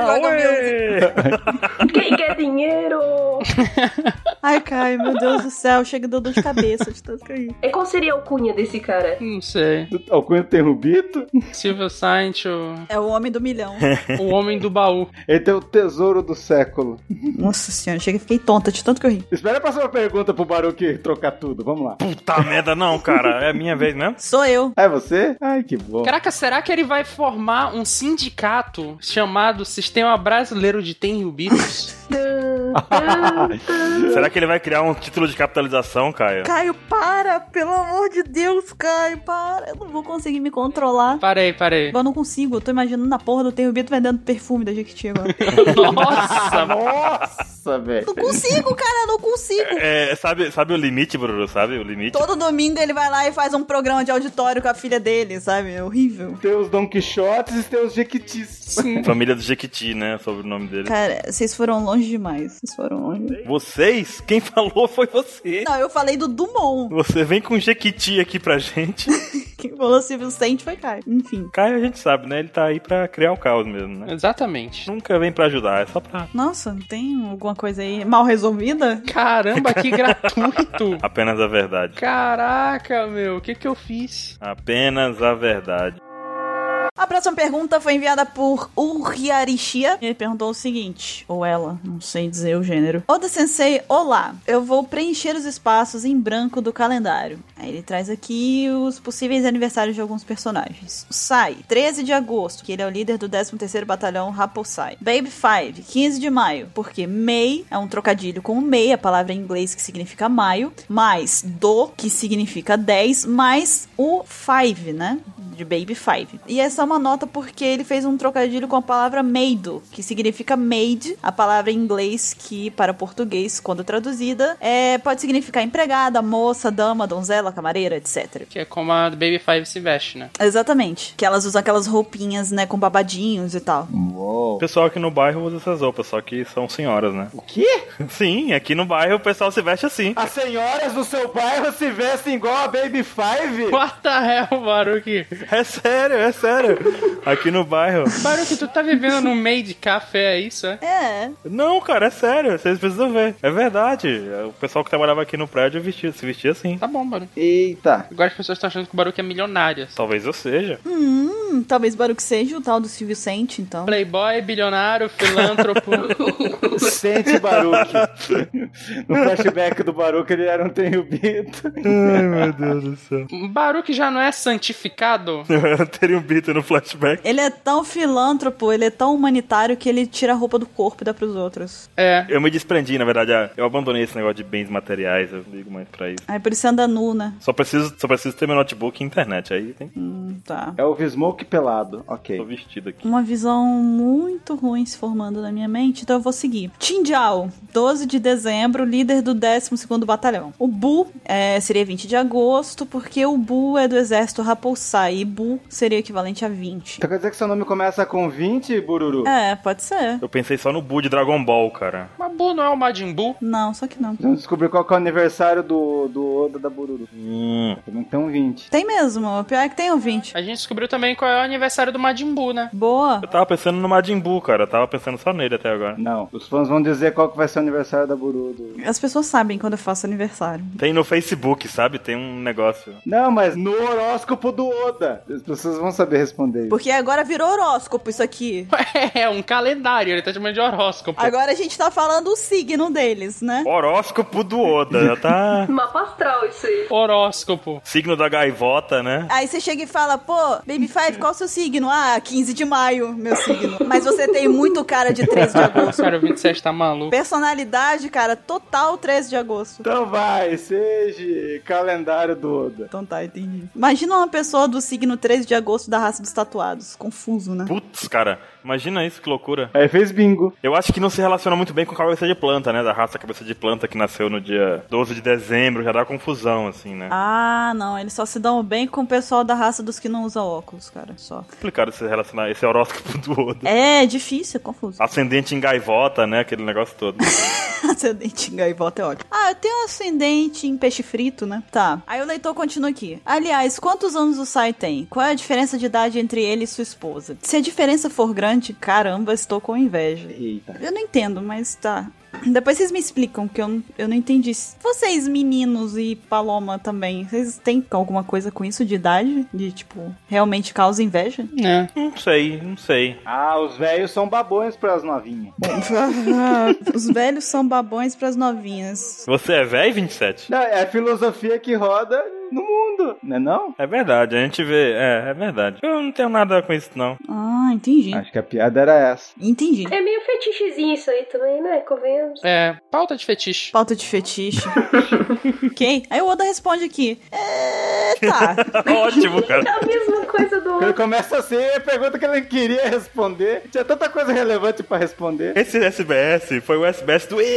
[SPEAKER 5] Quem quer dinheiro?
[SPEAKER 4] Ai, Caio, meu Deus do céu. Chega deu dor de cabeça de tanto cair.
[SPEAKER 5] E qual seria a alcunha desse cara?
[SPEAKER 1] Não sei.
[SPEAKER 2] Alcunha do terrubito?
[SPEAKER 1] Silvio Saint,
[SPEAKER 4] É o homem do milhão.
[SPEAKER 1] o homem do baú.
[SPEAKER 2] Ele tem o tesouro do século.
[SPEAKER 4] Nossa senhora, fiquei tonta de tanto que eu ri.
[SPEAKER 2] Espera a próxima pergunta pro Baruque trocar tudo. Vamos lá.
[SPEAKER 3] Puta merda, não, cara. É minha vez mesmo?
[SPEAKER 4] Sou eu.
[SPEAKER 2] É você? Ai, que bom.
[SPEAKER 1] Caraca, será que ele vai formar um sindicato chamado Sistema Brasileiro de Tenryubitos?
[SPEAKER 3] Será que ele vai criar um título de capitalização, Caio?
[SPEAKER 4] Caio, para! Pelo amor de Deus, Caio, para! Eu não vou conseguir me controlar.
[SPEAKER 1] Parei.
[SPEAKER 4] Eu não consigo, eu tô imaginando a porra do Terrubito vendendo perfume da Jequiti agora.
[SPEAKER 2] Nossa, velho.
[SPEAKER 4] Não consigo, cara, não consigo.
[SPEAKER 3] Sabe o limite, Bruno? Sabe o limite?
[SPEAKER 4] Todo domingo ele vai lá e faz um programa de auditório com a filha dele, sabe? É horrível.
[SPEAKER 2] Tem os Don Quixotes e tem os Jequitis.
[SPEAKER 1] Sim.
[SPEAKER 3] Família do Jequiti, né? Sobre o nome dele.
[SPEAKER 4] Cara, vocês foram longe demais.
[SPEAKER 3] Vocês? Quem falou foi você.
[SPEAKER 4] Não, eu falei do Dumont.
[SPEAKER 3] Você vem com Jequiti aqui pra gente.
[SPEAKER 4] Quem falou Silvio Saint foi Caio. Enfim.
[SPEAKER 3] Caio a gente sabe, né? Ele tá aí pra criar o caos mesmo, né?
[SPEAKER 1] Exatamente.
[SPEAKER 3] Nunca vem pra ajudar, é só pra...
[SPEAKER 4] Nossa, tem alguma coisa aí mal resolvida?
[SPEAKER 1] Caramba, que gratuito.
[SPEAKER 3] Apenas a verdade.
[SPEAKER 1] Caraca, meu, o que eu fiz?
[SPEAKER 3] Apenas a verdade.
[SPEAKER 4] A próxima pergunta foi enviada por Uriarishia. Ele perguntou o seguinte, ou ela, não sei dizer o gênero. Oda Sensei, olá. Eu vou preencher os espaços em branco do calendário. Aí ele traz aqui os possíveis aniversários de alguns personagens. O Sai, 13 de agosto, que ele é o líder do 13º Batalhão Raposai. Baby 5, 15 de maio, porque Mei é um trocadilho com Mei, a palavra em inglês que significa maio, mais do, que significa 10, mais o 5, né? De Baby 5. E essa é uma nota porque ele fez um trocadilho com a palavra meido, que significa maid, a palavra em inglês que, para português, quando traduzida, pode significar empregada, moça, dama, donzela, camareira, etc.
[SPEAKER 1] Que é como a Baby 5 se veste, né?
[SPEAKER 4] Exatamente. Que elas usam aquelas roupinhas, né, com babadinhos e tal.
[SPEAKER 3] O pessoal aqui no bairro usa essas roupas, só que são senhoras, né?
[SPEAKER 2] O quê?
[SPEAKER 3] Sim, aqui no bairro o pessoal se veste assim.
[SPEAKER 2] As senhoras do seu bairro se vestem igual a Baby 5?
[SPEAKER 1] What the hell, Baruki?
[SPEAKER 3] É sério, é sério. Aqui no bairro.
[SPEAKER 1] Baruki, tu tá vivendo no meio de café, é isso, é?
[SPEAKER 4] É.
[SPEAKER 3] Não, cara, é sério. Vocês precisam ver. É verdade. O pessoal que trabalhava aqui no prédio se vestia assim.
[SPEAKER 1] Tá bom, Baruki.
[SPEAKER 2] Eita.
[SPEAKER 1] Agora as pessoas estão achando que o Baruki é milionário.
[SPEAKER 3] Talvez eu seja.
[SPEAKER 4] Talvez Baruch seja o tal do Silvio Sente, então.
[SPEAKER 1] Playboy, bilionário, filântropo.
[SPEAKER 2] Sente Baruch. No flashback do Baruch ele era um Tenryubito.
[SPEAKER 3] Ai, meu Deus do céu.
[SPEAKER 1] Baruki já não é santificado?
[SPEAKER 3] Eu teria um bito no flashback.
[SPEAKER 4] Ele é tão filântropo, ele é tão humanitário que ele tira a roupa do corpo e dá pros outros.
[SPEAKER 1] É.
[SPEAKER 3] Eu me desprendi, na verdade. Eu abandonei esse negócio de bens materiais. Eu ligo mais pra isso.
[SPEAKER 4] Aí por isso você anda nu, né?
[SPEAKER 3] Só preciso ter meu notebook e internet. Aí tem.
[SPEAKER 4] Tá.
[SPEAKER 2] É o Vismoke pelado. Ok.
[SPEAKER 3] Tô vestido aqui.
[SPEAKER 4] Uma visão muito ruim se formando na minha mente, então eu vou seguir. Tinjao, 12 de dezembro, líder do 12º Batalhão. O Bu seria 20 de agosto, porque o Bu é do exército Rapousai, e Bu seria equivalente a 20.
[SPEAKER 2] Então quer dizer que seu nome começa com 20, Bururu?
[SPEAKER 4] É, pode ser.
[SPEAKER 3] Eu pensei só no Buu de Dragon Ball, cara.
[SPEAKER 1] Mas Bu não é o Majin Buu?
[SPEAKER 4] Não, só que não.
[SPEAKER 2] Vamos descobrir qual que é o aniversário do Oda da Bururu. Também tem um 20.
[SPEAKER 4] Tem mesmo, o pior é que tem um 20.
[SPEAKER 1] A gente descobriu também qual é o aniversário do Majin Buu, né?
[SPEAKER 4] Boa.
[SPEAKER 3] Eu tava pensando no Majin Buu, cara. Eu tava pensando só nele até agora.
[SPEAKER 2] Não, os fãs vão dizer qual que vai ser o aniversário da Bururu.
[SPEAKER 4] As pessoas sabem quando eu faço aniversário.
[SPEAKER 3] Tem no Facebook, sabe? Tem um negócio.
[SPEAKER 2] Não, mas no horóscopo do Oda. As pessoas vão saber responder isso.
[SPEAKER 4] Porque agora virou horóscopo isso aqui.
[SPEAKER 1] É um calendário, ele tá chamando de horóscopo.
[SPEAKER 4] Agora a gente tá falando o signo deles, né?
[SPEAKER 3] Horóscopo do Oda. Já tá...
[SPEAKER 5] Mapa astral isso aí.
[SPEAKER 1] Horóscopo.
[SPEAKER 3] Signo da gaivota, né?
[SPEAKER 4] Aí você chega e fala, pô, Baby Five, qual é o seu signo? Ah, 15 de maio, meu signo. Mas você tem muito cara de 13 de agosto.
[SPEAKER 1] Cara, o 27 tá maluco.
[SPEAKER 4] Personalidade, cara, total 13 de agosto.
[SPEAKER 2] Então vai, seja calendário do Oda.
[SPEAKER 4] Então tá, entendi. Imagina uma pessoa do signo 13 de agosto da raça dos tatuados. Confuso, né?
[SPEAKER 3] Putz, cara. Imagina isso, que loucura.
[SPEAKER 2] Aí fez bingo.
[SPEAKER 3] Eu acho que não se relaciona muito bem com a cabeça de planta, né? Da raça cabeça de planta que nasceu no dia 12 de dezembro. Já dá confusão, assim, né?
[SPEAKER 4] Ah, não. Eles só se dão bem com o pessoal da raça dos que não usam óculos, cara. Só.
[SPEAKER 3] Complicado se relacionar esse horóscopo do Oda.
[SPEAKER 4] É difícil, é confuso.
[SPEAKER 3] Ascendente em gaivota, né? Aquele negócio todo.
[SPEAKER 4] Ascendente em gaivota é ótimo. Ah, eu tenho um ascendente em peixe frito, né? Tá. Aí o leitor continua aqui. Aliás, quantos anos o Sai tem? Qual é a diferença de idade entre ele e sua esposa? Se a diferença for grande, caramba, estou com inveja.
[SPEAKER 2] Eita.
[SPEAKER 4] Eu não entendo, mas tá. Depois vocês me explicam, que eu não entendi. Vocês, meninos e Paloma também, vocês têm alguma coisa com isso de idade? De, tipo, realmente causa inveja?
[SPEAKER 1] É.
[SPEAKER 3] Não sei.
[SPEAKER 2] Ah, os velhos são babões pras novinhas.
[SPEAKER 4] Os velhos são babões pras novinhas.
[SPEAKER 3] Você é velho, 27?
[SPEAKER 2] Não, é a filosofia que roda no mundo, né não?
[SPEAKER 3] É verdade, a gente vê. É verdade. Eu não tenho nada com isso, não.
[SPEAKER 4] Ah, entendi.
[SPEAKER 2] Acho que a piada era essa.
[SPEAKER 4] Entendi.
[SPEAKER 5] É meio fetichezinho isso aí também, né? Convenhamos.
[SPEAKER 1] É, pauta de fetiche.
[SPEAKER 4] Pauta de fetiche. Ok? Aí o Oda responde aqui. Tá.
[SPEAKER 3] Ótimo, cara.
[SPEAKER 5] É a mesma coisa do
[SPEAKER 2] Ele
[SPEAKER 5] outro.
[SPEAKER 2] começa assim, a pergunta que ele queria responder. Tinha tanta coisa relevante pra responder.
[SPEAKER 3] Esse SBS foi o SBS do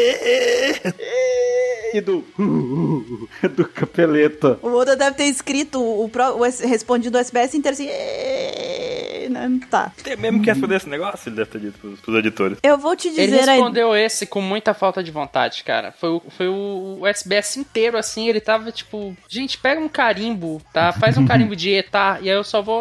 [SPEAKER 2] E do do capeleto.
[SPEAKER 4] O Oda deve ter escrito respondido o SBS inteiro assim. Né? Tá.
[SPEAKER 3] Tem mesmo que responder esse negócio? Ele deve ter dito pros editores.
[SPEAKER 4] Eu vou te
[SPEAKER 1] Ele
[SPEAKER 4] dizer aí.
[SPEAKER 1] respondeu esse com muita falta de vontade, cara. Foi o SBS inteiro, assim, ele tava tipo... Gente, pega um carimbo, tá? Faz um carimbo de ETA, e aí eu só vou...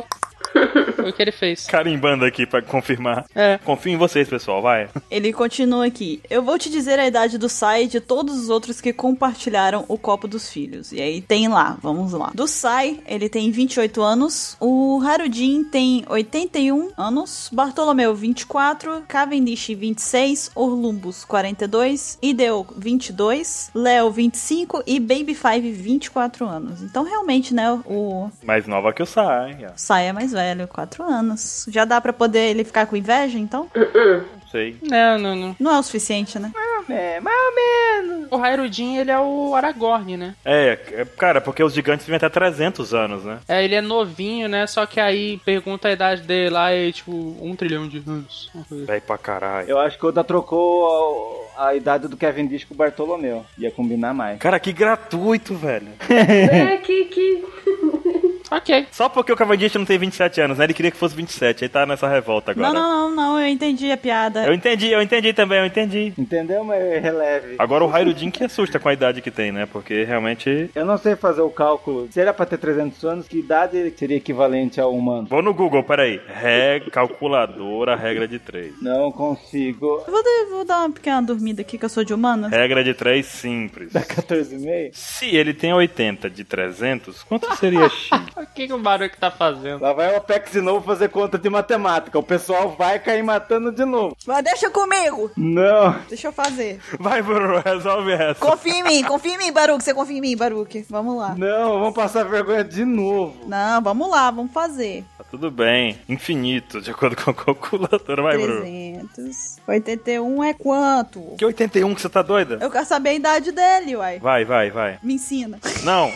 [SPEAKER 1] Foi o que ele fez.
[SPEAKER 3] Carimbando aqui pra confirmar.
[SPEAKER 1] É.
[SPEAKER 3] Confio em vocês, pessoal, vai.
[SPEAKER 4] Ele continua aqui. Eu vou te dizer a idade do Sai e de todos os outros que compartilharam o copo dos filhos. E aí tem lá, vamos lá. Do Sai, ele tem 28 anos. O Harudin tem 81 anos. Bartolomeu, 24. Cavendish, 26. Orlumbus, 42. Ideo, 22. Léo, 25. E Baby Five, 24 anos. Então, realmente, né, o
[SPEAKER 3] Mais nova que o Sai. ó.
[SPEAKER 4] Sai é mais velho, 4 anos. Já dá pra poder ele ficar com inveja, então?
[SPEAKER 3] Não sei.
[SPEAKER 1] Não.
[SPEAKER 4] Não é o suficiente, né?
[SPEAKER 2] Mais ou menos.
[SPEAKER 1] O Hairudin, ele é o Aragorn, né?
[SPEAKER 3] Cara, porque os gigantes vivem até 300 anos, né?
[SPEAKER 1] Ele é novinho, né? Só que aí pergunta a idade dele lá e tipo, 1 trilhão de anos.
[SPEAKER 3] Vai pra caralho.
[SPEAKER 2] Eu acho que o Oda trocou a idade do Kevin Dish com o Bartolomeu. Ia combinar mais.
[SPEAKER 3] Cara, que gratuito, velho.
[SPEAKER 5] Que...
[SPEAKER 1] Ok.
[SPEAKER 3] Só porque o Cavendish não tem 27 anos, né? Ele queria que fosse 27, aí tá nessa revolta agora.
[SPEAKER 4] Não, eu entendi a piada.
[SPEAKER 3] Eu entendi também, eu entendi.
[SPEAKER 2] Entendeu? Mas releve.
[SPEAKER 3] Agora o Hairudin que assusta com a idade que tem, né? Porque realmente...
[SPEAKER 2] Eu não sei fazer o cálculo. Se era pra ter 300 anos, que idade seria equivalente ao humano?
[SPEAKER 3] Vou no Google, peraí. Calculadora, regra de 3.
[SPEAKER 2] Não consigo.
[SPEAKER 4] Vou dar uma pequena dormida aqui, que eu sou de humanas.
[SPEAKER 3] Regra de 3 simples.
[SPEAKER 2] Dá 14,5?
[SPEAKER 3] Se ele tem 80 de 300, quanto seria X?
[SPEAKER 1] O que o Baruch tá fazendo?
[SPEAKER 2] Lá vai o Apex de novo fazer conta de matemática. O pessoal vai cair matando de novo.
[SPEAKER 4] Mas deixa comigo.
[SPEAKER 2] Não.
[SPEAKER 4] Deixa eu fazer.
[SPEAKER 3] Vai, Bruno, resolve essa.
[SPEAKER 4] Confia em mim, Baruch. Você confia em mim, Baruch. Vamos lá.
[SPEAKER 2] Não, vamos passar vergonha de novo.
[SPEAKER 4] Não, vamos lá, vamos fazer.
[SPEAKER 3] Tá tudo bem. Infinito, de acordo com a calculadora. Vai, Bruno.
[SPEAKER 4] 300. 81 é quanto?
[SPEAKER 3] Que 81 que você tá doida?
[SPEAKER 4] Eu quero saber a idade dele, uai.
[SPEAKER 3] Vai.
[SPEAKER 4] Me ensina.
[SPEAKER 3] Não.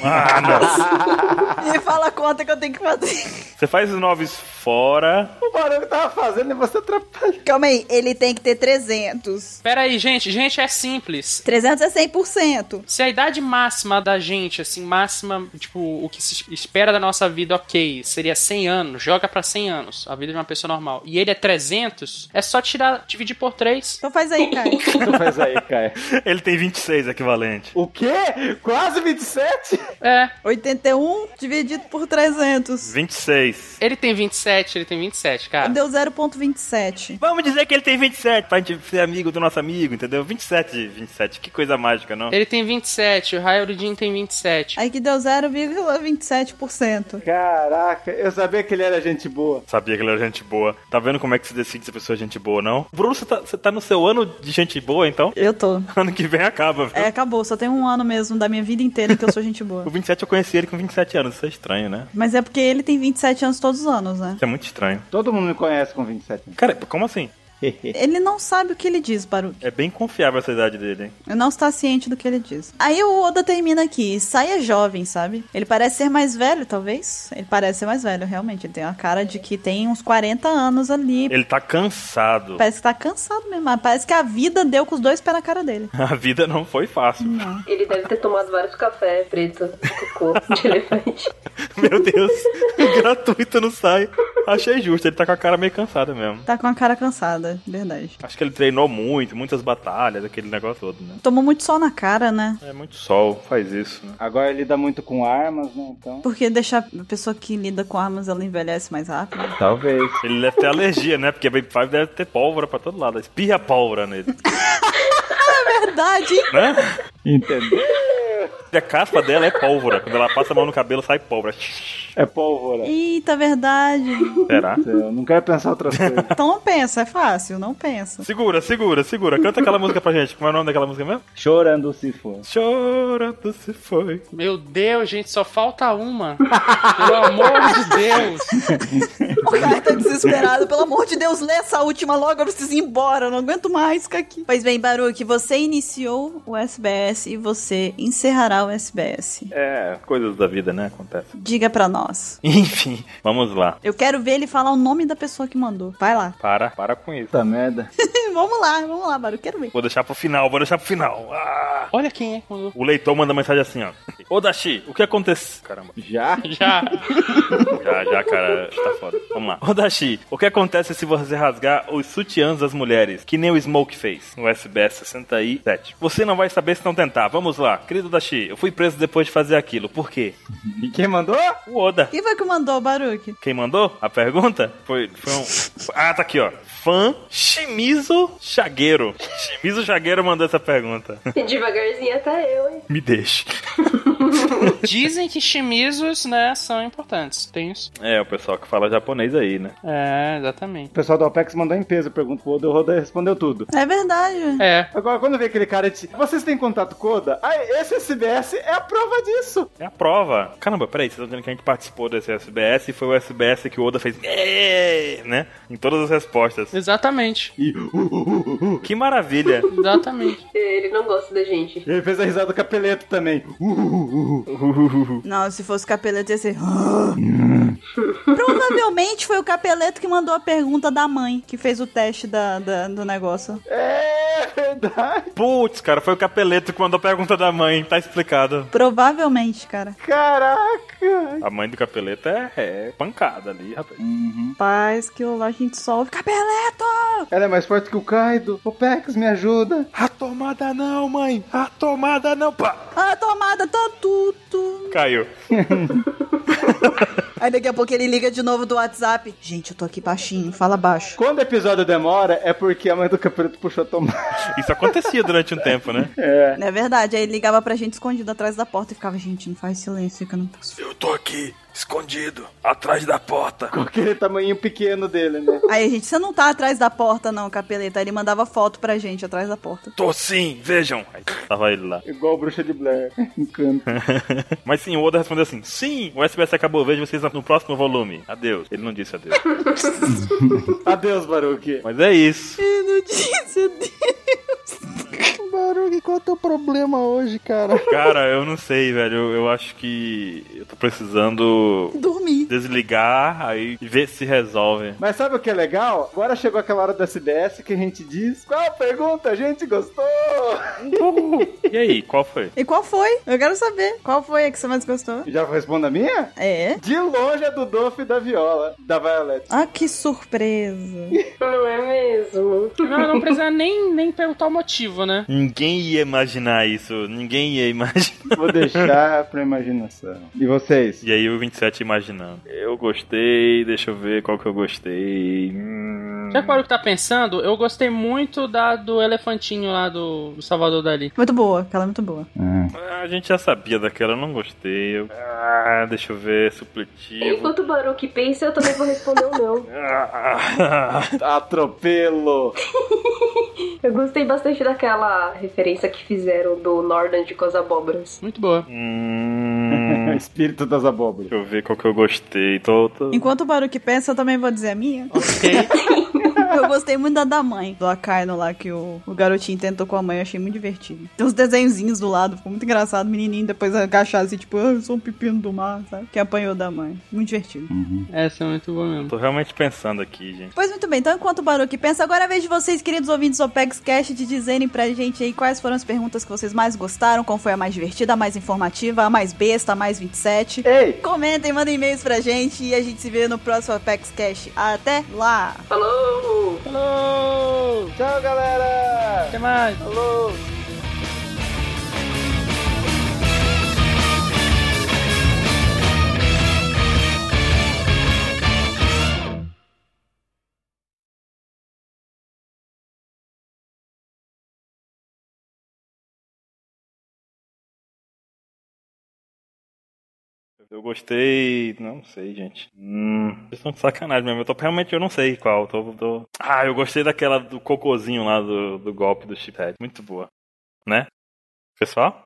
[SPEAKER 3] Não.
[SPEAKER 4] Me fala a conta que eu tenho que fazer.
[SPEAKER 3] Você faz os 9 fora.
[SPEAKER 2] O barulho que tava fazendo e você atrapalha.
[SPEAKER 4] Calma aí, ele tem que ter 300.
[SPEAKER 1] Pera aí, gente, é simples.
[SPEAKER 4] 300 é 100%.
[SPEAKER 1] Se a idade máxima da gente, assim, máxima, tipo, o que se espera da nossa vida, ok, seria 100 anos, joga pra 100 anos, a vida de uma pessoa normal, e ele é 300, é só dividir por 3.
[SPEAKER 4] Então faz aí, Caio.
[SPEAKER 2] Então faz aí, Caio.
[SPEAKER 3] Ele tem 26 equivalente.
[SPEAKER 2] O quê? Quase 27?
[SPEAKER 1] É.
[SPEAKER 4] 81 dividido por 300.
[SPEAKER 3] 26.
[SPEAKER 1] Ele tem 27, cara.
[SPEAKER 4] Deu 0,27.
[SPEAKER 3] Vamos dizer que ele tem 27, pra gente ser amigo do nosso amigo, entendeu? 27, que coisa mágica, não?
[SPEAKER 1] Ele tem 27, o Hairudin tem 27.
[SPEAKER 4] Aí que deu 0,27%.
[SPEAKER 2] Caraca, eu sabia que ele era gente boa.
[SPEAKER 3] Sabia que ele era gente boa. Tá vendo como é que se decide se a pessoa é gente boa ou não? Bruno, você tá no seu ano de gente boa, então?
[SPEAKER 4] Eu tô.
[SPEAKER 3] Ano que vem acaba, viu?
[SPEAKER 4] Acabou. Só tem um ano mesmo da minha vida inteira que eu sou gente boa.
[SPEAKER 3] O 27 eu conheci ele com 27 anos, isso é estranho, né?
[SPEAKER 4] Mas é porque ele tem 27 anos todos os anos, né?
[SPEAKER 3] Isso é muito estranho.
[SPEAKER 2] Todo mundo me conhece com 27 anos.
[SPEAKER 3] Cara, como assim?
[SPEAKER 4] Ele não sabe o que ele diz, Baruch.
[SPEAKER 3] É bem confiável essa idade dele, hein?
[SPEAKER 4] Ele não está ciente do que ele diz. Aí o Oda termina aqui. Saia jovem, sabe? Ele parece ser mais velho, talvez. Ele parece ser mais velho, realmente. Ele tem uma cara de que tem uns 40 anos ali.
[SPEAKER 3] Ele tá cansado.
[SPEAKER 4] Parece que tá cansado mesmo. Parece que a vida deu com os dois pés na cara dele.
[SPEAKER 3] A vida não foi fácil.
[SPEAKER 4] Não.
[SPEAKER 5] Ele deve ter tomado vários cafés pretos de cocô de elefante.
[SPEAKER 3] Meu Deus. Gratuito não sai. Achei justo. Ele tá com a cara meio cansada mesmo.
[SPEAKER 4] Tá com a cara cansada, verdade.
[SPEAKER 3] Acho que ele treinou muito, muitas batalhas, aquele negócio todo, né?
[SPEAKER 4] Tomou muito sol na cara, né?
[SPEAKER 3] É muito sol, faz isso, né?
[SPEAKER 2] Agora ele lida muito com armas, né? Então.
[SPEAKER 4] Porque deixar a pessoa que lida com armas, ela envelhece mais rápido.
[SPEAKER 2] Talvez.
[SPEAKER 3] Ele deve ter alergia, né? Porque a Baby Five deve ter pólvora pra todo lado. Espirra pólvora nele.
[SPEAKER 4] Verdade!
[SPEAKER 3] Né?
[SPEAKER 2] Entendeu?
[SPEAKER 3] A caspa dela é pólvora. Quando ela passa a mão no cabelo, sai pólvora.
[SPEAKER 2] É pólvora.
[SPEAKER 4] Eita, verdade.
[SPEAKER 3] Será?
[SPEAKER 2] Eu não quero pensar outras coisas.
[SPEAKER 4] Então não pensa, é fácil, não pensa.
[SPEAKER 3] Segura. Canta aquela música pra gente. Como é o nome daquela música mesmo?
[SPEAKER 2] Chorando se for.
[SPEAKER 3] Chorando se foi.
[SPEAKER 1] Meu Deus, gente, só falta uma. Pelo amor de Deus.
[SPEAKER 4] O cara tá desesperado. Pelo amor de Deus, lê essa última logo, eu preciso ir embora. Eu não aguento mais ficar aqui. Pois bem, Baruch, você iniciou o SBS e você encerrará o SBS.
[SPEAKER 3] É, coisas da vida, né? Acontece.
[SPEAKER 4] Diga pra nós.
[SPEAKER 3] Enfim, vamos lá.
[SPEAKER 4] Eu quero ver ele falar o nome da pessoa que mandou. Vai lá.
[SPEAKER 3] Para com isso.
[SPEAKER 2] Puta merda.
[SPEAKER 4] Vamos lá, Baruch, quero ver.
[SPEAKER 3] Vou deixar pro final. Ah!
[SPEAKER 1] Olha quem é que mandou.
[SPEAKER 3] O leitor manda mensagem assim, ó. aqui. Odashi, o que aconteceu? Caramba.
[SPEAKER 2] Já?
[SPEAKER 1] Já.
[SPEAKER 3] Já, cara, tá foda. Vamos lá. Odashi, o que acontece se você rasgar os sutiãs das mulheres, que nem o Smoke fez no SBS 67? Você não vai saber se não tentar. Vamos lá. Querido Odashi, eu fui preso depois de fazer aquilo. Por quê?
[SPEAKER 2] E quem mandou?
[SPEAKER 3] O Oda.
[SPEAKER 4] Quem foi que mandou o Baruque?
[SPEAKER 3] Quem mandou a pergunta? Foi um... Ah, tá aqui, ó. Fã Shimizu Chagueiro. Shimizu Chagueiro mandou essa pergunta.
[SPEAKER 5] Devagarzinho até eu, hein?
[SPEAKER 3] Me deixe.
[SPEAKER 1] Dizem que Shimizus, né, são importantes. Tem isso.
[SPEAKER 3] É, o pessoal que fala japonês aí, né?
[SPEAKER 1] É, exatamente.
[SPEAKER 2] O pessoal do Apex mandou em peso, pergunta pro Oda, o Oda respondeu tudo.
[SPEAKER 4] É verdade.
[SPEAKER 1] É.
[SPEAKER 2] Agora, quando vê aquele cara de... Vocês têm contato com o Oda? Ah, esse SBS é a prova disso.
[SPEAKER 3] É a prova. Caramba, peraí, vocês estão dizendo que a gente participou desse SBS e foi o SBS que o Oda fez, né? Em todas as respostas.
[SPEAKER 1] Exatamente.
[SPEAKER 2] E...
[SPEAKER 3] Que maravilha.
[SPEAKER 1] Exatamente.
[SPEAKER 5] Ele não gosta da gente.
[SPEAKER 2] Ele fez a risada do Capeleto também.
[SPEAKER 4] Não, se fosse o Capeleto ia ser... Provavelmente foi o Capeleto que mandou a pergunta da mãe, que fez o teste do negócio.
[SPEAKER 2] É verdade.
[SPEAKER 3] Putz, cara, foi o Capeleto que mandou a pergunta da mãe, tá explicado.
[SPEAKER 4] Provavelmente, cara.
[SPEAKER 2] Caraca.
[SPEAKER 3] A mãe do Capeleto é pancada ali, rapaz.
[SPEAKER 4] Paz, que lá a gente solve. Capeleto!
[SPEAKER 2] Ela é mais forte que o Kaido. O Pex, me ajuda.
[SPEAKER 3] A tomada não, mãe! A tomada não! Pá!
[SPEAKER 4] A tomada tá tudo.
[SPEAKER 3] Caiu.
[SPEAKER 4] Aí daqui a pouco ele liga de novo do WhatsApp. Gente, eu tô aqui baixinho, fala baixo.
[SPEAKER 2] Quando o episódio demora, é porque a mãe do Capeleto puxou a tomada.
[SPEAKER 3] Isso acontecia durante um tempo, né?
[SPEAKER 2] É.
[SPEAKER 4] Não é verdade? Aí ele ligava pra gente escondido atrás da porta e ficava, gente, não faz silêncio que eu não posso.
[SPEAKER 3] Eu tô aqui, escondido, atrás da porta.
[SPEAKER 2] Com aquele tamanho pequeno dele, né?
[SPEAKER 4] Aí a gente, você não tá atrás da porta não, Capeleta. Aí ele mandava foto pra gente atrás da porta.
[SPEAKER 3] Tô sim, vejam. Aí tava ele lá.
[SPEAKER 2] Igual Bruxa de Blair. Encanto.
[SPEAKER 3] Mas sim, o Oda respondeu assim: sim, o SBS acabou, vejo vocês no próximo volume. Adeus. Ele não disse adeus.
[SPEAKER 2] Adeus, Baruque.
[SPEAKER 3] Mas é isso.
[SPEAKER 4] Eu não disse adeus.
[SPEAKER 2] Baruque, qual é o teu problema hoje, cara?
[SPEAKER 3] Cara, eu não sei, velho. Eu acho que eu tô precisando
[SPEAKER 4] Dormir.
[SPEAKER 3] desligar, aí ver se resolve.
[SPEAKER 2] Mas sabe o que é legal? Agora chegou aquela hora do SBS que a gente diz: qual pergunta a gente gostou?
[SPEAKER 3] E aí, qual foi?
[SPEAKER 4] E qual foi? Eu quero saber. Qual foi a que você mais gostou?
[SPEAKER 2] Já responda a minha?
[SPEAKER 4] É?
[SPEAKER 2] De longe é do Doff e da Viola, da Violet.
[SPEAKER 4] Ah, que surpresa.
[SPEAKER 5] Não é mesmo?
[SPEAKER 1] Não precisa nem perguntar o motivo, né?
[SPEAKER 3] Ninguém ia imaginar isso. Ninguém ia imaginar.
[SPEAKER 2] Vou deixar pra imaginação. E vocês?
[SPEAKER 3] E aí o 27 imaginando. Eu gostei, deixa eu ver qual que eu gostei.
[SPEAKER 1] Já que o Baruque tá pensando, eu gostei muito do elefantinho lá do Salvador Dali.
[SPEAKER 4] Muito boa, aquela é muito boa.
[SPEAKER 3] A gente já sabia daquela, eu não gostei. Deixa eu ver, supletivo.
[SPEAKER 5] Enquanto o Baruque pensa, eu também vou responder o meu.
[SPEAKER 2] Atropelo!
[SPEAKER 5] Eu gostei bastante daquela referência que fizeram do Nordland com as abóboras.
[SPEAKER 1] Muito boa.
[SPEAKER 2] Espírito das abóboras.
[SPEAKER 3] Deixa eu ver qual que eu gostei.
[SPEAKER 4] Enquanto o Baruque pensa, eu também vou dizer a minha.
[SPEAKER 1] Ok.
[SPEAKER 4] Eu gostei muito da mãe, do Akaino lá, que o garotinho tentou com a mãe, eu achei muito divertido. Tem uns desenhozinhos do lado, ficou muito engraçado, o menininho depois agachar assim, tipo, eu sou um pepino do mar, sabe? Que apanhou da mãe. Muito divertido.
[SPEAKER 1] Essa é muito boa mesmo.
[SPEAKER 3] Tô realmente pensando aqui, gente.
[SPEAKER 4] Pois muito bem, então enquanto o Baruque pensa, agora é a vez de vocês, queridos ouvintes do Opex Cash, de dizerem pra gente aí quais foram as perguntas que vocês mais gostaram, qual foi a mais divertida, a mais informativa, a mais besta, a mais 27.
[SPEAKER 2] Ei!
[SPEAKER 4] Comentem, mandem e-mails pra gente e a gente se vê no próximo Opex Cash. Até lá!
[SPEAKER 5] Falou!
[SPEAKER 1] Falou!
[SPEAKER 2] Tchau, galera!
[SPEAKER 1] Até mais!
[SPEAKER 2] Falou!
[SPEAKER 3] Eu gostei. Não sei, gente. Vocês estão de sacanagem mesmo. Eu não sei qual. Eu gostei daquela do cocôzinho lá do golpe do Chiphead. Muito boa. Né? Pessoal?